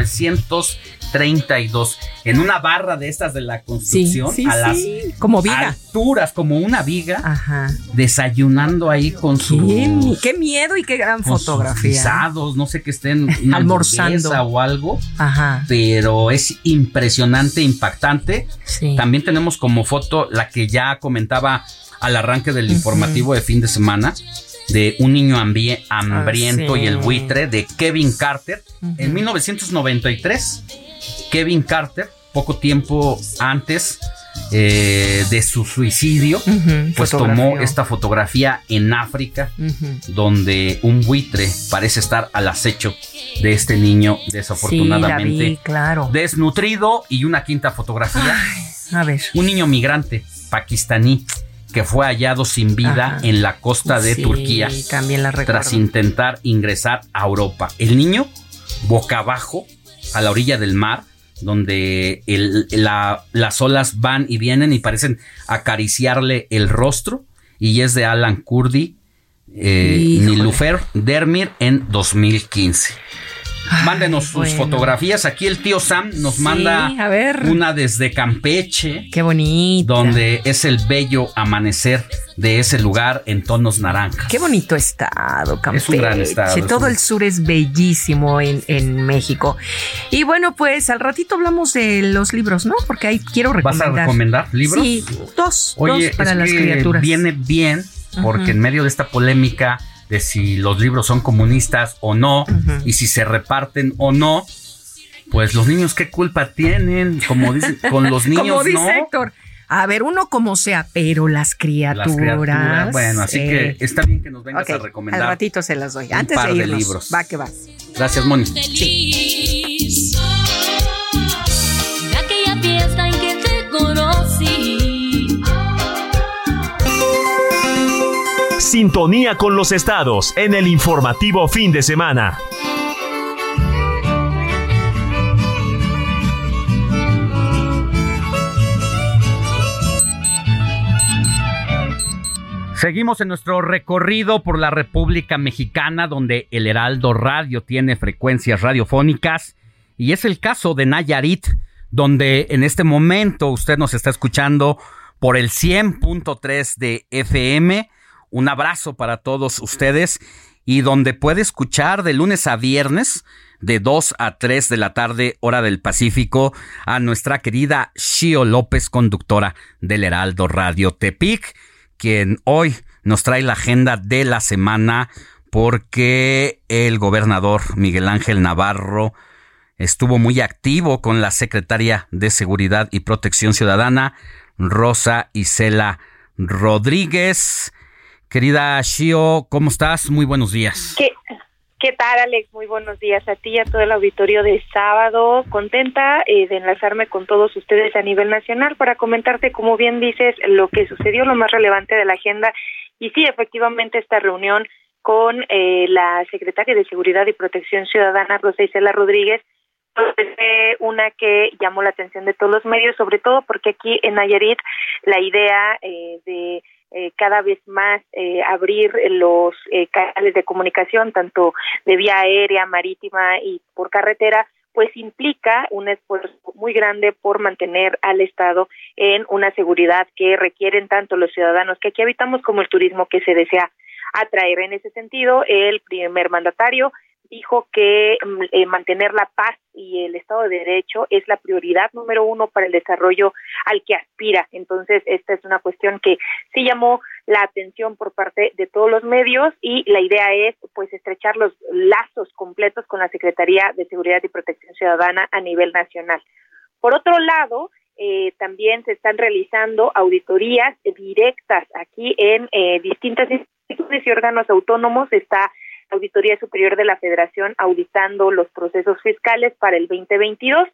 1932, en una barra de estas de la construcción, las como viga, alturas, como una viga, desayunando ahí con sus... ¡Qué miedo y qué gran fotografía! Guisados, no sé, que estén almorzando o algo, pero es impresionante, impactante. También tenemos como foto la que ya comentaba al arranque del informativo de fin de semana, de un niño hambriento y el buitre, de Kevin Carter. En 1993, Kevin Carter, poco tiempo antes de su suicidio, pues tomó esta fotografía en África, donde un buitre parece estar al acecho de este niño, desafortunadamente desnutrido. Y una quinta fotografía, a ver, un niño migrante pakistaní que fue hallado sin vida en la costa de Turquía, también la tras intentar ingresar a Europa. El niño boca abajo a la orilla del mar, donde las olas van y vienen y parecen acariciarle el rostro, y es de Alan Kurdi, Niloufer Dermir, en 2015. Mándenos sus fotografías. Aquí el tío Sam nos manda una desde Campeche. Qué bonito. Donde es el bello amanecer de ese lugar en tonos naranjas. Qué bonito estado, Campeche. Es un gran estado. Todo el sur es bellísimo en México. Y bueno, pues al ratito hablamos de los libros, ¿no? Porque ahí quiero recomendar. ¿Vas a recomendar libros? Sí, dos para es las que criaturas. Viene bien, porque en medio de esta polémica de si los libros son comunistas o no, y si se reparten o no, pues los niños qué culpa tienen, como dicen, con los niños, como dice ¿no? Héctor, a ver, uno como sea, pero las criaturas. Bueno, así que está bien que nos vengas a recomendar. Al ratito se las doy, antes un par de irnos. De libros. Va que va. Gracias, Moni. Sí. De aquella fiesta en que te conocí. Sintonía con los estados en el informativo fin de semana. Seguimos en nuestro recorrido por la República Mexicana, donde el Heraldo Radio tiene frecuencias radiofónicas, y es el caso de Nayarit, donde en este momento usted nos está escuchando por el 100.3 de FM. Un abrazo para todos ustedes, y donde puede escuchar de lunes a viernes de 2 a 3 de la tarde, hora del Pacífico, a nuestra querida Xio López, conductora del Heraldo Radio Tepic, quien hoy nos trae la agenda de la semana, porque el gobernador Miguel Ángel Navarro estuvo muy activo con la secretaria de Seguridad y Protección Ciudadana, Rosa Isela Rodríguez. Querida Xio, ¿cómo estás? Muy buenos días. ¿Qué tal, Alex? Muy buenos días a ti y a todo el auditorio de sábado. Contenta de enlazarme con todos ustedes a nivel nacional para comentarte, como bien dices, lo que sucedió, lo más relevante de la agenda. Y sí, efectivamente, esta reunión con la secretaria de Seguridad y Protección Ciudadana, Rosa Isela Rodríguez, fue una que llamó la atención de todos los medios, sobre todo porque aquí en Nayarit la idea de cada vez más abrir los canales de comunicación, tanto de vía aérea, marítima y por carretera, pues implica un esfuerzo muy grande por mantener al Estado en una seguridad que requieren tanto los ciudadanos que aquí habitamos como el turismo que se desea atraer. En ese sentido, el primer mandatario dijo que mantener la paz y el Estado de Derecho es la prioridad número uno para el desarrollo al que aspira. Entonces, esta es una cuestión que sí llamó la atención por parte de todos los medios, y la idea es pues estrechar los lazos completos con la Secretaría de Seguridad y Protección Ciudadana a nivel nacional. Por otro lado, también se están realizando auditorías directas aquí en distintas instituciones y órganos autónomos. Está la Auditoría Superior de la Federación auditando los procesos fiscales para el 2022,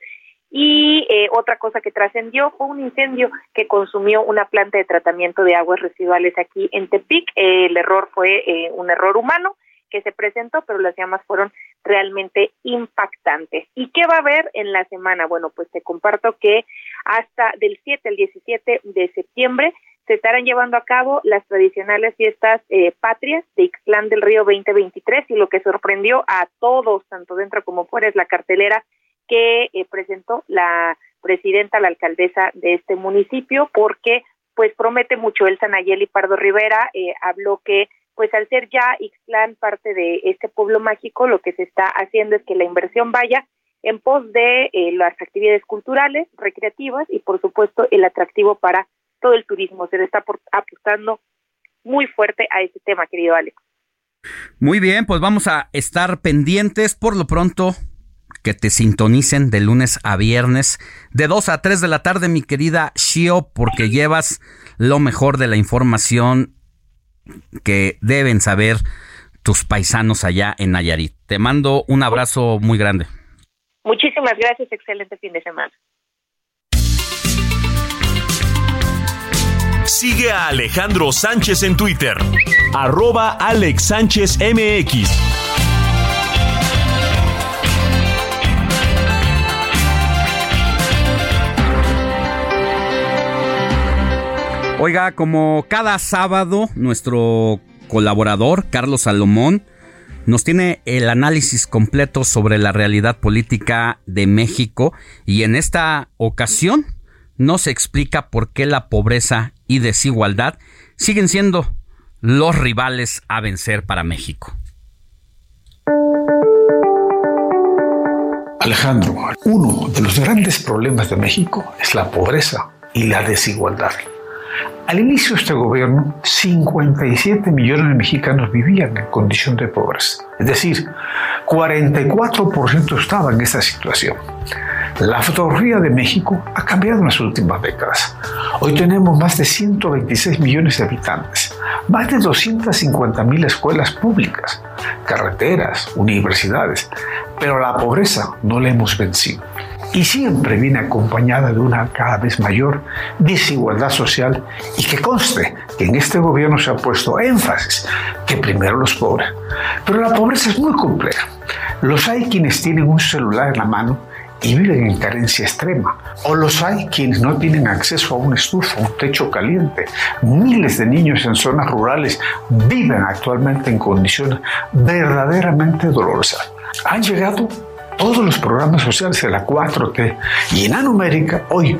y otra cosa que trascendió fue un incendio que consumió una planta de tratamiento de aguas residuales aquí en Tepic. El error fue un error humano que se presentó, pero las llamas fueron realmente impactantes. ¿Y qué va a haber en la semana? Bueno, pues te comparto que hasta del 7 al 17 de septiembre se estarán llevando a cabo las tradicionales fiestas patrias de Ixtlán del Río 2023, y lo que sorprendió a todos, tanto dentro como fuera, es la cartelera que presentó la presidenta, la alcaldesa de este municipio, porque pues promete mucho. Elsa Nayeli Pardo Rivera habló que pues al ser ya Ixtlán parte de este pueblo mágico, lo que se está haciendo es que la inversión vaya en pos de las actividades culturales, recreativas y por supuesto el atractivo para todo el turismo. Se le está apostando muy fuerte a ese tema, querido Alex. Muy bien, pues vamos a estar pendientes. Por lo pronto, que te sintonicen de lunes a viernes, de 2 a 3 de la tarde, mi querida Xio, porque llevas lo mejor de la información que deben saber tus paisanos allá en Nayarit. Te mando un abrazo muy grande. Muchísimas gracias, excelente fin de semana. Sigue a Alejandro Sánchez en Twitter, @AlexSánchezMX. Oiga, como cada sábado, nuestro colaborador, Carlos Salomón, nos tiene el análisis completo sobre la realidad política de México y en esta ocasión nos explica por qué la pobreza y desigualdad siguen siendo los rivales a vencer para México. Alejandro, uno de los grandes problemas de México es la pobreza y la desigualdad. Al inicio de este gobierno, 57 millones de mexicanos vivían en condición de pobreza. Es decir, 44% estaban en esta situación. La fotografía de México ha cambiado en las últimas décadas. Hoy tenemos más de 126 millones de habitantes, más de 250,000 escuelas públicas, carreteras, universidades, pero la pobreza no la hemos vencido. Y siempre viene acompañada de una cada vez mayor desigualdad social y que conste que en este gobierno se ha puesto énfasis que primero los pobres. Pero la pobreza es muy compleja. Los hay quienes tienen un celular en la mano y viven en carencia extrema. O los hay quienes no tienen acceso a una estufa, un techo caliente. Miles de niños en zonas rurales viven actualmente en condiciones verdaderamente dolorosas. Han llegado todos los programas sociales de la 4T y en América hoy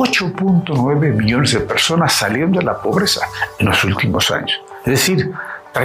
8.9 millones de personas salieron de la pobreza en los últimos años. Es decir,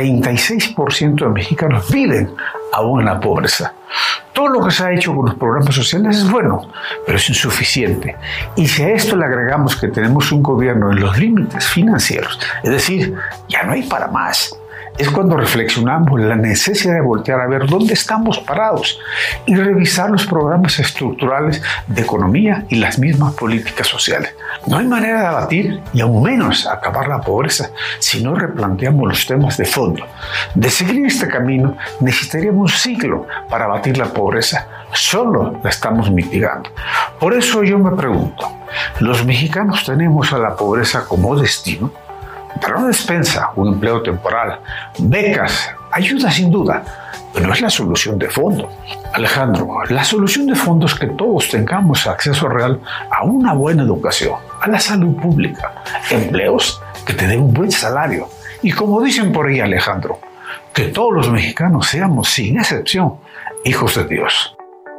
36% de mexicanos viven aún en la pobreza. Todo lo que se ha hecho con los programas sociales es bueno, pero es insuficiente. Y si a esto le agregamos que tenemos un gobierno en los límites financieros, es decir, ya no hay para más, es cuando reflexionamos la necesidad de voltear a ver dónde estamos parados y revisar los programas estructurales de economía y las mismas políticas sociales. No hay manera de abatir y aún menos acabar la pobreza si no replanteamos los temas de fondo. De seguir este camino necesitaríamos un siglo para abatir la pobreza. Solo la estamos mitigando. Por eso yo me pregunto, ¿los mexicanos tenemos a la pobreza como destino? Para una despensa, un empleo temporal, becas, ayuda sin duda, pero no es la solución de fondo. Alejandro, la solución de fondo es que todos tengamos acceso real a una buena educación, a la salud pública, empleos que te den un buen salario. Y como dicen por ahí, Alejandro, que todos los mexicanos seamos, sin excepción, hijos de Dios.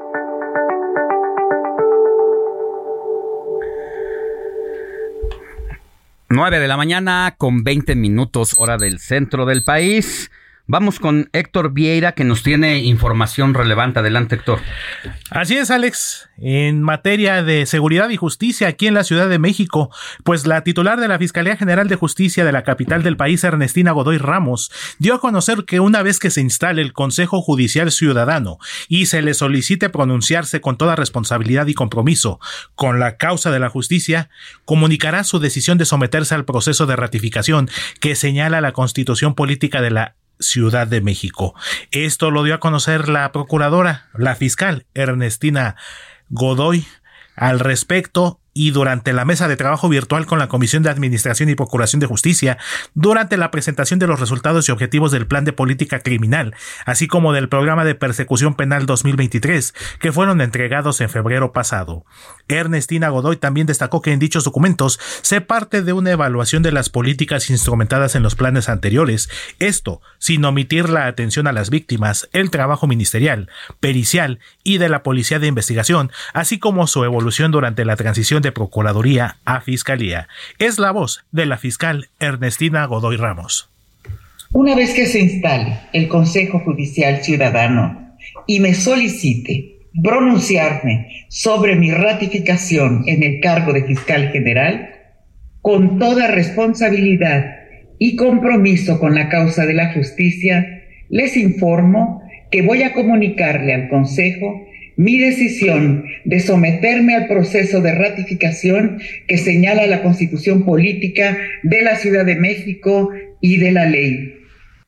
9 de la mañana con 20 minutos, hora del centro del país. Vamos con Héctor Vieira, que nos tiene información relevante. Adelante, Héctor. Así es, Alex. En materia de seguridad y justicia aquí en la Ciudad de México, pues la titular de la Fiscalía General de Justicia de la capital del país, Ernestina Godoy Ramos, dio a conocer que una vez que se instale el Consejo Judicial Ciudadano y se le solicite pronunciarse con toda responsabilidad y compromiso con la causa de la justicia, comunicará su decisión de someterse al proceso de ratificación que señala la Constitución Política de la Ciudad de México. Esto lo dio a conocer la procuradora, la fiscal Ernestina Godoy al respecto y durante la mesa de trabajo virtual con la Comisión de Administración y Procuración de Justicia, durante la presentación de los resultados y objetivos del Plan de Política Criminal, así como del Programa de Persecución Penal 2023, que fueron entregados en febrero pasado. Ernestina Godoy también destacó que en dichos documentos se parte de una evaluación de las políticas instrumentadas en los planes anteriores, esto sin omitir la atención a las víctimas, el trabajo ministerial, pericial y de la Policía de Investigación, así como su evolución durante la transición de Procuraduría a Fiscalía. Es la voz de la fiscal Ernestina Godoy Ramos. Una vez que se instale el Consejo Judicial Ciudadano y me solicite pronunciarme sobre mi ratificación en el cargo de fiscal general, con toda responsabilidad y compromiso con la causa de la justicia, les informo que voy a comunicarle al Consejo mi decisión de someterme al proceso de ratificación que señala la Constitución Política de la Ciudad de México y de la ley.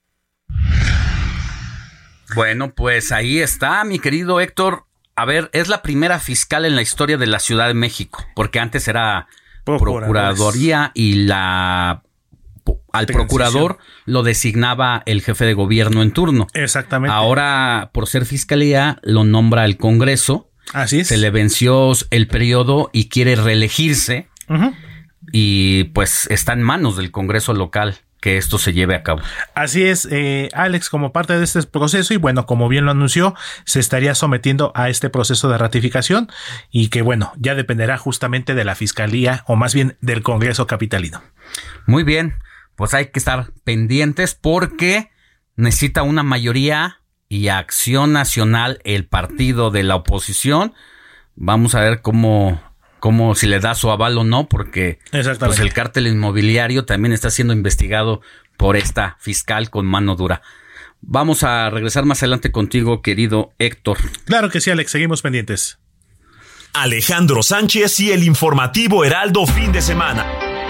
Bueno, pues ahí está, mi querido Héctor. A ver, es la primera fiscal en la historia de la Ciudad de México, porque antes era Procuraduría y al procurador lo designaba el jefe de gobierno en turno. Exactamente. Ahora, por ser fiscalía, lo nombra el Congreso. Así es. Se le venció el periodo y quiere reelegirse. Uh-huh. Y pues está en manos del Congreso local que esto se lleve a cabo. Así es, Alex, como parte de este proceso, y bueno, como bien lo anunció, se estaría sometiendo a este proceso de ratificación y que bueno, ya dependerá justamente de la Fiscalía, o más bien del Congreso capitalino. Muy bien, pues hay que estar pendientes porque necesita una mayoría y Acción Nacional, el partido de la oposición. Vamos a ver cómo si le da su aval o no, porque pues, el cártel inmobiliario también está siendo investigado por esta fiscal con mano dura. Vamos a regresar más adelante contigo, querido Héctor. Claro que sí, Alex, seguimos pendientes. Alejandro Sánchez y el informativo Heraldo fin de semana.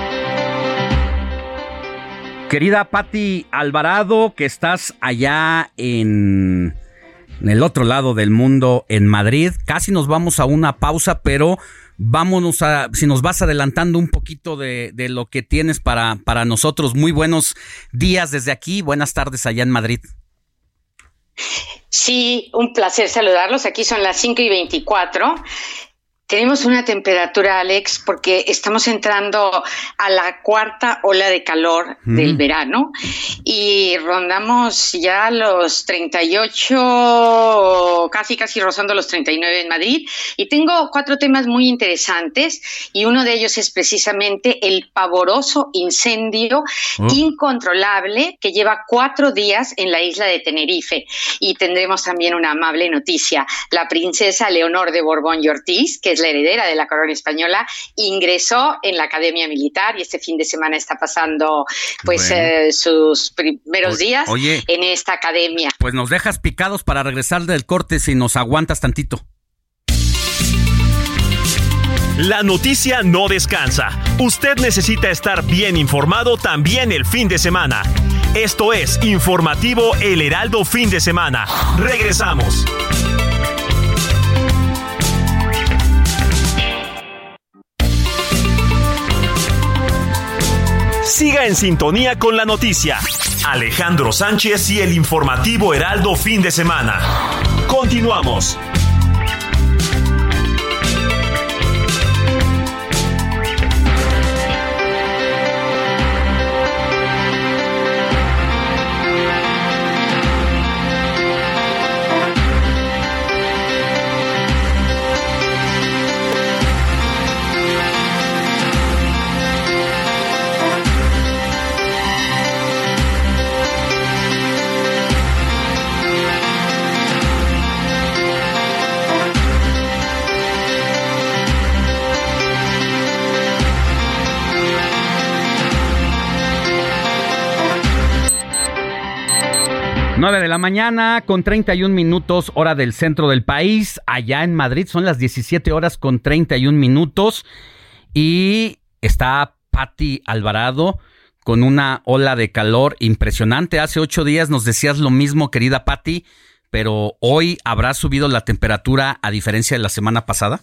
Querida Pati Alvarado, que estás allá en el otro lado del mundo, en Madrid, casi nos vamos a una pausa, pero vámonos si nos vas adelantando un poquito de lo que tienes para nosotros. Muy buenos días desde aquí, buenas tardes allá en Madrid. Sí, un placer saludarlos. Aquí son las 5:24. Tenemos una temperatura, Alex, porque estamos entrando a la cuarta ola de calor del verano y rondamos ya los 38, casi rozando los 39 en Madrid. Y tengo 4 temas muy interesantes y uno de ellos es precisamente el pavoroso incendio incontrolable que lleva 4 días en la isla de Tenerife. Y tendremos también una amable noticia. La princesa Leonor de Borbón y Ortiz, que es la heredera de la corona española, ingresó en la Academia Militar y este fin de semana está pasando sus primeros días en esta academia. Pues nos dejas picados para regresar del corte si nos aguantas tantito. La noticia no descansa. Usted necesita estar bien informado también el fin de semana. Esto es Informativo El Heraldo Fin de Semana. Regresamos. Siga en sintonía con la noticia. Alejandro Sánchez y el informativo Heraldo Fin de Semana. Continuamos. Nueve de la mañana con 31 minutos, hora del centro del país. Allá en Madrid son las 17 horas con 31 minutos. Y está Pati Alvarado con una ola de calor impresionante. Hace 8 días nos decías lo mismo, querida Pati, pero hoy habrá subido la temperatura a diferencia de la semana pasada.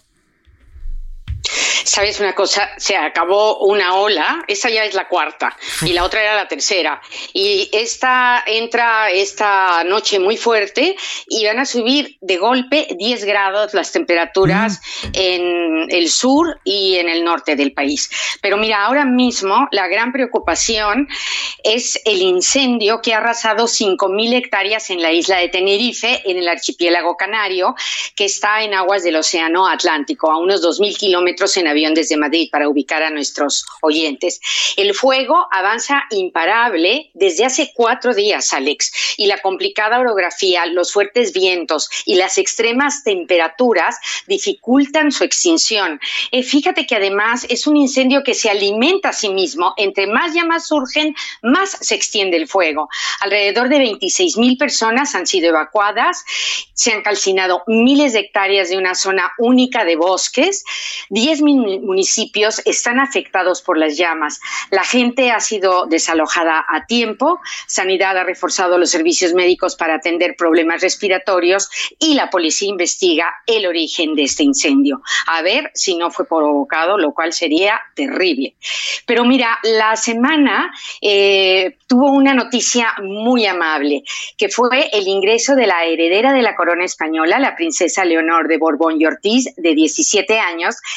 ¿Sabes una cosa? Se acabó una ola, esa ya es la cuarta, y la otra era la tercera. Y esta entra esta noche muy fuerte y van a subir de golpe 10 grados las temperaturas en el sur y en el norte del país. Pero mira, ahora mismo la gran preocupación es el incendio que ha arrasado 5.000 hectáreas en la isla de Tenerife, en el archipiélago canario, que está en aguas del Océano Atlántico, a unos 2.000 kilómetros en avión desde Madrid, para ubicar a nuestros oyentes. El fuego avanza imparable desde hace 4 días, Alex, y la complicada orografía, los fuertes vientos y las extremas temperaturas dificultan su extinción. Fíjate que además es un incendio que se alimenta a sí mismo. Entre más llamas surgen, más se extiende el fuego. Alrededor de 26.000 personas han sido evacuadas, se han calcinado miles de hectáreas de una zona única de bosques. 10 municipios están afectados por las llamas. La gente ha sido desalojada a tiempo, Sanidad ha reforzado los servicios médicos para atender problemas respiratorios y la policía investiga el origen de este incendio. A ver si no fue provocado, lo cual sería terrible. Pero mira, la semana tuvo una noticia muy amable, que fue el ingreso de la heredera de la corona española, la princesa Leonor de Borbón y Ortiz, de 17 años, en la Academia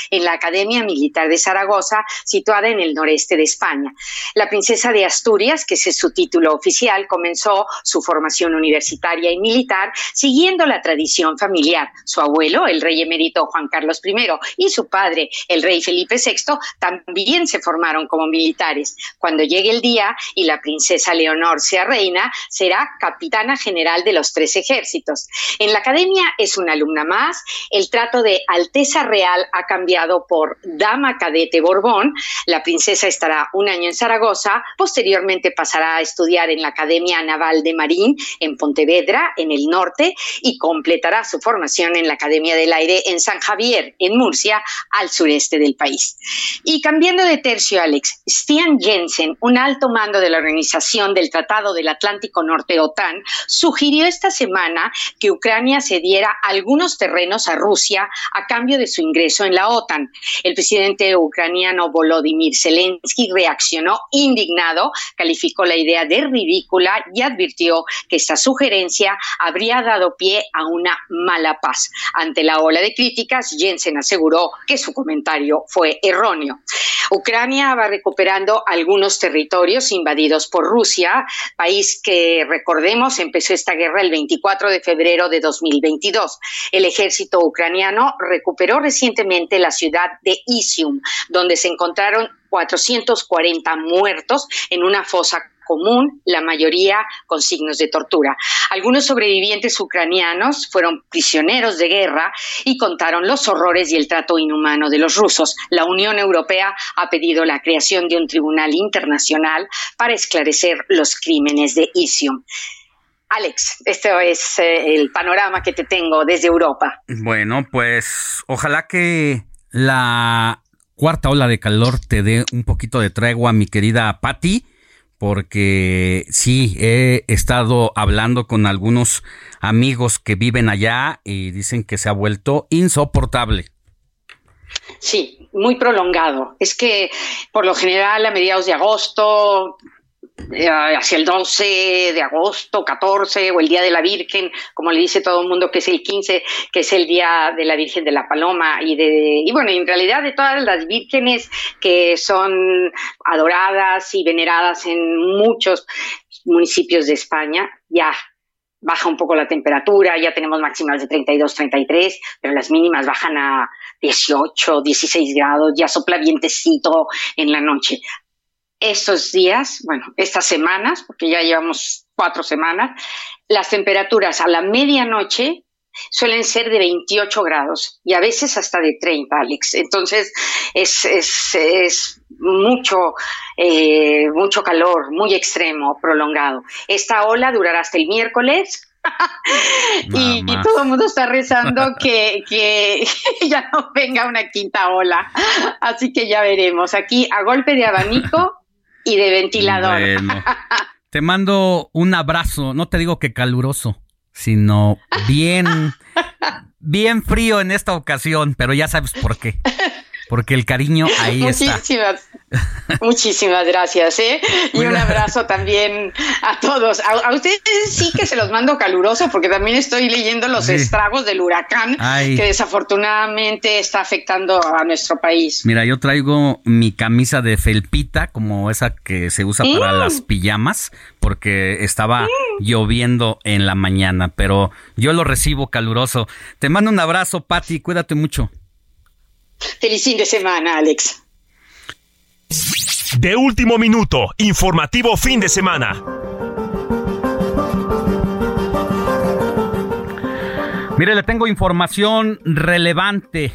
Academia Militar de Zaragoza, situada en el noreste de España. La princesa de Asturias, que ese es su título oficial, comenzó su formación universitaria y militar siguiendo la tradición familiar. Su abuelo, el rey emérito Juan Carlos I, y su padre, el rey Felipe VI, también se formaron como militares. Cuando llegue el día y la princesa Leonor sea reina, será capitana general de los 3 ejércitos. En la academia es una alumna más. El trato de Alteza Real ha cambiado por Dama Cadete Borbón. La princesa estará un año en Zaragoza, posteriormente pasará a estudiar en la Academia Naval de Marín en Pontevedra, en el norte, y completará su formación en la Academia del Aire en San Javier, en Murcia, al sureste del país. Y cambiando de tercio, Alex, Stian Jensen, un alto mando de la Organización del Tratado del Atlántico Norte, OTAN, sugirió esta semana que Ucrania cediera algunos terrenos a Rusia a cambio de su ingreso en la OTAN. El presidente ucraniano Volodymyr Zelensky reaccionó indignado, calificó la idea de ridícula y advirtió que esta sugerencia habría dado pie a una mala paz. Ante la ola de críticas, Jensen aseguró que su comentario fue erróneo. Ucrania va recuperando algunos territorios invadidos por Rusia, país que, recordemos, empezó esta guerra el 24 de febrero de 2022. El ejército ucraniano recuperó recientemente la ciudad de Izium, donde se encontraron 440 muertos en una fosa común, la mayoría con signos de tortura. Algunos sobrevivientes ucranianos fueron prisioneros de guerra y contaron los horrores y el trato inhumano de los rusos. La Unión Europea ha pedido la creación de un tribunal internacional para esclarecer los crímenes de Izium. Alex, este es el panorama que te tengo desde Europa. Bueno, pues ojalá que la cuarta ola de calor te dé un poquito de tregua, mi querida Patti, porque sí, he estado hablando con algunos amigos que viven allá y dicen que se ha vuelto insoportable. Sí, muy prolongado. Es que por lo general a mediados de agosto, hacia el 12 de agosto, 14 o el Día de la Virgen, como le dice todo el mundo, que es el 15, que es el Día de la Virgen de la Paloma y bueno, en realidad de todas las vírgenes que son adoradas y veneradas en muchos municipios de España, ya baja un poco la temperatura, ya tenemos máximas de 32, 33, pero las mínimas bajan a 18, 16 grados, ya sopla vientecito en la noche. Estos días, bueno, estas semanas, porque ya llevamos 4 semanas, las temperaturas a la medianoche suelen ser de 28 grados y a veces hasta de 30, Alex. Entonces es mucho calor, muy extremo, prolongado. Esta ola durará hasta el miércoles. y todo el mundo está rezando que ya no venga una quinta ola. Así que ya veremos. Aquí a golpe de abanico y de ventilador. Bueno, te mando un abrazo, no te digo que caluroso, sino bien frío en esta ocasión, pero ya sabes por qué. Porque el cariño ahí está. Muchísimas gracias, y un abrazo también a todos. A ustedes sí que se los mando caluroso, porque también estoy leyendo los estragos del huracán que desafortunadamente está afectando a nuestro país. Mira, yo traigo mi camisa de felpita, como esa que se usa para las pijamas, porque estaba lloviendo en la mañana, pero yo lo recibo caluroso. Te mando un abrazo, Patti, cuídate mucho. Feliz fin de semana, Alex. De último minuto, informativo fin de semana. Mire, le tengo información relevante.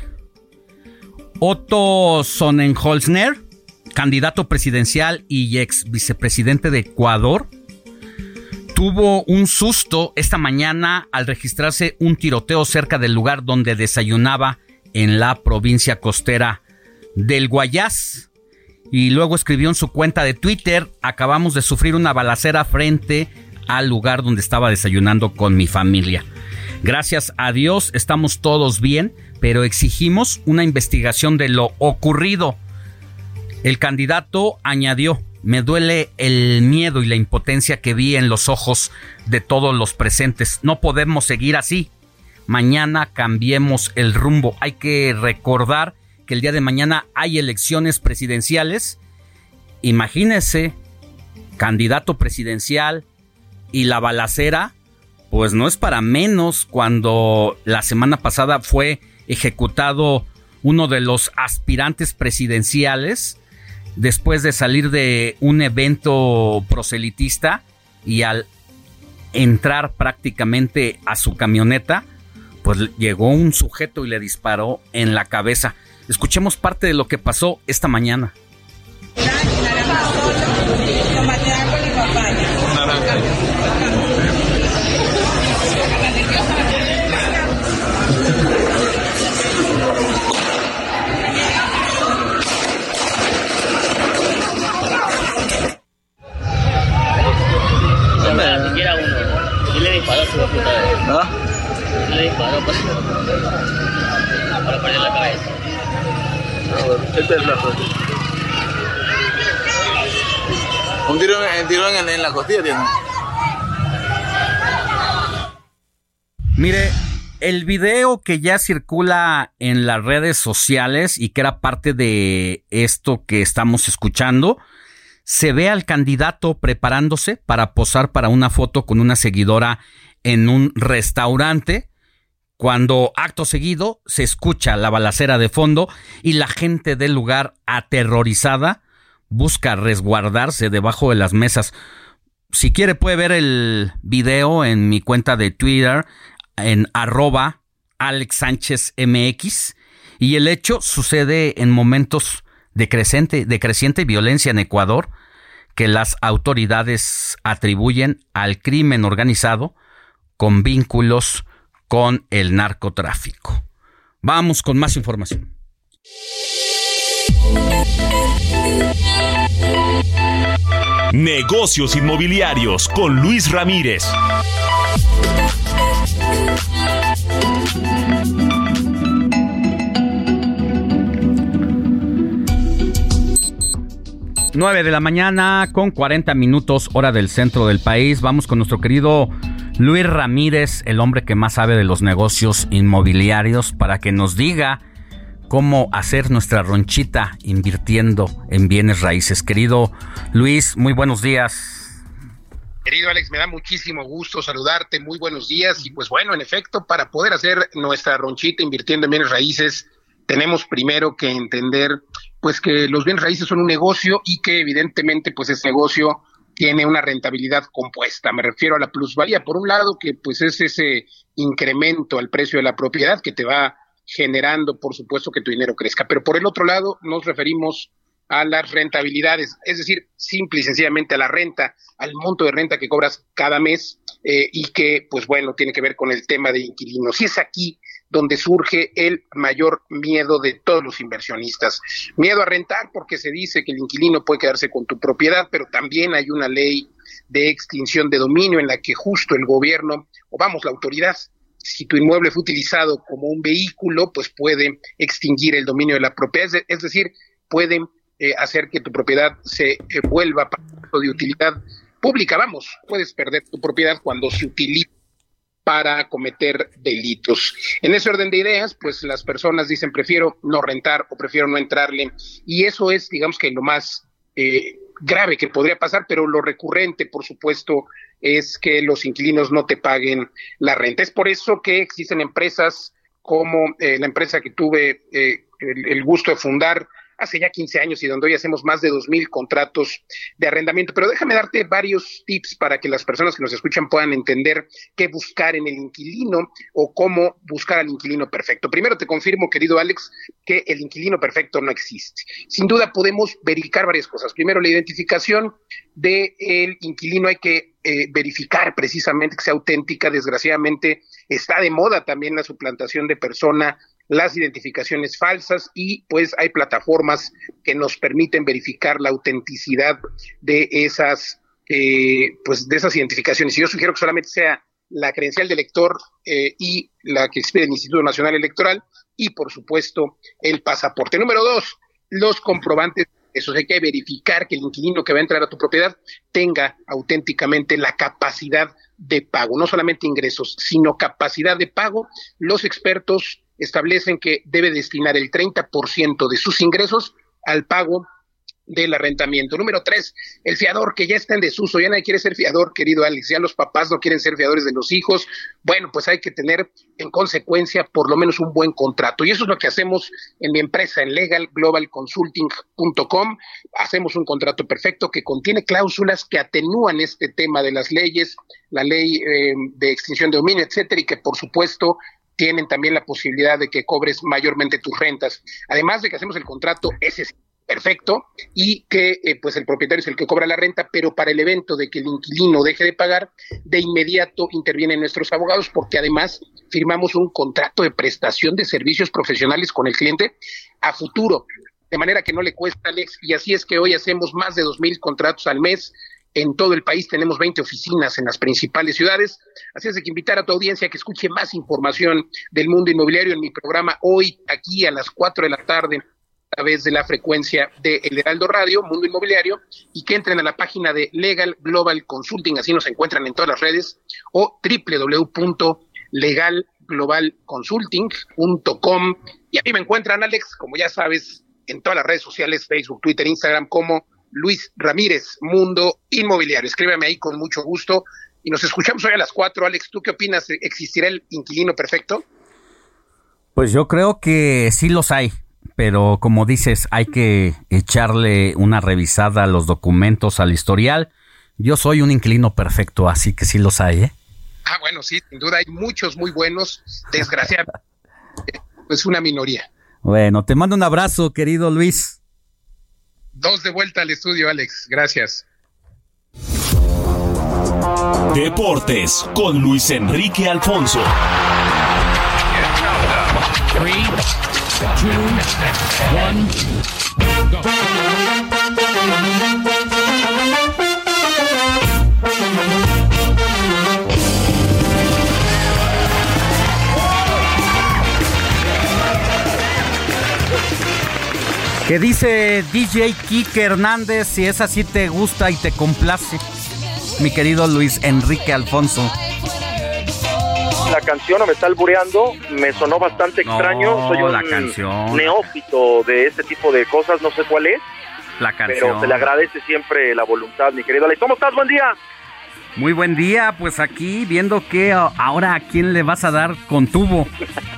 Otto Sonnenholzner, candidato presidencial y ex vicepresidente de Ecuador, tuvo un susto esta mañana al registrarse un tiroteo cerca del lugar donde desayunaba en la provincia costera del Guayas. Y luego escribió en su cuenta de Twitter: acabamos de sufrir una balacera frente al lugar donde estaba desayunando con mi familia. Gracias a Dios estamos todos bien, pero exigimos una investigación de lo ocurrido. El candidato añadió: me duele el miedo y la impotencia que vi en los ojos de todos los presentes. No podemos seguir así. Mañana cambiemos el rumbo. Hay que recordar que el día de mañana hay elecciones presidenciales. Imagínese, candidato presidencial y la balacera, pues no es para menos cuando la semana pasada fue ejecutado uno de los aspirantes presidenciales después de salir de un evento proselitista y al entrar prácticamente a su camioneta, pues llegó un sujeto y le disparó en la cabeza. Escuchemos parte de lo que pasó esta mañana. Siquiera uno. ¿Quién le disparó a su puta? ¿Ah? ¿Quién le disparó para perder la cabeza? Esta es la foto. Un tiro en la costilla tiene. Mire, el video que ya circula en las redes sociales y que era parte de esto que estamos escuchando, se ve al candidato preparándose para posar para una foto con una seguidora en un restaurante, cuando acto seguido se escucha la balacera de fondo y la gente del lugar, aterrorizada, busca resguardarse debajo de las mesas. Si quiere puede ver el video en mi cuenta de Twitter en @AlexSánchezMX, y el hecho sucede en momentos de creciente violencia en Ecuador, que las autoridades atribuyen al crimen organizado con vínculos con el narcotráfico. Vamos con más información. Negocios inmobiliarios con Luis Ramírez. 9 de la mañana con 40 minutos, hora del centro del país. Vamos con nuestro querido Luis Ramírez, el hombre que más sabe de los negocios inmobiliarios, para que nos diga cómo hacer nuestra ronchita invirtiendo en bienes raíces. Querido Luis, muy buenos días. Querido Alex, me da muchísimo gusto saludarte, muy buenos días. Y pues bueno, en efecto, para poder hacer nuestra ronchita invirtiendo en bienes raíces, tenemos primero que entender pues que los bienes raíces son un negocio y que evidentemente pues ese negocio tiene una rentabilidad compuesta. Me refiero a la plusvalía, por un lado, que pues es ese incremento al precio de la propiedad que te va generando, por supuesto, que tu dinero crezca. Pero por el otro lado nos referimos a las rentabilidades, es decir, simple y sencillamente a la renta, al monto de renta que cobras cada mes, y que, pues bueno, tiene que ver con el tema de inquilinos. Y es aquí donde surge el mayor miedo de todos los inversionistas. Miedo a rentar, porque se dice que el inquilino puede quedarse con tu propiedad, pero también hay una ley de extinción de dominio en la que justo el gobierno, o vamos, la autoridad, si tu inmueble fue utilizado como un vehículo, pues puede extinguir el dominio de la propiedad, es decir, pueden hacer que tu propiedad se vuelva de utilidad pública. Vamos, puedes perder tu propiedad cuando se utiliza para cometer delitos. En ese orden de ideas, pues las personas dicen prefiero no rentar o prefiero no entrarle, y eso es, digamos, que lo más grave que podría pasar, pero lo recurrente, por supuesto, es que los inquilinos no te paguen la renta. Es por eso que existen empresas como la empresa que tuve el gusto de fundar hace ya 15 años y donde hoy hacemos más de 2,000 contratos de arrendamiento. Pero déjame darte varios tips para que las personas que nos escuchan puedan entender qué buscar en el inquilino o cómo buscar al inquilino perfecto. Primero te confirmo, querido Alex, que el inquilino perfecto no existe. Sin duda podemos verificar varias cosas. Primero, la identificación del inquilino hay que verificar precisamente que sea auténtica. Desgraciadamente está de moda también la suplantación de persona, las identificaciones falsas, y pues hay plataformas que nos permiten verificar la autenticidad de esas pues de esas identificaciones. Y yo sugiero que solamente sea la credencial de elector y la que expide el Instituto Nacional Electoral, y por supuesto el pasaporte. Número 2, los comprobantes. Eso hay que verificar que el inquilino que va a entrar a tu propiedad tenga auténticamente la capacidad de pago, no solamente ingresos, sino capacidad de pago. Los expertos establecen que debe destinar el 30% de sus ingresos al pago del arrendamiento. Número 3, el fiador, que ya está en desuso, ya nadie quiere ser fiador, querido Alex, ya los papás no quieren ser fiadores de los hijos. Bueno, pues hay que tener en consecuencia por lo menos un buen contrato, y eso es lo que hacemos en mi empresa, en legalglobalconsulting.com. Hacemos un contrato perfecto que contiene cláusulas que atenúan este tema de las leyes, la ley de extinción de dominio, etcétera, y que por supuesto tienen también la posibilidad de que cobres mayormente tus rentas. Además de que hacemos el contrato ese perfecto, y que pues el propietario es el que cobra la renta, pero para el evento de que el inquilino deje de pagar, de inmediato intervienen nuestros abogados, porque además firmamos un contrato de prestación de servicios profesionales con el cliente a futuro, de manera que no le cuesta, Alex, y así es que hoy hacemos más de 2,000 contratos al mes. En todo el país tenemos 20 oficinas en las principales ciudades, así es de que invitar a tu audiencia a que escuche más información del mundo inmobiliario en mi programa hoy, aquí a las 4 de la tarde, a través de la frecuencia de El Heraldo Radio, Mundo Inmobiliario, y que entren a la página de Legal Global Consulting, así nos encuentran en todas las redes, o www.legalglobalconsulting.com, y a mí me encuentran, Alex, como ya sabes, en todas las redes sociales, Facebook, Twitter, Instagram, como Luis Ramírez, Mundo Inmobiliario. Escríbeme ahí con mucho gusto, y nos escuchamos hoy a las 4. Alex, ¿tú qué opinas? ¿Existirá el inquilino perfecto? Pues yo creo que sí los hay. Pero como dices, hay que echarle una revisada a los documentos, al historial. Yo soy un inquilino perfecto, así que sí los hay, ¿eh? Ah, bueno, sí, sin duda hay muchos muy buenos, desgraciadamente, pues una minoría. Bueno, te mando un abrazo, querido Luis. 2 de vuelta al estudio, Alex, gracias. Deportes con Luis Enrique Alfonso. 3, 2, 1, go. ¿Qué dice DJ Kike Hernández? Si es así te gusta y te complace, mi querido Luis Enrique Alfonso. La canción, o me está albureando, me sonó bastante extraño. No, soy un neófito de este tipo de cosas, no sé cuál es. La canción. Pero se le agradece siempre la voluntad, mi querido Alex. ¿Cómo estás? Buen día. Muy buen día, pues aquí viendo que ahora a quién le vas a dar con tubo.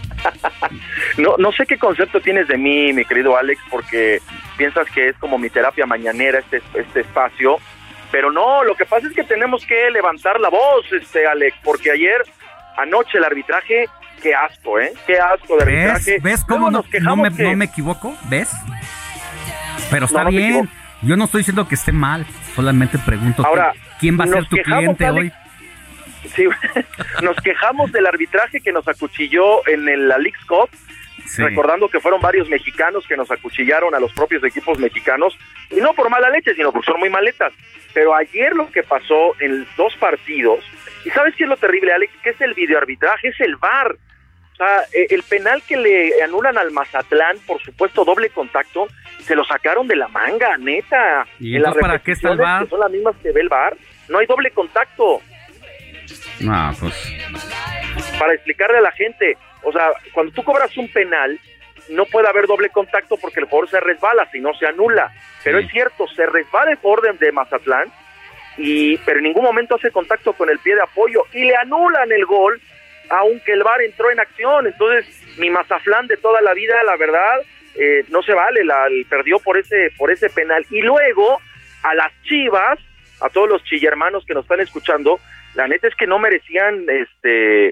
No sé qué concepto tienes de mí, mi querido Alex, porque piensas que es como mi terapia mañanera este espacio, pero no, lo que pasa es que tenemos que levantar la voz, Alex, porque anoche el arbitraje, qué asco, qué asco de arbitraje. ¿Ves cómo no me equivoco? ¿Ves? Pero está bien, yo no estoy diciendo que esté mal, solamente pregunto ahora, ¿quién va a ser tu cliente, Alex, hoy? Sí, nos quejamos del arbitraje que nos acuchilló en la Leagues Cup, sí, recordando que fueron varios mexicanos que nos acuchillaron a los propios equipos mexicanos, y no por mala leche, sino porque son muy maletas. Pero ayer lo que pasó en 2 partidos, y ¿sabes qué es lo terrible, Alex? Que es el videoarbitraje, es el VAR. O sea, el penal que le anulan al Mazatlán, por supuesto doble contacto, se lo sacaron de la manga, neta. ¿Y entonces para qué está el VAR? Que son las mismas que ve el VAR, no hay doble contacto. No, pues para explicarle a la gente, o sea, cuando tú cobras un penal, no puede haber doble contacto porque el jugador se resbala, si no se anula. Pero es cierto, se resbala el jugador de Mazatlán, pero en ningún momento hace contacto con el pie de apoyo y le anulan el gol, aunque el VAR entró en acción. Entonces, mi Mazatlán de toda la vida, la verdad, no se vale, perdió por ese penal. Y luego, a las Chivas, a todos los chillermanos que nos están escuchando, la neta es que no merecían el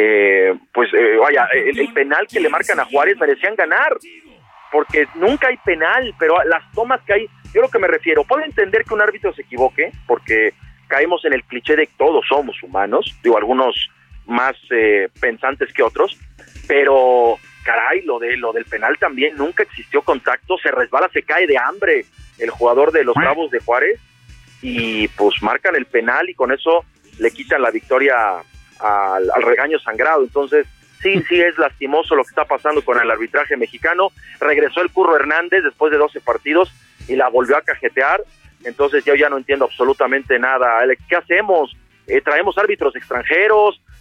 penal que le marcan a Juárez, merecían ganar, porque nunca hay penal, pero las tomas que hay, yo lo que me refiero, puedo entender que un árbitro se equivoque, porque caemos en el cliché de que todos somos humanos, digo, algunos más pensantes que otros, pero caray, lo del penal también, nunca existió contacto, se resbala, se cae de hambre el jugador de los Bravos de Juárez, y pues marcan el penal y con eso le quitan la victoria al regaño sangrado. Entonces sí es lastimoso lo que está pasando con el arbitraje mexicano. Regresó el Curro Hernández después de 12 partidos y la volvió a cajetear. Entonces yo ya no entiendo absolutamente nada, Alex. ¿Qué hacemos? ¿Traemos árbitros extranjeros?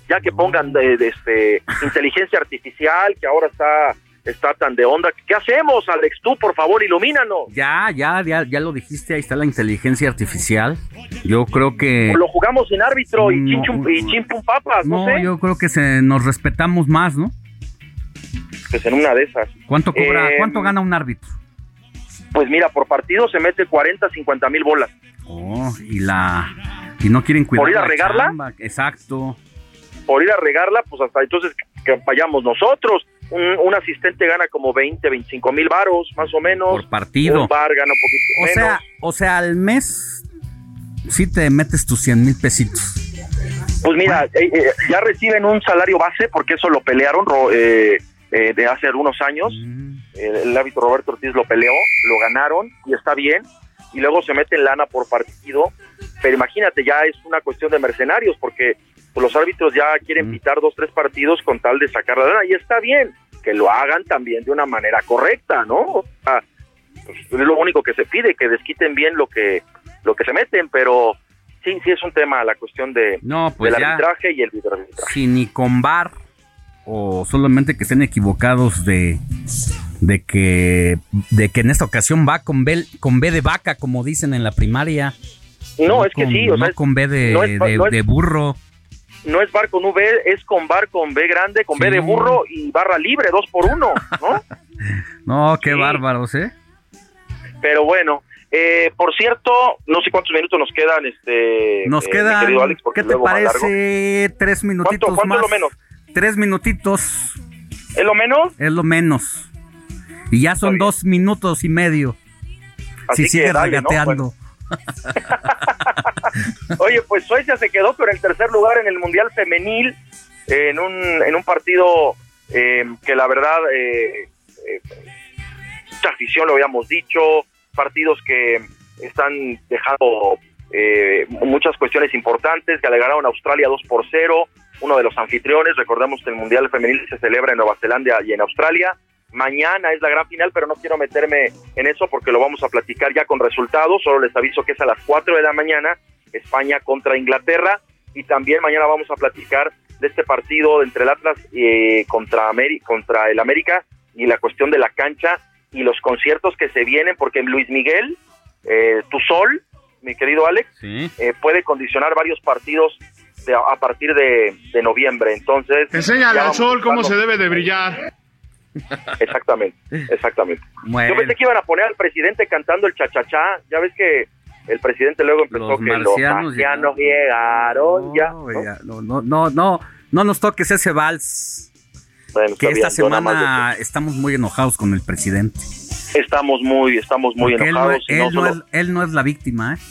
ya que pongan inteligencia artificial, que ahora está tan de onda. ¿Qué hacemos, Alex? Tú, por favor, ilumínanos. Ya lo dijiste, ahí está la inteligencia artificial. Yo creo que... O lo jugamos sin árbitro y chimpum papas, no sé. Yo creo que nos respetamos más, ¿no? Pues en una de esas. ¿Cuánto gana un árbitro? Pues mira, por partido se mete 40, 50 mil bolas. Oh, y no quieren cuidar. ¿Por ir a regarla? Chamba. Exacto. Por ir a regarla, pues hasta entonces que vayamos nosotros. Un asistente gana como 20, 25 mil varos, más o menos. Por partido. Un bar gana un poquito menos. O sea, al mes sí te metes tus 100 mil pesitos. Pues mira, ya reciben un salario base, porque eso lo pelearon de hace algunos años. El árbitro Roberto Ortiz lo peleó, lo ganaron y está bien. Y luego se meten lana por partido. Pero imagínate, ya es una cuestión de mercenarios, porque pues, los árbitros ya quieren pitar 2, 3 partidos con tal de sacar la lana. Y está bien que lo hagan también de una manera correcta, ¿no? O sea, pues, es lo único que se pide, que desquiten bien lo que se meten, pero sí es un tema la cuestión del arbitraje y el videoarbitraje. Si ni con VAR o solamente que estén equivocados de que en esta ocasión va con B de vaca, como dicen en la primaria. No, es que sí, o sea, con B de burro. No es VAR con V, es con VAR con B grande, con B de burro y barra libre, 2 por 1, ¿no? No, qué bárbaros, ¿eh? Pero bueno, por cierto, no sé cuántos minutos nos quedan, Nos quedan, querido Alex, ¿qué te parece? 3 minutitos ¿Cuánto más. es lo menos? 3 minutitos. ¿Es lo menos? Es lo menos. Y ya son 2 minutos y medio. Así si sigue regateando. ¿No? Bueno. Oye, pues Suecia se quedó con el tercer lugar en el Mundial Femenil en un partido que la verdad mucha afición, lo habíamos dicho, partidos que están dejando muchas cuestiones importantes, que le ganaron a Australia 2-0, uno de los anfitriones. Recordemos que el Mundial Femenil se celebra en Nueva Zelanda y en Australia. Mañana es la gran final, pero no quiero meterme en eso porque lo vamos a platicar ya con resultados. Solo les aviso que es a las 4 de la mañana, España contra Inglaterra, y también mañana vamos a platicar de este partido entre el Atlas contra el América, y la cuestión de la cancha y los conciertos que se vienen, porque Luis Miguel, tu sol, mi querido Alex, ¿sí? Puede condicionar varios partidos a partir de noviembre. Entonces, enséñale al sol cómo se debe de brillar. Exactamente. Bueno. Yo pensé que iban a poner al presidente cantando el cha-cha-cha. Ya ves que el presidente luego empezó los marcianos llegaron ya. No nos toques ese vals. Bueno, que esta semana estamos muy enojados con el presidente. Estamos muy enojados. Él no es la víctima, ¿eh?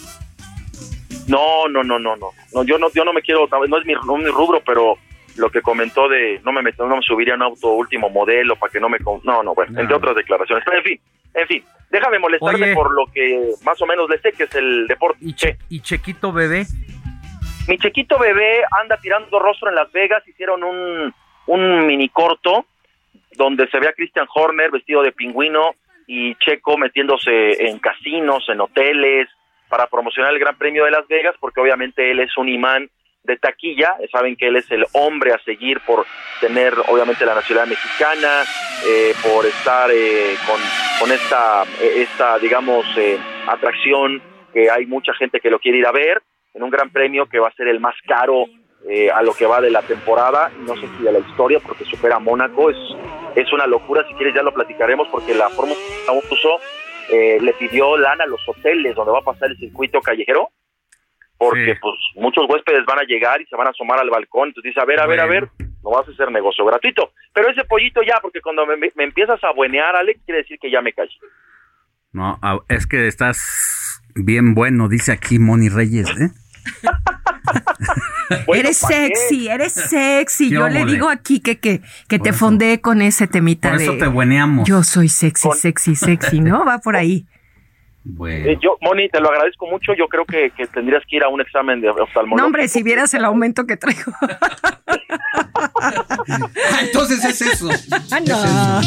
No, yo no me quiero, no es mi rubro, pero lo que comentó de no me subiría a un auto último modelo para que no, bueno, entre otras declaraciones. Pero en fin, déjame molestarme por lo que más o menos le sé, que es el deporte. ¿Y Chequito Bebé? Mi Chequito Bebé anda tirando rostro en Las Vegas. Hicieron un mini corto donde se ve a Christian Horner vestido de pingüino y Checo metiéndose en casinos, en hoteles, para promocionar el Gran Premio de Las Vegas, porque obviamente él es un imán de taquilla. Saben que él es el hombre a seguir por tener obviamente la nacionalidad mexicana, por estar con esta digamos atracción, que hay mucha gente que lo quiere ir a ver en un Gran Premio que va a ser el más caro a lo que va de la temporada, no sé si de la historia, porque supera a Mónaco. Es una locura. Si quieres ya lo platicaremos, porque la Fórmula 1 le pidió lana a los hoteles donde va a pasar el circuito callejero, porque pues muchos huéspedes van a llegar y se van a asomar al balcón. Entonces dice, a ver, no vas a hacer negocio gratuito. Pero ese pollito ya, porque cuando me empiezas a buenear, Alex, quiere decir que ya me callo. No, es que estás bien bueno, dice aquí Moni Reyes, ¿eh? Bueno, eres sexy. Yo le digo aquí que te fondee con ese temita. Por eso te bueneamos. Yo soy sexy, ¿no? Va por ahí. Bueno. Moni, te lo agradezco mucho. Yo creo que tendrías que ir a un examen de oftalmología. No, hombre, si vieras el aumento que traigo. Entonces es eso. No.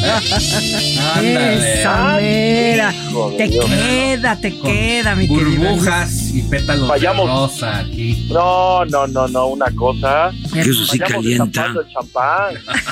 Esa mera. Te queda, mi querido. Burbujas Y pétalos Vayamos. de rosa aquí. No, una cosa. Eso sí Vayamos calienta. destapando el champán.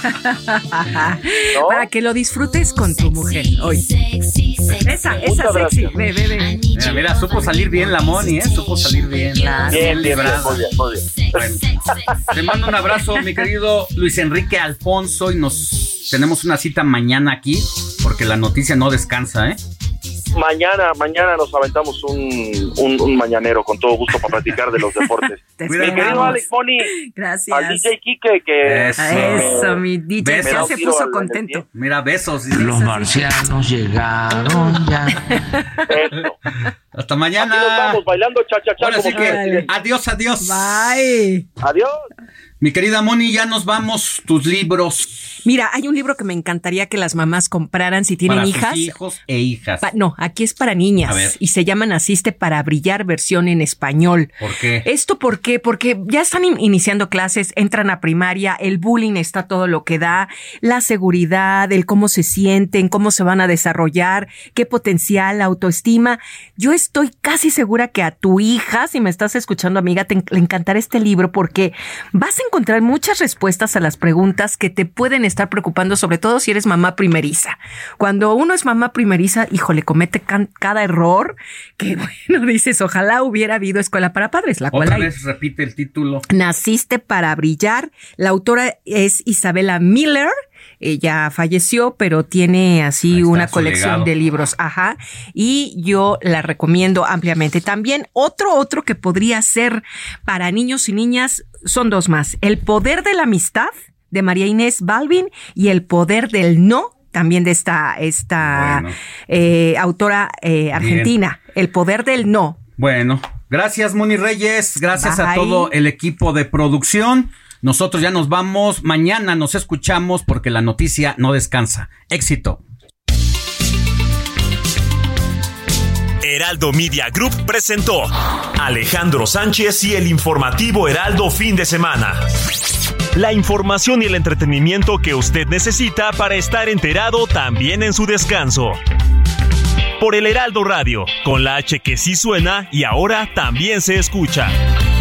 ¿No? Para que lo disfrutes con tu mujer hoy. Esa Muchas sexy. gracias. Ve. Mira, supo salir bien la Moni, supo salir bien. Bien, librada. muy bien. Bueno, te mando un abrazo, mi querido Luis Enrique Alfonso, y tenemos una cita mañana aquí, porque la noticia no descansa, ¿eh? Mañana nos aventamos un mañanero con todo gusto para platicar de los deportes. Mi querido Alex, Moni, gracias. al DJ Quique que Eso, mi DJ me ya da se un tiro puso al- contento. Mira, besos. Los marcianos llegaron ya. Hasta mañana. Aquí nos vamos bailando cha-cha-cha. Ahora sí como que, adiós. Bye. Adiós. Mi querida Moni, ya nos vamos. Tus libros. Mira, hay un libro que me encantaría que las mamás compraran si tienen Para hijas. sus hijos e hijas. No, aquí es para A niñas ver. y se llama Naciste para brillar, versión en español. ¿Por qué? ¿Esto por qué? Porque ya están iniciando clases, entran a primaria, el bullying está todo lo que da, la seguridad, el cómo se sienten, cómo se van a desarrollar, qué potencial, autoestima. Yo estoy casi segura que a tu hija, si me estás escuchando, amiga, le encantará este libro porque vas a encontrar muchas respuestas a las preguntas que te pueden estar preocupando, sobre todo si eres mamá primeriza. Cuando uno es mamá primeriza, híjole, comete cada error que, bueno, dices, ojalá hubiera habido escuela para padres, la cual Otra hay. vez repite el título. Naciste para brillar. La autora es Isabela Miller. Ella falleció, pero tiene así una su colección legado. de libros. Ajá. Y yo la recomiendo ampliamente. También otro que podría ser para niños y niñas son dos más. El poder de la amistad, de María Inés Balvin, y El poder del no, también de esta autora argentina. El poder del no. Bueno, gracias Moni Reyes, gracias a Bye. todo el equipo de producción. Nosotros ya nos vamos, mañana nos escuchamos porque la noticia no descansa. Éxito. Heraldo Media Group presentó Alejandro Sánchez y el informativo Heraldo fin de semana. La información y el entretenimiento que usted necesita para estar enterado también en su descanso. Por el Heraldo Radio, con la H que sí suena y ahora también se escucha.